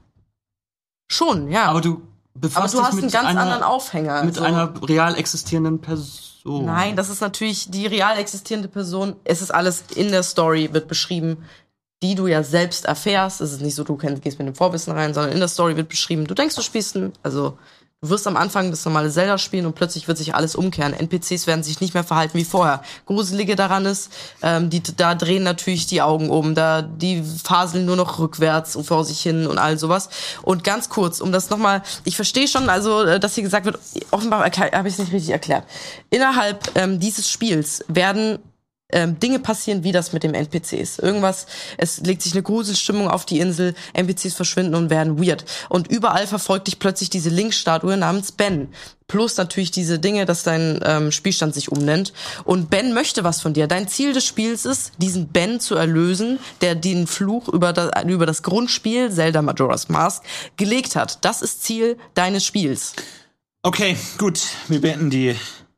C: Schon, ja.
D: Aber du hast einen
C: ganz anderen Aufhänger.
D: Mit einer real existierenden Person.
C: Nein, das ist natürlich die real existierende Person. Es ist alles in der Story, wird beschrieben, die du ja selbst erfährst. Es ist nicht so, du gehst mit dem Vorwissen rein, sondern in der Story wird beschrieben, du denkst, du spielst du wirst am Anfang das normale Zelda spielen und plötzlich wird sich alles umkehren. NPCs werden sich nicht mehr verhalten wie vorher. Gruselige daran ist, da drehen natürlich die Augen um, die faseln nur noch rückwärts und vor sich hin und all sowas. Und ganz kurz, um das nochmal, ich verstehe schon, also, dass hier gesagt wird, offenbar habe ich es nicht richtig erklärt. Innerhalb dieses Spiels werden Dinge passieren, wie das mit dem NPCs. Es legt sich eine Gruselstimmung auf die Insel, NPCs verschwinden und werden weird. Und überall verfolgt dich plötzlich diese Link-Statue namens Ben. Plus natürlich diese Dinge, dass dein Spielstand sich umnennt. Und Ben möchte was von dir. Dein Ziel des Spiels ist, diesen Ben zu erlösen, der den Fluch über das Grundspiel Zelda Majora's Mask gelegt hat. Das ist Ziel deines Spiels.
A: Okay, gut. Wir beenden die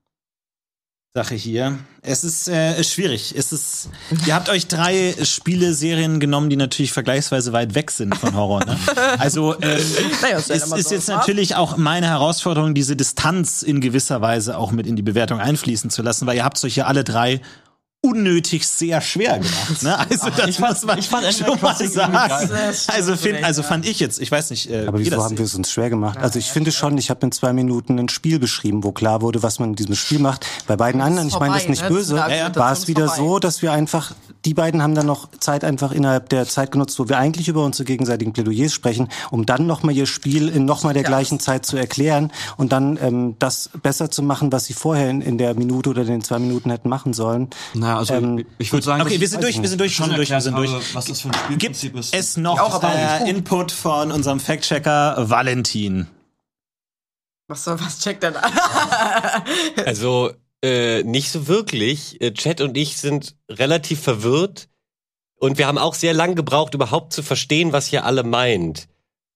A: Sache hier. Es ist schwierig. Ihr habt euch 3 Spieleserien genommen, die natürlich vergleichsweise weit weg sind von Horror. Ne? Also es ist jetzt natürlich auch meine Herausforderung, diese Distanz in gewisser Weise auch mit in die Bewertung einfließen zu lassen, weil ihr habt euch ja alle 3 unnötig sehr schwer gemacht. Ne? Also das muss man schon mal sagen. Also fand ich jetzt, ich weiß nicht,
E: aber wieso haben wir es uns schwer gemacht? Also ich finde schon, ich habe in 2 Minuten ein Spiel beschrieben, wo klar wurde, was man in diesem Spiel macht. Bei beiden anderen, ich meine das ist nicht böse, war es wieder so, dass wir einfach, die beiden haben dann noch Zeit einfach innerhalb der Zeit genutzt, wo wir eigentlich über unsere gegenseitigen Plädoyers sprechen, um dann nochmal ihr Spiel in nochmal der gleichen Zeit zu erklären und dann das besser zu machen, was sie vorher in der Minute oder den 2 Minuten hätten machen sollen.
D: Na, Ja, also ich würde sagen,
A: Okay, wir sind durch.
D: was das für ein Spielprinzip
A: Gibt
D: ist.
A: es noch Input von unserem Fact-Checker Valentin?
C: Was checkt er da?
F: Also, nicht so wirklich. Chat und ich sind relativ verwirrt. Und wir haben auch sehr lang gebraucht, überhaupt zu verstehen, was hier alle meint.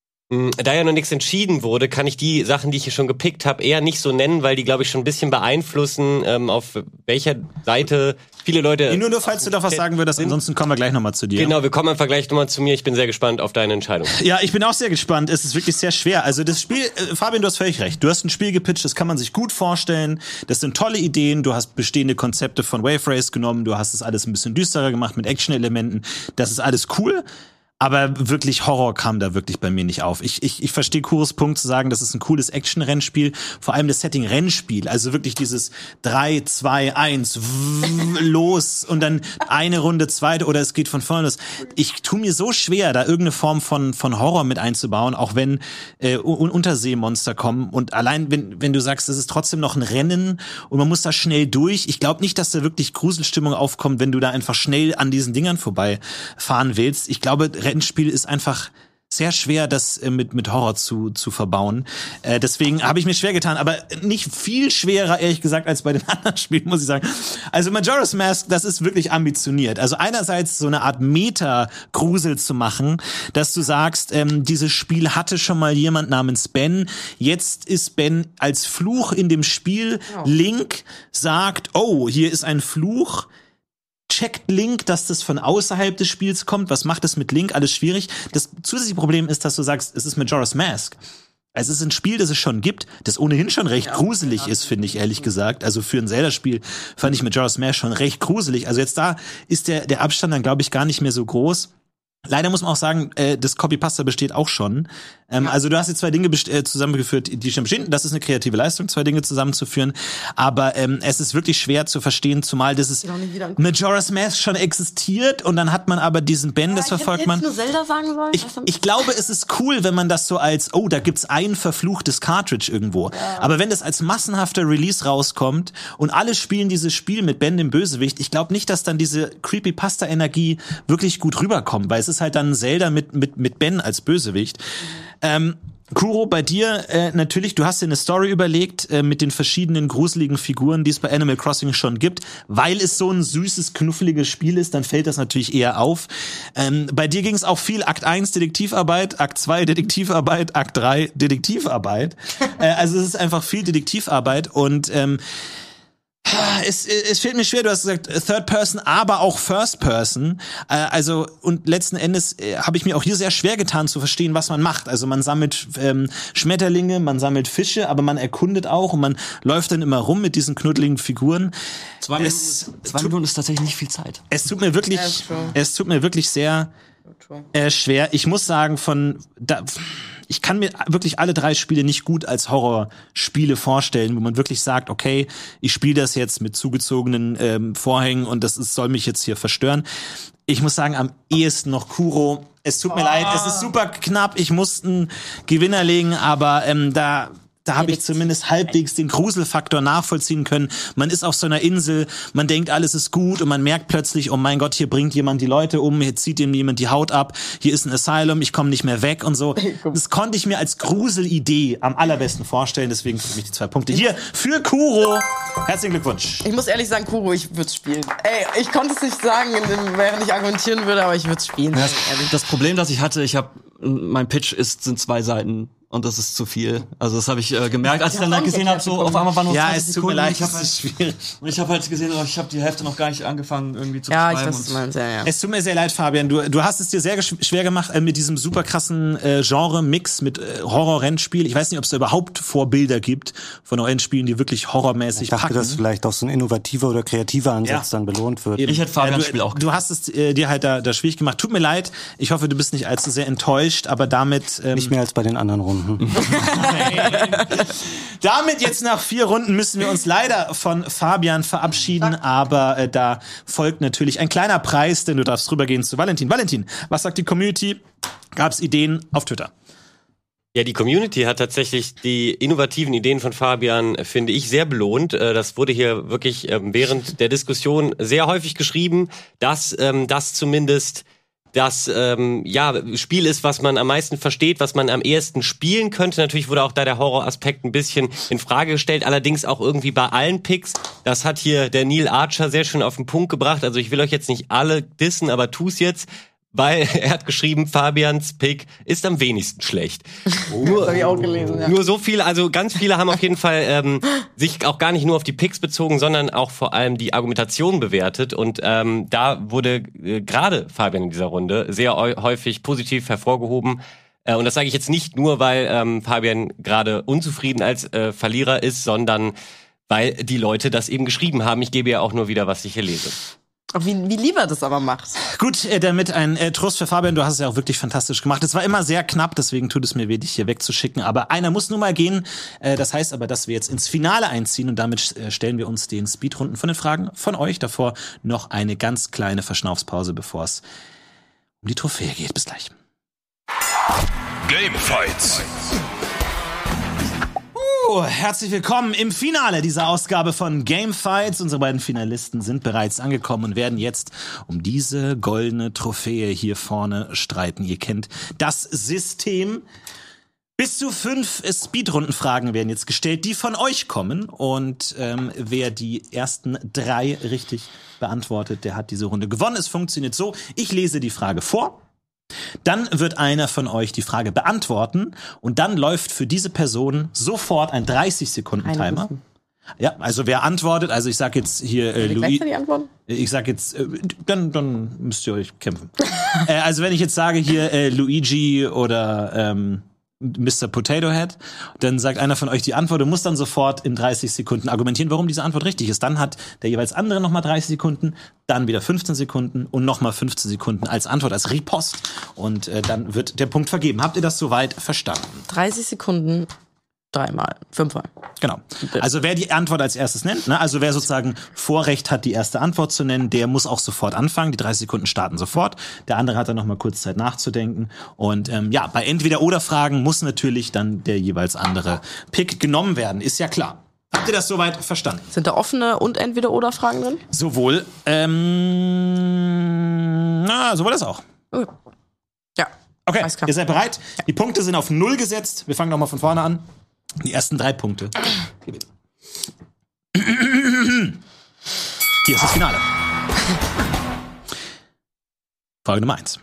F: Da ja noch nichts entschieden wurde, kann ich die Sachen, die ich hier schon gepickt habe, eher nicht so nennen, weil die, glaube ich, schon ein bisschen beeinflussen, auf welcher Seite viele Leute...
A: Nur falls du doch was sagen würdest, ansonsten kommen wir gleich nochmal zu dir.
F: Genau, wir kommen einfach gleich nochmal zu mir. Ich bin sehr gespannt auf deine Entscheidung.
A: Ja, ich bin auch sehr gespannt. Es ist wirklich sehr schwer. Also das Spiel, Fabian, du hast völlig recht. Du hast ein Spiel gepitcht, das kann man sich gut vorstellen. Das sind tolle Ideen. Du hast bestehende Konzepte von Wave Race genommen. Du hast es alles ein bisschen düsterer gemacht mit Action-Elementen. Das ist alles cool. Aber wirklich Horror kam da wirklich bei mir nicht auf. Ich verstehe Kuros Punkt zu sagen, das ist ein cooles Action-Rennspiel. Vor allem das Setting Rennspiel. Also wirklich dieses 3, 2, 1, los und dann eine Runde, zweite oder es geht von vorne los. Ich tue mir so schwer, da irgendeine Form von Horror mit einzubauen, auch wenn Unterseemonster kommen. Und allein, wenn du sagst, das ist trotzdem noch ein Rennen und man muss da schnell durch. Ich glaube nicht, dass da wirklich Gruselstimmung aufkommt, wenn du da einfach schnell an diesen Dingern vorbeifahren willst. Ich glaube, Rennspiel ist einfach sehr schwer, das mit Horror zu verbauen. Deswegen habe ich mir schwer getan, aber nicht viel schwerer, ehrlich gesagt, als bei den anderen Spielen, muss ich sagen. Also Majora's Mask, das ist wirklich ambitioniert. Also einerseits so eine Art Meta-Grusel zu machen, dass du sagst, dieses Spiel hatte schon mal jemand namens Ben. Jetzt ist Ben als Fluch in dem Spiel. Link sagt, oh, hier ist ein Fluch. Checkt Link, dass das von außerhalb des Spiels kommt. Was macht es mit Link? Alles schwierig. Das zusätzliche Problem ist, dass du sagst, es ist Majora's Mask. Es ist ein Spiel, das es schon gibt, das ohnehin schon recht gruselig ist, finde ich, ehrlich gesagt. Also für ein Zelda-Spiel fand ich Majora's Mask schon recht gruselig. Also jetzt da ist der Abstand dann, glaube ich, gar nicht mehr so groß. Leider muss man auch sagen, das Copy-Pasta besteht auch schon. Also du hast jetzt zwei Dinge zusammengeführt, die schon bestehen. Das ist eine kreative Leistung, zwei Dinge zusammenzuführen. Aber es ist wirklich schwer zu verstehen, zumal das Majora's Mask schon existiert und dann hat man aber diesen Ben, das verfolgt man.
C: Ich hätte jetzt nur Zelda sagen sollen.
A: Ich glaube, es ist cool, wenn man das so als, oh, da gibt's ein verfluchtes Cartridge irgendwo. Ja. Aber wenn das als massenhafter Release rauskommt und alle spielen dieses Spiel mit Ben, dem Bösewicht, ich glaube nicht, dass dann diese Creepypasta-Energie wirklich gut rüberkommt, weil es ist halt dann Zelda mit Ben als Bösewicht. Kuro, bei dir natürlich, du hast dir eine Story überlegt mit den verschiedenen gruseligen Figuren, die es bei Animal Crossing schon gibt. Weil es so ein süßes, knuffeliges Spiel ist, dann fällt das natürlich eher auf. Bei dir ging es auch viel Akt 1 Detektivarbeit, Akt 2 Detektivarbeit, Akt 3 Detektivarbeit. Also es ist einfach viel Detektivarbeit und es fällt mir schwer, du hast gesagt Third Person, aber auch First Person. Also und letzten Endes habe ich mir auch hier sehr schwer getan zu verstehen, was man macht. Also man sammelt Schmetterlinge, man sammelt Fische, aber man erkundet auch und man läuft dann immer rum mit diesen knuddeligen Figuren.
D: 2 Minuten ist tatsächlich nicht viel Zeit.
A: Es tut mir wirklich sehr schwer. Ich muss sagen, ich kann mir wirklich alle 3 Spiele nicht gut als Horrorspiele vorstellen, wo man wirklich sagt, okay, ich spiele das jetzt mit zugezogenen Vorhängen und soll mich jetzt hier verstören. Ich muss sagen, am ehesten noch Kuro. Es tut mir leid, es ist super knapp. Ich musste einen Gewinner legen, aber da habe ich zumindest halbwegs den Gruselfaktor nachvollziehen können. Man ist auf so einer Insel, man denkt, alles ist gut und man merkt plötzlich, oh mein Gott, hier bringt jemand die Leute um, hier zieht ihm jemand die Haut ab, hier ist ein Asylum, ich komme nicht mehr weg und so. Das konnte ich mir als Gruselidee am allerbesten vorstellen, deswegen für mich die 2 Punkte. Hier für Kuro. Herzlichen Glückwunsch.
C: Ich muss ehrlich sagen, Kuro, ich würde spielen. Ey, ich konnte es nicht sagen, während ich argumentieren würde, aber ich würde spielen.
D: Das Problem, das ich hatte, mein Pitch sind 2 Seiten. Und das ist zu viel. Also das habe ich gemerkt, als ich dann gesehen habe, so auf einmal waren nur 20 Sekunden.
A: Ja, es tut mir leid, das ist schwierig.
D: Und ich habe halt gesehen, ich habe die Hälfte noch gar nicht angefangen irgendwie zu schreiben.
C: Ja, ich weiß, was du meinst, ja.
A: Es tut mir sehr leid, Fabian. Du hast es dir sehr schwer gemacht mit diesem super krassen Genre-Mix mit Horror-Rennspiel. Ich weiß nicht, ob es da überhaupt Vorbilder gibt von Rennspielen, die wirklich horrormäßig packen.
E: Ich dachte, dass vielleicht auch so ein innovativer oder kreativer Ansatz dann belohnt wird.
D: Ich hätte Fabians Spiel auch
A: Du hast es dir halt da schwierig gemacht. Tut mir leid. Ich hoffe, du bist nicht allzu sehr enttäuscht, aber damit...
E: nicht mehr als bei den anderen Runden.
A: Damit jetzt nach 4 Runden müssen wir uns leider von Fabian verabschieden, aber da folgt natürlich ein kleiner Preis, denn du darfst rübergehen zu Valentin. Valentin, was sagt die Community? Gab's Ideen auf Twitter?
F: Ja, die Community hat tatsächlich die innovativen Ideen von Fabian, finde ich, sehr belohnt. Das wurde hier wirklich während der Diskussion sehr häufig geschrieben, dass das zumindest das Spiel ist, was man am meisten versteht, was man am ehesten spielen könnte. Natürlich wurde auch da der Horroraspekt ein bisschen in Frage gestellt, allerdings auch irgendwie bei allen Picks. Das hat hier der Neil Archer sehr schön auf den Punkt gebracht. Also ich will euch jetzt nicht alle dissen, aber tu's jetzt. Weil er hat geschrieben, Fabians Pick ist am wenigsten schlecht.
C: Das habe ich auch gelesen, ja.
F: Nur so viele, also ganz viele haben auf jeden Fall sich auch gar nicht nur auf die Picks bezogen, sondern auch vor allem die Argumentation bewertet. Und da wurde gerade Fabian in dieser Runde sehr häufig positiv hervorgehoben. Und das sage ich jetzt nicht nur, weil Fabian gerade unzufrieden als Verlierer ist, sondern weil die Leute das eben geschrieben haben. Ich gebe ja auch nur wieder, was ich hier lese.
C: Wie lieber das aber macht.
A: Gut, damit ein Trost für Fabian, du hast es ja auch wirklich fantastisch gemacht. Es war immer sehr knapp, deswegen tut es mir weh, dich hier wegzuschicken. Aber einer muss nun mal gehen. Das heißt aber, dass wir jetzt ins Finale einziehen und damit stellen wir uns den Speedrunden von den Fragen von euch. Davor noch eine ganz kleine Verschnaufspause, bevor es um die Trophäe geht. Bis gleich.
B: Gamefights.
A: Herzlich willkommen im Finale dieser Ausgabe von Gamefights. Unsere beiden Finalisten sind bereits angekommen und werden jetzt um diese goldene Trophäe hier vorne streiten. Ihr kennt das System. Bis zu 5 Speedrundenfragen werden jetzt gestellt, die von euch kommen. Und wer die ersten 3 richtig beantwortet, der hat diese Runde gewonnen. Es funktioniert so, ich lese die Frage vor. Dann wird einer von euch die Frage beantworten und dann läuft für diese Person sofort ein 30-Sekunden-Timer. Ja, also wer antwortet, also ich sag jetzt hier Luigi. Ich sag jetzt, dann müsst ihr euch kämpfen. Also wenn ich jetzt sage hier Luigi oder Mr. Potato Head, dann sagt einer von euch die Antwort und muss dann sofort in 30 Sekunden argumentieren, warum diese Antwort richtig ist. Dann hat der jeweils andere nochmal 30 Sekunden, dann wieder 15 Sekunden und nochmal 15 Sekunden als Antwort, als Ripost. Und dann wird der Punkt vergeben. Habt ihr das soweit verstanden?
C: 30 Sekunden, 3-mal, 5-mal.
A: Genau. Also wer die Antwort als erstes nennt, ne? Also wer sozusagen Vorrecht hat, die erste Antwort zu nennen, der muss auch sofort anfangen. Die 30 Sekunden starten sofort. Der andere hat dann noch mal kurz Zeit nachzudenken. Und bei Entweder-Oder-Fragen muss natürlich dann der jeweils andere Pick genommen werden. Ist ja klar. Habt ihr das soweit verstanden?
C: Sind da offene und Entweder-Oder-Fragen drin?
A: Sowohl das auch.
C: Ja.
A: Okay, ihr seid bereit? Die Punkte sind auf 0 gesetzt. Wir fangen nochmal von vorne an. Die ersten 3 Punkte. Hier ist das Finale. Frage Nummer 1.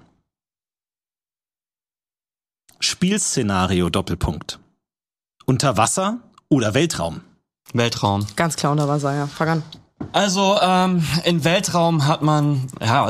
A: Spielszenario Doppelpunkt. Unter Wasser oder Weltraum?
D: Weltraum.
C: Ganz klar unter Wasser, ja. Fang an.
D: Also, im Weltraum hat man,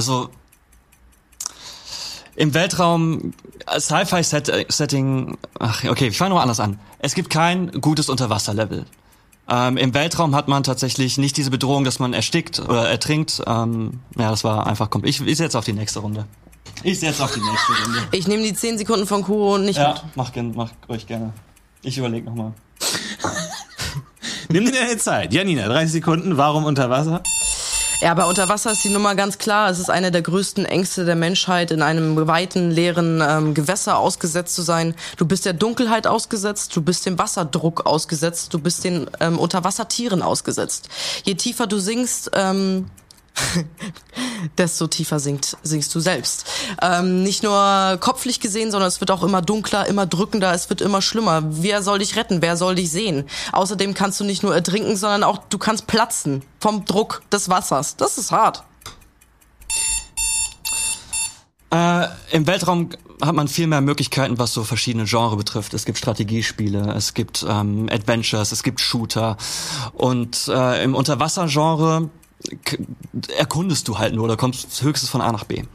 D: im Weltraum, Sci-Fi-Setting, ich fange nochmal anders an. Es gibt kein gutes Unterwasserlevel. Im Weltraum hat man tatsächlich nicht diese Bedrohung, dass man erstickt oder ertrinkt. Das war einfach, ich setze auf die nächste Runde. Ich
C: nehme die 10 Sekunden von Kuro nicht mit.
D: Mach euch gerne. Ich überlege nochmal.
A: Nimm dir deine Zeit. Janina, 30 Sekunden. Warum unter Wasser?
C: Ja, bei Unterwasser ist die Nummer ganz klar. Es ist eine der größten Ängste der Menschheit, in einem weiten, leeren Gewässer ausgesetzt zu sein. Du bist der Dunkelheit ausgesetzt, du bist dem Wasserdruck ausgesetzt, du bist den Unterwassertieren ausgesetzt. Je tiefer du sinkst, desto tiefer singst du selbst. Nicht nur kopflich gesehen, sondern es wird auch immer dunkler, immer drückender, es wird immer schlimmer. Wer soll dich retten? Wer soll dich sehen? Außerdem kannst du nicht nur ertrinken, sondern auch du kannst platzen vom Druck des Wassers. Das ist hart.
D: Im Weltraum hat man viel mehr Möglichkeiten, was so verschiedene Genres betrifft. Es gibt Strategiespiele, es gibt Adventures, es gibt Shooter. Und im Unterwasser-Genre erkundest du halt nur oder kommst höchstens von A nach B.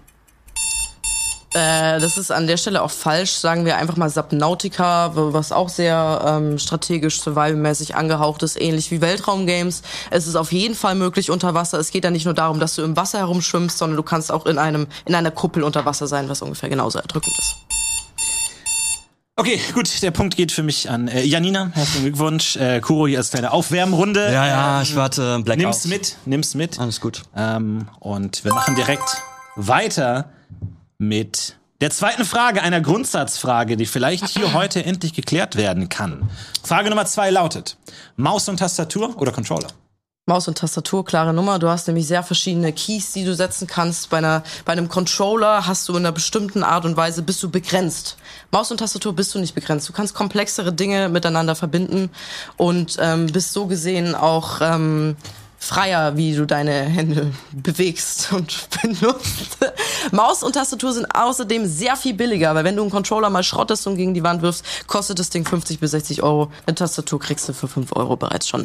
C: Das ist an der Stelle auch falsch. Sagen wir einfach mal Subnautica, was auch sehr strategisch, survivalmäßig angehaucht ist, ähnlich wie Weltraumgames. Es ist auf jeden Fall möglich unter Wasser. Es geht ja nicht nur darum, dass du im Wasser herumschwimmst, sondern du kannst auch in einer Kuppel unter Wasser sein, was ungefähr genauso erdrückend ist.
A: Okay, gut, der Punkt geht für mich an Janina. Herzlichen Glückwunsch. Kuro hier als kleine Aufwärmrunde.
D: Ja, ich warte.
A: Nimm's mit.
D: Alles gut.
A: Und wir machen direkt weiter mit der zweiten Frage, einer Grundsatzfrage, die vielleicht hier heute endlich geklärt werden kann. Frage Nummer 2 lautet: Maus und Tastatur oder Controller?
C: Maus und Tastatur, klare Nummer. Du hast nämlich sehr verschiedene Keys, die du setzen kannst. Bei einem Controller hast du in einer bestimmten Art und Weise, bist du begrenzt. Maus und Tastatur bist du nicht begrenzt. Du kannst komplexere Dinge miteinander verbinden und bist so gesehen auch freier, wie du deine Hände bewegst und benutzt. Maus und Tastatur sind außerdem sehr viel billiger, weil wenn du einen Controller mal schrottest und gegen die Wand wirfst, kostet das Ding 50 bis 60 Euro. Eine Tastatur kriegst du für 5 Euro bereits schon.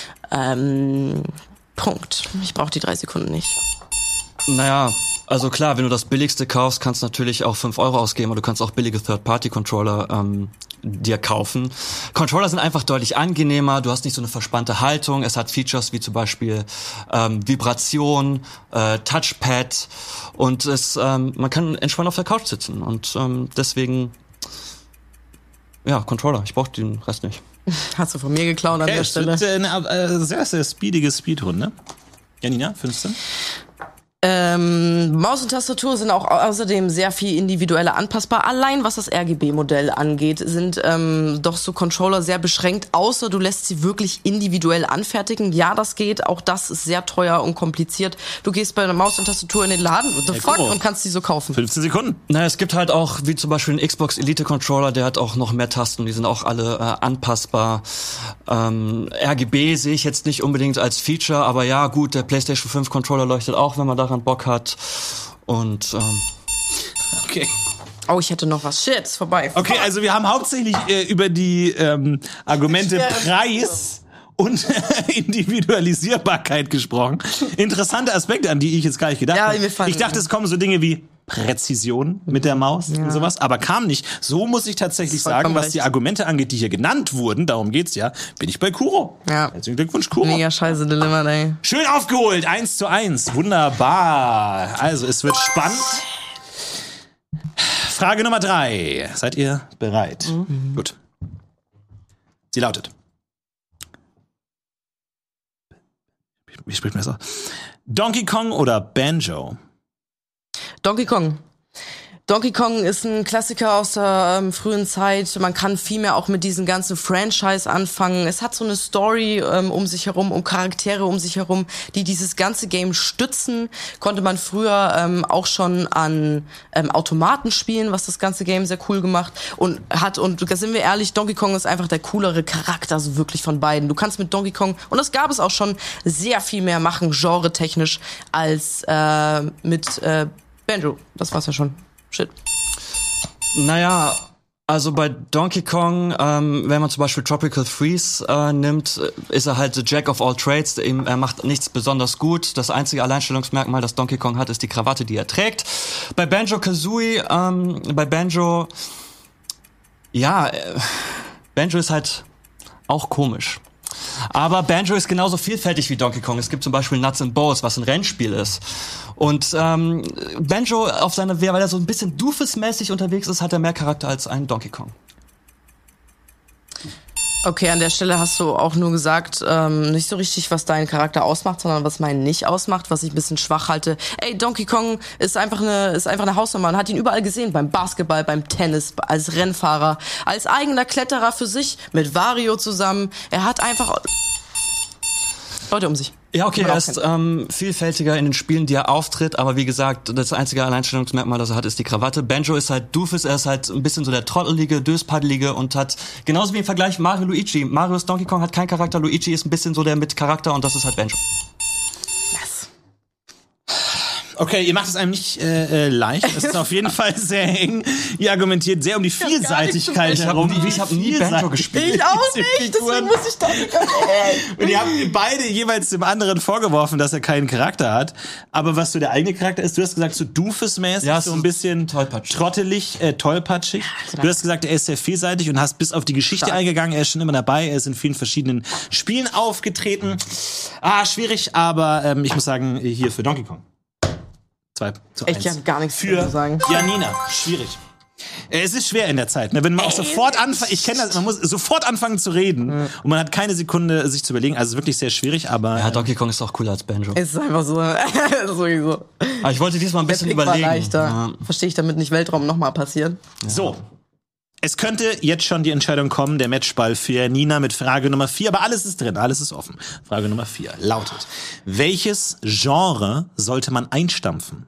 C: Punkt. Ich brauche die 3 Sekunden nicht.
D: Naja, also klar, wenn du das billigste kaufst, kannst du natürlich auch 5 Euro ausgeben, oder du kannst auch billige Third-Party-Controller dir kaufen. Controller sind einfach deutlich angenehmer, du hast nicht so eine verspannte Haltung, es hat Features wie zum Beispiel Vibration, Touchpad und man kann entspannt auf der Couch sitzen und deswegen, ja, Controller, ich brauche den Rest nicht.
C: Hast du von mir geklaut an der Stelle.
A: Eine sehr, sehr speedige Speedrunde. Janina, 15?
C: Maus und Tastatur sind auch außerdem sehr viel individueller anpassbar. Allein was das RGB-Modell angeht, sind doch so Controller sehr beschränkt, außer du lässt sie wirklich individuell anfertigen. Ja, das geht. Auch das ist sehr teuer und kompliziert. Du gehst bei einer Maus und Tastatur in den Laden und kannst die so kaufen.
A: 15 Sekunden.
D: Naja, es gibt halt auch, wie zum Beispiel einen Xbox Elite Controller, der hat auch noch mehr Tasten. Die sind auch alle anpassbar. RGB sehe ich jetzt nicht unbedingt als Feature, aber ja, gut, der PlayStation 5 Controller leuchtet auch, wenn man daran Bock hat. Und
A: Okay.
C: Oh, ich hätte noch was. Shit, ist vorbei.
A: Okay, also wir haben hauptsächlich über die Argumente Preis und Individualisierbarkeit gesprochen. Interessante Aspekte, an die ich jetzt gar nicht gedacht habe. Ich dachte, es kommen so Dinge wie Präzision mit der Maus und sowas, aber kam nicht. So muss ich tatsächlich sagen, was die Argumente angeht, die hier genannt wurden, darum geht's ja, bin ich bei Kuro.
C: Ja.
A: Herzlichen Glückwunsch, Kuro.
C: Mega scheiße Dilemma, ey.
A: Schön aufgeholt, 1:1. Wunderbar. Also, es wird spannend. Frage Nummer 3. Seid ihr bereit? Gut. Sie lautet: Wie spricht man das aus? Donkey Kong oder Banjo?
C: Donkey Kong. Donkey Kong ist ein Klassiker aus der frühen Zeit. Man kann viel mehr auch mit diesem ganzen Franchise anfangen. Es hat so eine Story um sich herum, um Charaktere um sich herum, die dieses ganze Game stützen. Konnte man früher auch schon an Automaten spielen, was das ganze Game sehr cool gemacht und hat. Und da sind wir ehrlich, Donkey Kong ist einfach der coolere Charakter, so wirklich von beiden. Du kannst mit Donkey Kong, und das gab es auch schon, sehr viel mehr machen, genre-technisch, als mit Banjo. Das war's ja schon. Shit.
D: naja, also bei Donkey Kong, wenn man zum Beispiel Tropical Freeze nimmt, ist er halt the Jack of all trades. Er macht nichts besonders gut. Das einzige Alleinstellungsmerkmal, das Donkey Kong hat, ist die Krawatte, die er trägt. Bei Banjo-Kazooie, Banjo ist halt auch komisch. Aber Banjo ist genauso vielfältig wie Donkey Kong. Es gibt zum Beispiel Nuts and Bolts, was ein Rennspiel ist. Und Banjo, weil er so ein bisschen Doofus-mäßig unterwegs ist, hat er mehr Charakter als ein Donkey Kong.
C: Okay, an der Stelle hast du auch nur gesagt, nicht so richtig, was deinen Charakter ausmacht, sondern was meinen nicht ausmacht, was ich ein bisschen schwach halte. Ey, Donkey Kong ist einfach eine Hausnummer. Man hat ihn überall gesehen, beim Basketball, beim Tennis, als Rennfahrer, als eigener Kletterer für sich, mit Wario zusammen. Er hat einfach Leute um sich.
D: Ja, okay, er ist vielfältiger in den Spielen, die er auftritt, aber wie gesagt, das einzige Alleinstellungsmerkmal, das er hat, ist die Krawatte. Banjo ist halt Doofus, er ist halt ein bisschen so der Trottelige, Döspaddelige und hat, genauso wie im Vergleich Mario Luigi. Marios Donkey Kong hat keinen Charakter, Luigi ist ein bisschen so der mit Charakter und das ist halt Banjo.
A: Okay, ihr macht es einem nicht leicht. Es ist auf jeden Fall sehr eng. Ihr argumentiert sehr um die Vielseitigkeit herum.
D: Ich habe nie Banjo gespielt.
C: Ich auch nicht, deswegen muss ich Donkey Kong.
A: Und ihr habt beide jeweils dem anderen vorgeworfen, dass er keinen Charakter hat. Aber was so der eigene Charakter ist, du hast gesagt, so Doofus-mäßig,
D: ja,
A: so ein bisschen
D: tollpatschig.
A: trottelig, tollpatschig. Du hast gesagt, er ist sehr vielseitig und hast bis auf die Geschichte eingegangen. Er ist schon immer dabei, er ist in vielen verschiedenen Spielen aufgetreten. Schwierig, aber ich muss sagen, hier für Donkey Kong. 2:1.
C: Ich kann gar nichts
A: für
C: zu sagen.
A: Janina. Schwierig. Es ist schwer in der Zeit, ne? Wenn man auch sofort anfängt, ich kenne das, man muss sofort anfangen zu reden und man hat keine Sekunde, sich zu überlegen. Also es ist wirklich sehr schwierig, aber...
D: Ja, Donkey Kong ist auch cooler als Banjo.
C: Es ist einfach so. Sowieso.
D: Aber ich wollte diesmal ein bisschen
C: Der Blick war
D: überlegen.
C: leichter.
D: Ja.
C: Verstehe ich, damit nicht Weltraum nochmal passieren.
A: So. Es könnte jetzt schon die Entscheidung kommen, der Matchball für Nina mit Frage Nummer 4, aber alles ist drin, alles ist offen. Frage Nummer 4 lautet: Welches Genre sollte man einstampfen?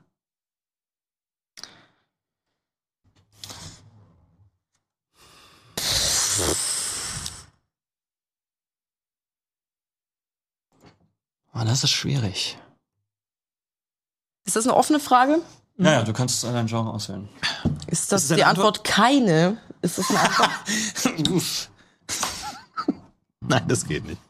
D: Oh, das ist schwierig.
C: Ist das eine offene Frage?
D: Ja, du kannst dein Genre auswählen.
C: Ist das
A: Ist das
C: die
A: eine
C: Antwort keine? Ist das eine Antwort?
A: Nein, das geht nicht.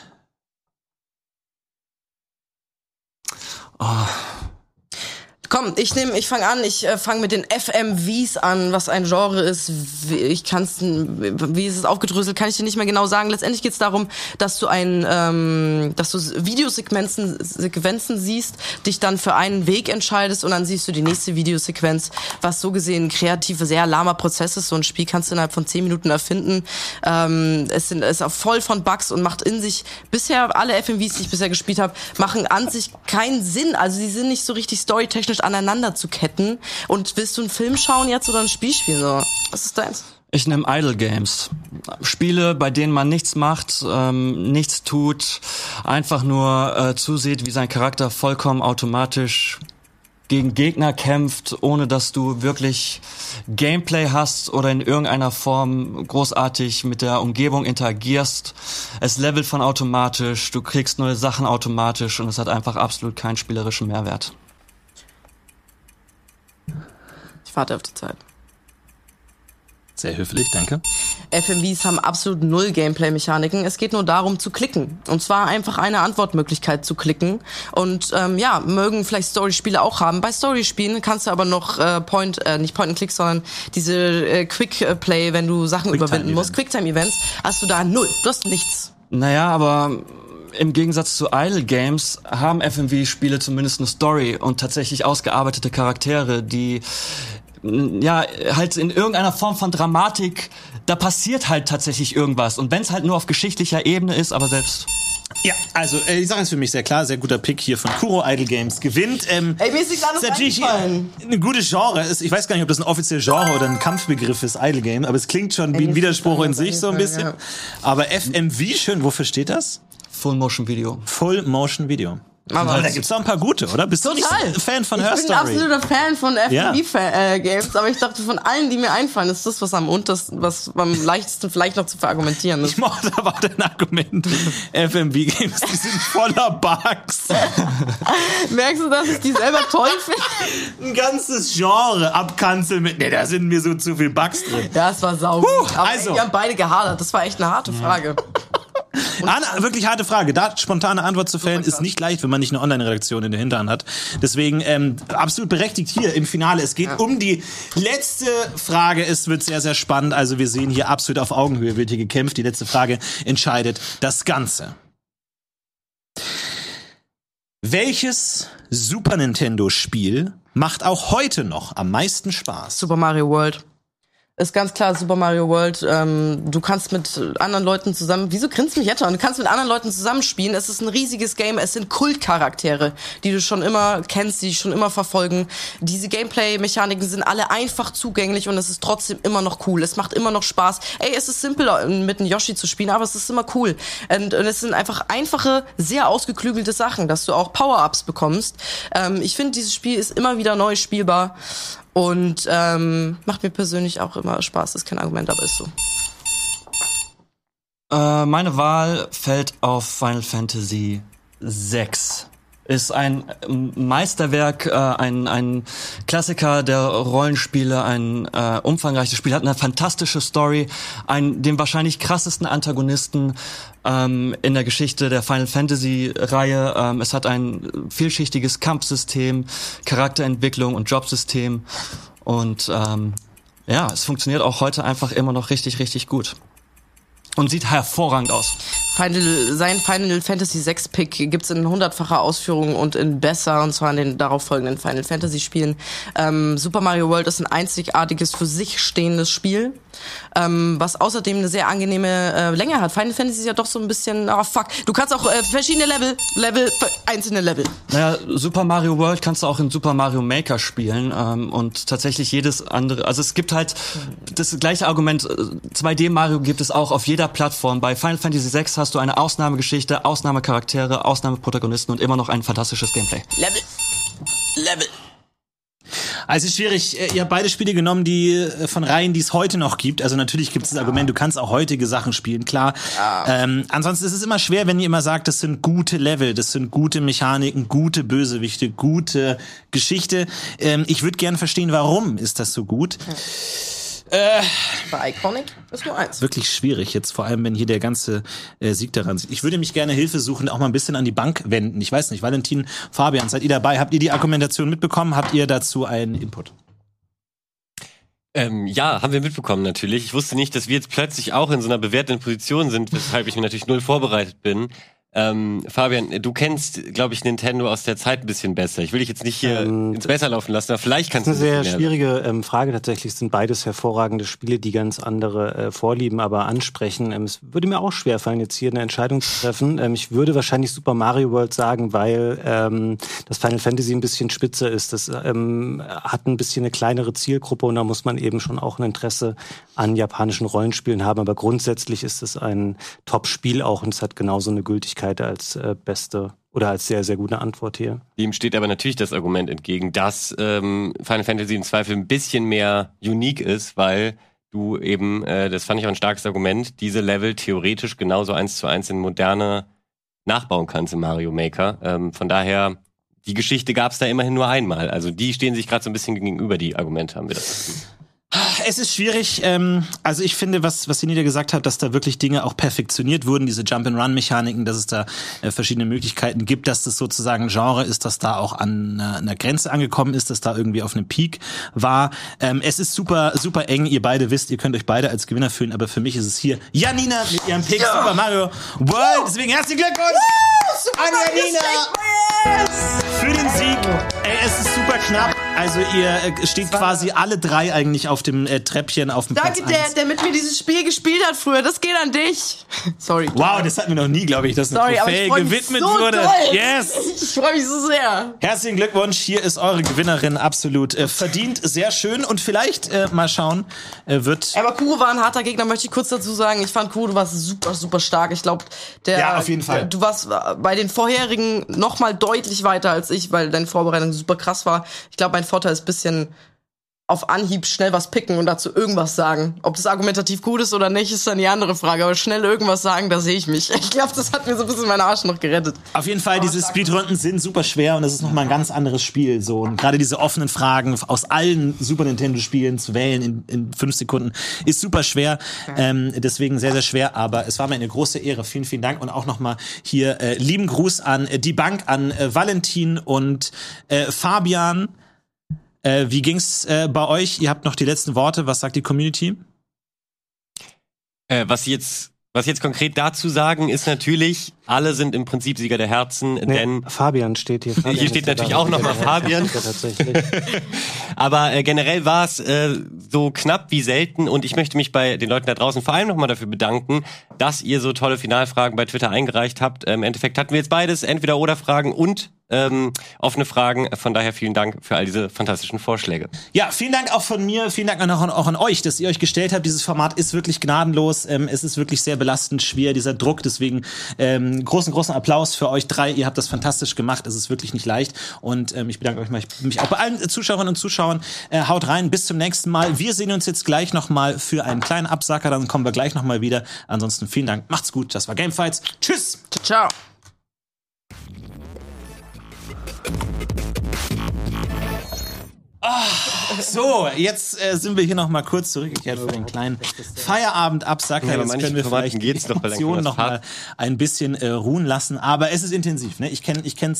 C: Komm, ich fange an. Ich fange mit den FMVs an, was ein Genre ist. Wie ist es aufgedröselt, kann ich dir nicht mehr genau sagen. Letztendlich geht es darum, dass du Videosequenzen siehst, dich dann für einen Weg entscheidest und dann siehst du die nächste Videosequenz, was so gesehen ein kreativer, sehr lahmer Prozess ist. So ein Spiel kannst du innerhalb von 10 Minuten erfinden. Es ist auch voll von Bugs und macht in sich, bisher alle FMVs, die ich bisher gespielt habe, machen an sich keinen Sinn. Also die sind nicht so richtig storytechnisch aneinander zu ketten. Und willst du einen Film schauen jetzt oder ein Spiel spielen? So, was ist deins?
D: Ich nehme Idle Games. Spiele, bei denen man nichts macht, nichts tut, einfach nur zusieht, wie sein Charakter vollkommen automatisch gegen Gegner kämpft, ohne dass du wirklich Gameplay hast oder in irgendeiner Form großartig mit der Umgebung interagierst. Es levelt von automatisch, du kriegst neue Sachen automatisch und es hat einfach absolut keinen spielerischen Mehrwert.
C: Ich warte auf die Zeit.
A: Sehr höflich, danke.
C: FMVs haben absolut null Gameplay-Mechaniken. Es geht nur darum zu klicken. Und zwar einfach eine Antwortmöglichkeit zu klicken. Und mögen vielleicht Story-Spiele auch haben. Bei Story-Spielen kannst du aber noch nicht Point-and-Click, sondern diese Quick-Play, wenn du Sachen überwinden musst. Quicktime-Events hast du da null. Du hast nichts.
D: Naja, aber im Gegensatz zu Idle Games haben FMV-Spiele zumindest eine Story und tatsächlich ausgearbeitete Charaktere, die halt in irgendeiner Form von Dramatik, da passiert halt tatsächlich irgendwas. Und wenn es halt nur auf geschichtlicher Ebene ist, aber selbst...
A: Ja, also die Sache ist für mich sehr klar, sehr guter Pick hier von Kuro. Idle Games gewinnt.
C: Ey, mir ist nichts anderes eingefallen.
A: Ein gutes Genre ist, ich weiß gar nicht, ob das ein offizielles Genre oder ein Kampfbegriff ist, Idle Game, aber es klingt schon wie ein Widerspruch in sich so ein bisschen. Ja. Aber FMV, schön, wofür steht das?
D: Full Motion Video.
A: Full Motion Video.
C: Aber
A: da gibt's auch ein paar gute, oder? Bist du nicht Fan von Her Story?
C: Ich bin ein absoluter Fan von FMV-Games, aber ich dachte, von allen, die mir einfallen, ist das, was am leichtesten vielleicht noch zu verargumentieren ist.
A: Ich mochte aber auch dein Argument. FMV-Games, die sind voller Bugs.
C: Merkst du, dass ich die selber toll finde?
A: Ein ganzes Genre abkanzeln mit, da sind mir so zu viel Bugs drin.
C: Ja, es war saugut. Aber
A: also.
C: wir haben beide gehadert. Das war echt eine harte Frage.
A: Anna, wirklich harte Frage. Da spontane Antwort zu fällen ist nicht leicht, wenn man nicht eine Online-Redaktion in der Hinterhand hat. Deswegen absolut berechtigt hier im Finale. Es geht um die letzte Frage. Es wird sehr, sehr spannend. Also wir sehen hier absolut auf Augenhöhe wird hier gekämpft. Die letzte Frage entscheidet das Ganze. Welches Super Nintendo-Spiel macht auch heute noch am meisten Spaß?
C: Super Mario World. Ist ganz klar Super Mario World. Du kannst mit anderen Leuten zusammen... Wieso grinst mich jetzt schon? Du kannst mit anderen Leuten zusammenspielen. Es ist ein riesiges Game. Es sind Kultcharaktere, die du schon immer kennst, die dich schon immer verfolgen. Diese Gameplay-Mechaniken sind alle einfach zugänglich und es ist trotzdem immer noch cool. Es macht immer noch Spaß. Ey, es ist simpel, mit einem Yoshi zu spielen, aber es ist immer cool. Und es sind einfach einfache, sehr ausgeklügelte Sachen, dass du auch Power-Ups bekommst. Ich finde, dieses Spiel ist immer wieder neu spielbar. Und macht mir persönlich auch immer Spaß. Das ist kein Argument, aber ist so.
D: Meine Wahl fällt auf Final Fantasy VI. Ist ein Meisterwerk, ein Klassiker der Rollenspiele, ein umfangreiches Spiel, hat eine fantastische Story, den wahrscheinlich krassesten Antagonisten in der Geschichte der Final Fantasy Reihe. Es hat ein vielschichtiges Kampfsystem, Charakterentwicklung und Jobsystem und es funktioniert auch heute einfach immer noch richtig, richtig gut. und sieht hervorragend aus.
C: Sein Final Fantasy 6 Pick gibt's in 100-facher Ausführung und in besser, und zwar in den darauffolgenden Final Fantasy Spielen. Super Mario World ist ein einzigartiges, für sich stehendes Spiel, was außerdem eine sehr angenehme Länge hat. Final Fantasy ist ja doch so ein bisschen, du kannst auch verschiedene einzelne Level.
D: Naja, Super Mario World kannst du auch in Super Mario Maker spielen und tatsächlich jedes andere, also es gibt halt das gleiche Argument, 2D Mario gibt es auch auf jeder Plattform. Bei Final Fantasy 6 hast du eine Ausnahmegeschichte, Ausnahmecharaktere, Ausnahmeprotagonisten und immer noch ein fantastisches Gameplay.
C: Level.
A: Also schwierig, ihr habt beide Spiele genommen, die von Reihen, die es heute noch gibt. Also natürlich gibt es das Argument, du kannst auch heutige Sachen spielen, klar. Ansonsten ist es immer schwer, wenn ihr immer sagt, das sind gute Level, das sind gute Mechaniken, gute Bösewichte, gute Geschichte. Ich würde gerne verstehen, warum ist das so gut?
C: Bei Iconic ist nur 1.
A: Wirklich schwierig jetzt, vor allem wenn hier der ganze Sieg daran sieht. Ich würde mich gerne Hilfe suchen, auch mal ein bisschen an die Bank wenden. Ich weiß nicht, Valentin, Fabian, seid ihr dabei? Habt ihr die Argumentation mitbekommen? Habt ihr dazu einen Input?
F: Ja, haben wir mitbekommen natürlich. Ich wusste nicht, dass wir jetzt plötzlich auch in so einer bewertenden Position sind, weshalb ich mir natürlich null vorbereitet bin. Fabian, du kennst, glaube ich, Nintendo aus der Zeit ein bisschen besser. Ich will dich jetzt nicht hier ins Messer laufen lassen, aber vielleicht kannst du
E: das ist eine sehr schwierige Frage. Tatsächlich sind beides hervorragende Spiele, die ganz andere Vorlieben aber ansprechen. Es würde mir auch schwerfallen, jetzt hier eine Entscheidung zu treffen. Ich würde wahrscheinlich Super Mario World sagen, weil das Final Fantasy ein bisschen spitzer ist. Das hat ein bisschen eine kleinere Zielgruppe und da muss man eben schon auch ein Interesse an japanischen Rollenspielen haben. Aber grundsätzlich ist es ein Top-Spiel auch und es hat genauso eine Gültigkeit als beste oder als sehr, sehr gute Antwort hier.
F: Dem steht aber natürlich das Argument entgegen, dass Final Fantasy im Zweifel ein bisschen mehr unique ist, weil du eben, das fand ich auch ein starkes Argument, diese Level theoretisch genauso 1:1 in moderne nachbauen kannst im Mario Maker. Von daher, die Geschichte gab es da immerhin nur einmal. Also die stehen sich gerade so ein bisschen gegenüber, die Argumente, haben wir das Gefühl.
A: Es ist schwierig, also ich finde, was ihr nieder gesagt habt, dass da wirklich Dinge auch perfektioniert wurden, diese Jump-and-Run-Mechaniken, dass es da verschiedene Möglichkeiten gibt, dass das sozusagen Genre ist, dass da auch an einer Grenze angekommen ist, dass da irgendwie auf einem Peak war. Es ist super, super eng, ihr beide wisst, ihr könnt euch beide als Gewinner fühlen, aber für mich ist es hier Janina mit ihrem Pick Super Mario World, deswegen herzlichen Glückwunsch an Janina für den Sieg. Es ist super knapp, also ihr steht quasi alle drei eigentlich auf dem Treppchen auf dem
C: Danke,
A: Platz 1.
C: der mit mir dieses Spiel gespielt hat früher. Das geht an dich. Sorry.
A: Wow, das hatten wir noch nie, glaube ich, dass eine Trophäe gewidmet wurde.
C: Doll.
A: Yes!
C: Ich freue mich so sehr.
A: Herzlichen Glückwunsch, hier ist eure Gewinnerin, absolut verdient, sehr schön und vielleicht mal schauen, wird...
C: Aber Kuro war ein harter Gegner, möchte ich kurz dazu sagen. Ich fand Kuro, du warst super, super stark. Ich glaube,
A: ja, auf jeden Fall.
C: Du warst bei den vorherigen noch mal deutlich weiter als ich, weil deine Vorbereitung super krass war. Ich glaube, mein Vorteil ist ein bisschen auf Anhieb schnell was picken und dazu irgendwas sagen. Ob das argumentativ gut ist oder nicht, ist dann die andere Frage. Aber schnell irgendwas sagen, da sehe ich mich. Ich glaube, das hat mir so ein bisschen meinen Arsch noch gerettet.
A: Auf jeden Fall, diese Speedrunden sind super schwer und das ist nochmal ein ganz anderes Spiel. So. Und gerade diese offenen Fragen aus allen Super Nintendo-Spielen zu wählen in 5 Sekunden ist super schwer. Deswegen sehr, sehr schwer. Aber es war mir eine große Ehre. Vielen, vielen Dank. Und auch nochmal hier lieben Gruß an die Bank, an Valentin und Fabian. Wie ging's bei euch? Ihr habt noch die letzten Worte. Was sagt die Community?
F: Was jetzt konkret dazu sagen, ist natürlich, alle sind im Prinzip Sieger der Herzen, denn
E: Fabian steht hier.
F: Hier steht natürlich auch nochmal Fabian. Aber generell war es so knapp wie selten und ich möchte mich bei den Leuten da draußen vor allem nochmal dafür bedanken, dass ihr so tolle Finalfragen bei Twitter eingereicht habt. Im Endeffekt hatten wir jetzt beides, Entweder-oder-Fragen und offene Fragen. Von daher vielen Dank für all diese fantastischen Vorschläge.
A: Ja, vielen Dank auch von mir. Vielen Dank auch an euch, dass ihr euch gestellt habt. Dieses Format ist wirklich gnadenlos. Es ist wirklich sehr belastend, schwer, dieser Druck. Deswegen großen Applaus für euch drei. Ihr habt das fantastisch gemacht. Es ist wirklich nicht leicht. Und ich bedanke mich auch bei allen Zuschauerinnen und Zuschauern. Haut rein. Bis zum nächsten Mal. Wir sehen uns jetzt gleich nochmal für einen kleinen Absacker. Dann kommen wir gleich nochmal wieder. Ansonsten vielen Dank. Macht's gut. Das war Gamefights. Tschüss.
C: Ciao.
A: So, jetzt sind wir hier noch mal kurz zurückgekehrt für den kleinen Feierabend-Absacker.
F: Ja,
A: jetzt können wir vielleicht die
F: geht's noch,
A: Emotionen noch mal ein bisschen ruhen lassen. Aber es ist intensiv. Ne? Ich kenn's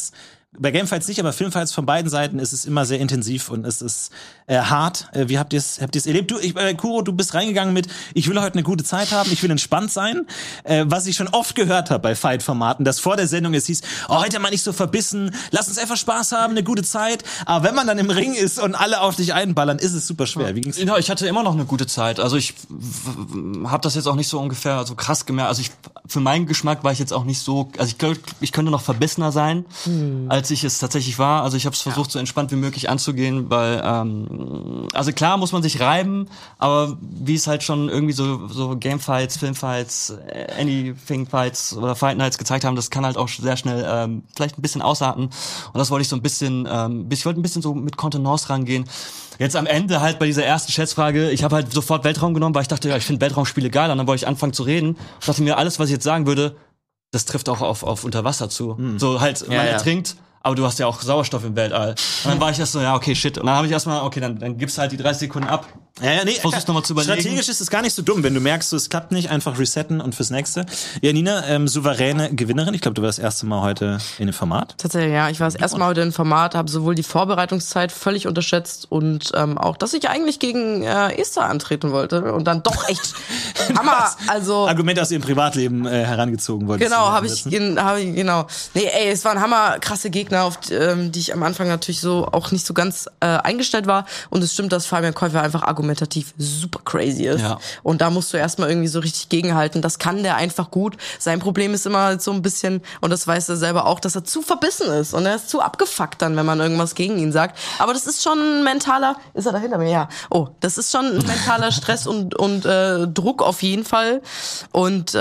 A: bei Gamefights nicht, aber Filmfights von beiden Seiten ist es immer sehr intensiv und es ist hart. Wie habt ihr es erlebt? Kuro, du bist reingegangen mit, ich will heute eine gute Zeit haben, ich will entspannt sein. Was ich schon oft gehört habe bei Fight-Formaten, dass vor der Sendung es hieß, heute mal nicht so verbissen, lass uns einfach Spaß haben, eine gute Zeit. Aber wenn man dann im Ring ist und alle auf dich einballern, ist es super schwer. Wie ging's?
D: Ja, ich hatte immer noch eine gute Zeit. Also ich habe das jetzt auch nicht so ungefähr so krass gemerkt. Also für meinen Geschmack war ich jetzt auch nicht so, also ich glaube, ich könnte noch verbissener sein, als ich es tatsächlich war. Also ich habe es versucht, so entspannt wie möglich anzugehen, weil also klar muss man sich reiben, aber wie es halt schon irgendwie so Gamefights, Filmfights, Anything-Fights oder Fight Nights gezeigt haben, das kann halt auch sehr schnell vielleicht ein bisschen ausarten. Und das wollte ich so ein bisschen, ich wollte ein bisschen so mit Kontenance rangehen. Jetzt am Ende halt bei dieser ersten Schätzfrage, ich habe halt sofort Weltraum genommen, weil ich dachte, ja, ich finde Weltraumspiele geil. Und dann wollte ich anfangen zu reden und dachte mir, alles, was ich jetzt sagen würde, das trifft auch auf Unterwasser zu. So halt, man ertrinkt, aber du hast ja auch Sauerstoff im Weltall. Und dann war ich erst so, ja, okay, shit. Und dann habe ich erstmal, okay, dann gibst halt die 30 Sekunden ab. Versuch's nochmal zu überlegen.
A: Strategisch ist es gar nicht so dumm, wenn du merkst, so, es klappt nicht, einfach resetten und fürs Nächste. Janina, souveräne Gewinnerin. Ich glaube, du warst das erste Mal heute in dem Format.
C: Tatsächlich, ja. Ich war das erste Mal heute im Format, habe sowohl die Vorbereitungszeit völlig unterschätzt und auch, dass ich eigentlich gegen Esther antreten wollte und dann doch echt Hammer, also
A: Argumente aus ihrem Privatleben herangezogen wolltest.
C: Genau, genau. Nee, ey, es waren Hammer krasse Gegner, auf die ich am Anfang natürlich so auch nicht so ganz eingestellt war. Und es stimmt, dass Fabian Käufer einfach argumentativ super crazy ist. Ja. Und da musst du erstmal irgendwie so richtig gegenhalten. Das kann der einfach gut. Sein Problem ist immer so ein bisschen, und das weiß er selber auch, dass er zu verbissen ist. Und er ist zu abgefuckt dann, wenn man irgendwas gegen ihn sagt. Aber das ist schon ein mentaler, ist er da hinter mir? Ja. Oh, das ist schon ein mentaler Stress und Druck auf jeden Fall. Und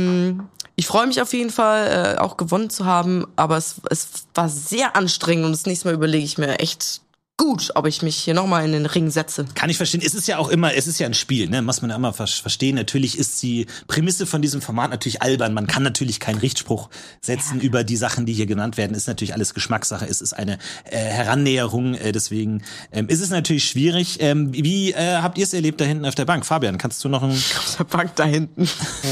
C: ich freue mich auf jeden Fall, auch gewonnen zu haben, aber es war sehr anstrengend und das nächste Mal überlege ich mir echt gut, ob ich mich hier nochmal in den Ring setze.
A: Kann ich verstehen. Es ist ja ein Spiel, ne? Muss man ja immer verstehen. Natürlich ist die Prämisse von diesem Format natürlich albern. Man kann natürlich keinen Richtspruch setzen über die Sachen, die hier genannt werden. Ist natürlich alles Geschmackssache. Es ist eine Herannäherung. Deswegen ist es natürlich schwierig. Wie habt ihr es erlebt da hinten auf der Bank? Fabian, kannst du noch
C: auf der Bank da hinten?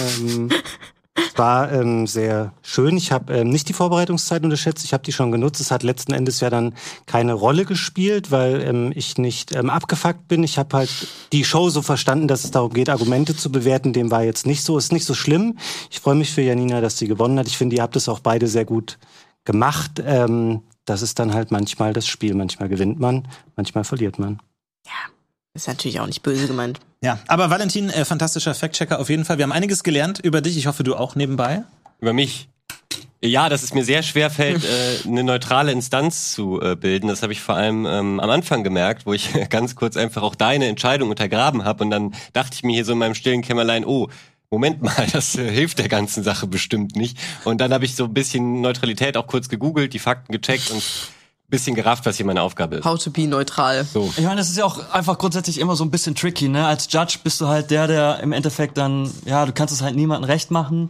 E: Es war sehr schön. Ich habe nicht die Vorbereitungszeit unterschätzt. Ich habe die schon genutzt. Es hat letzten Endes ja dann keine Rolle gespielt, weil ich nicht abgefuckt bin. Ich habe halt die Show so verstanden, dass es darum geht, Argumente zu bewerten. Dem war jetzt nicht so. Ist nicht so schlimm. Ich freue mich für Janina, dass sie gewonnen hat. Ich finde, ihr habt es auch beide sehr gut gemacht. Das ist dann halt manchmal das Spiel. Manchmal gewinnt man, manchmal verliert man.
C: Ja. Ist natürlich auch nicht böse gemeint.
A: Ja, aber Valentin, fantastischer Fact-Checker auf jeden Fall. Wir haben einiges gelernt über dich. Ich hoffe, du auch nebenbei.
F: Über mich? Ja, dass es mir sehr schwer fällt, eine neutrale Instanz zu bilden. Das habe ich vor allem am Anfang gemerkt, wo ich ganz kurz einfach auch deine Entscheidung untergraben habe. Und dann dachte ich mir hier so in meinem stillen Kämmerlein, oh, Moment mal, das hilft der ganzen Sache bestimmt nicht. Und dann habe ich so ein bisschen Neutralität auch kurz gegoogelt, die Fakten gecheckt und bisschen gerafft, was hier meine Aufgabe ist.
C: How to be neutral.
F: So.
D: Ich meine, das ist ja auch einfach grundsätzlich immer so ein bisschen tricky, ne? Als Judge bist du halt der im Endeffekt dann, ja, du kannst es halt niemandem recht machen.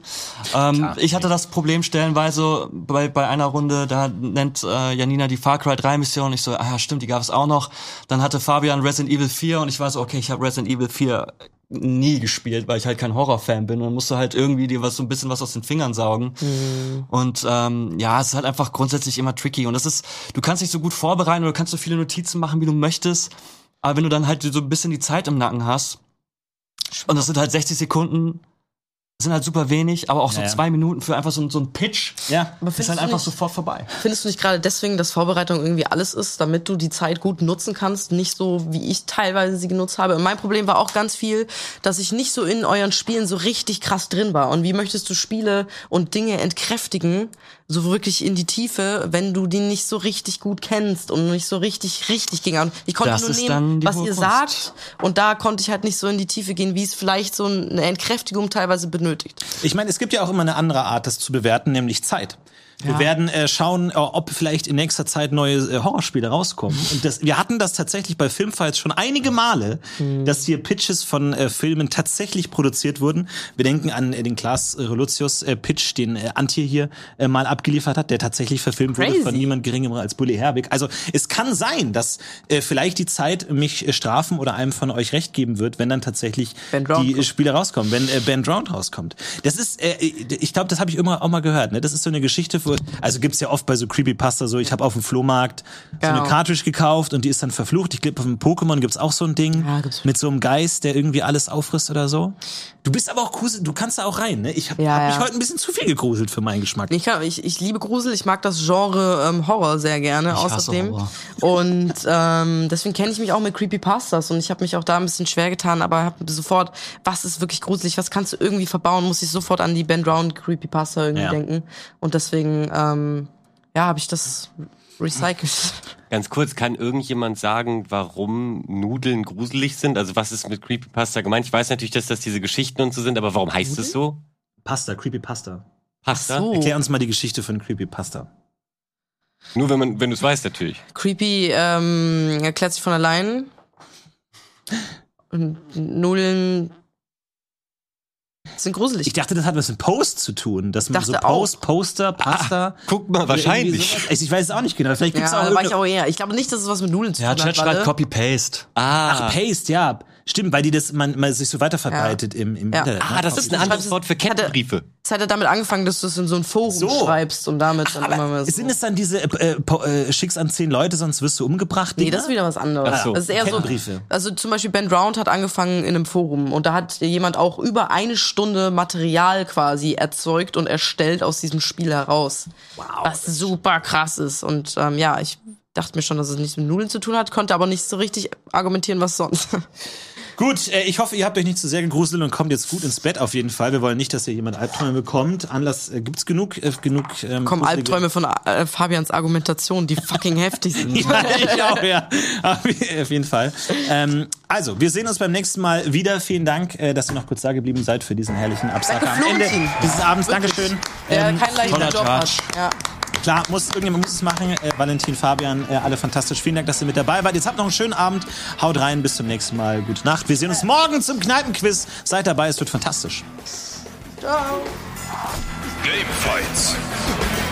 D: Ich hatte das Problem stellenweise bei einer Runde, da nennt Janina die Far Cry 3 Mission. Ich so, stimmt, die gab es auch noch. Dann hatte Fabian Resident Evil 4 und ich war so, okay, ich habe Resident Evil 4 nie gespielt, weil ich halt kein Horrorfan bin und dann musst du halt irgendwie dir so ein bisschen was aus den Fingern saugen. Und es ist halt einfach grundsätzlich immer tricky und das ist, du kannst dich so gut vorbereiten oder du kannst so viele Notizen machen, wie du möchtest, aber wenn du dann halt so ein bisschen die Zeit im Nacken hast und das sind halt 60 Sekunden, sind halt super wenig, aber auch so 2 Minuten für einfach so ein Pitch, aber ist halt einfach sofort vorbei.
C: Findest du nicht gerade deswegen, dass Vorbereitung irgendwie alles ist, damit du die Zeit gut nutzen kannst, nicht so, wie ich teilweise sie genutzt habe? Und mein Problem war auch ganz viel, dass ich nicht so in euren Spielen so richtig krass drin war. Und wie möchtest du Spiele und Dinge entkräftigen, so wirklich in die Tiefe, wenn du die nicht so richtig gut kennst und nicht so richtig ging. Ich konnte nur nehmen, was ihr sagt, und da konnte ich halt nicht so in die Tiefe gehen, wie es vielleicht so eine Entkräftigung teilweise benötigt.
A: Ich meine, es gibt ja auch immer eine andere Art, das zu bewerten, nämlich Zeit. Wir werden schauen, ob vielleicht in nächster Zeit neue Horrorspiele rauskommen. Und wir hatten das tatsächlich bei Filmfights schon einige Male, dass hier Pitches von Filmen tatsächlich produziert wurden. Wir denken an den Klaas Reluzius Pitch, den Antje hier mal abgeliefert hat, der tatsächlich verfilmt wurde von niemand geringerem als Bully Herbig. Also es kann sein, dass vielleicht die Zeit mich strafen oder einem von euch recht geben wird, wenn dann tatsächlich die Spiele rauskommen, wenn Ben Drowned rauskommt. Das ist, ich glaube, das habe ich immer auch mal gehört. Ne? Das ist so eine Geschichte Also gibt's ja oft bei so Creepypasta so, ich habe auf dem Flohmarkt so eine Cartridge gekauft und die ist dann verflucht. Ich glaube, auf dem Pokémon gibt's auch so ein Ding mit so einem Geist, der irgendwie alles auffrisst oder so. Du bist aber auch gruselig, du kannst da auch rein, ne? Ich hab mich heute ein bisschen zu viel gegruselt für meinen Geschmack.
C: Ich liebe Grusel, ich mag das Genre Horror sehr gerne, außerdem. Und deswegen kenne ich mich auch mit Creepypastas und ich habe mich auch da ein bisschen schwer getan, aber habe sofort, was ist wirklich gruselig, was kannst du irgendwie verbauen, muss ich sofort an die Ben Drowned Creepypasta irgendwie denken. Und deswegen, habe ich das recycelt.
F: Ganz kurz, kann irgendjemand sagen, warum Nudeln gruselig sind? Also was ist mit Creepypasta gemeint? Ich weiß natürlich, dass das diese Geschichten und so sind, aber warum heißt es so?
A: Pasta, Creepypasta.
F: Pasta?
C: So.
A: Erklär uns mal die Geschichte von Creepypasta.
F: Nur wenn du es weißt, natürlich.
C: Creepy erklärt sich von allein. Und Nudeln sind gruselig.
A: Ich dachte, das hat was mit Post zu tun, dass man so
C: Dachte
A: Poster, Pasta.
F: Guck mal, wahrscheinlich.
A: Ich weiß es auch nicht genau. Vielleicht gibt's auch
C: da war ich auch eher. Ich glaube nicht, dass es was mit Nudeln zu tun
D: Ja,
C: hat.
D: Chat schreibt Copy-Paste.
A: Ach, Paste, ja. Stimmt, weil die das man sich so weiterverbreitet im Internet.
F: Das ist ein anderes Wort für Kettenbriefe.
C: Es hat ja damit angefangen, dass du es in so ein Forum schreibst und damit dann immer mehr so.
A: Sind es dann diese schick's an 10 Leute, sonst wirst du umgebracht?
C: Nee, das ist wieder was anderes.
F: Ach so.
C: Das ist eher so.
A: Kettenbriefe.
C: Also zum Beispiel Ben Drowned hat angefangen in einem Forum und da hat jemand auch über 1 Stunde Material quasi erzeugt und erstellt aus diesem Spiel heraus. Wow. Was super krass ist. Und ich dachte mir schon, dass es nichts mit Nudeln zu tun hat, konnte aber nicht so richtig argumentieren, was sonst.
A: Gut, ich hoffe, ihr habt euch nicht zu sehr gegruselt und kommt jetzt gut ins Bett auf jeden Fall. Wir wollen nicht, dass hier jemand Albträume bekommt. Anlass gibt's genug.
C: Kommen Albträume von Fabians Argumentation, die fucking heftig sind.
A: Ja, ich auch, ja. Auf jeden Fall. Also, wir sehen uns beim nächsten Mal wieder. Vielen Dank, dass ihr noch kurz da geblieben seid für diesen herrlichen Absacker am Ende dieses Abends. Dankeschön.
C: Kein leichter Job hat. Ja.
A: Klar, irgendjemand muss es machen. Valentin, Fabian, alle fantastisch. Vielen Dank, dass ihr mit dabei wart. Jetzt habt noch einen schönen Abend. Haut rein, bis zum nächsten Mal. Gute Nacht. Wir sehen uns morgen zum Kneipenquiz. Seid dabei, es wird fantastisch.
C: Ciao.
B: Gamefights.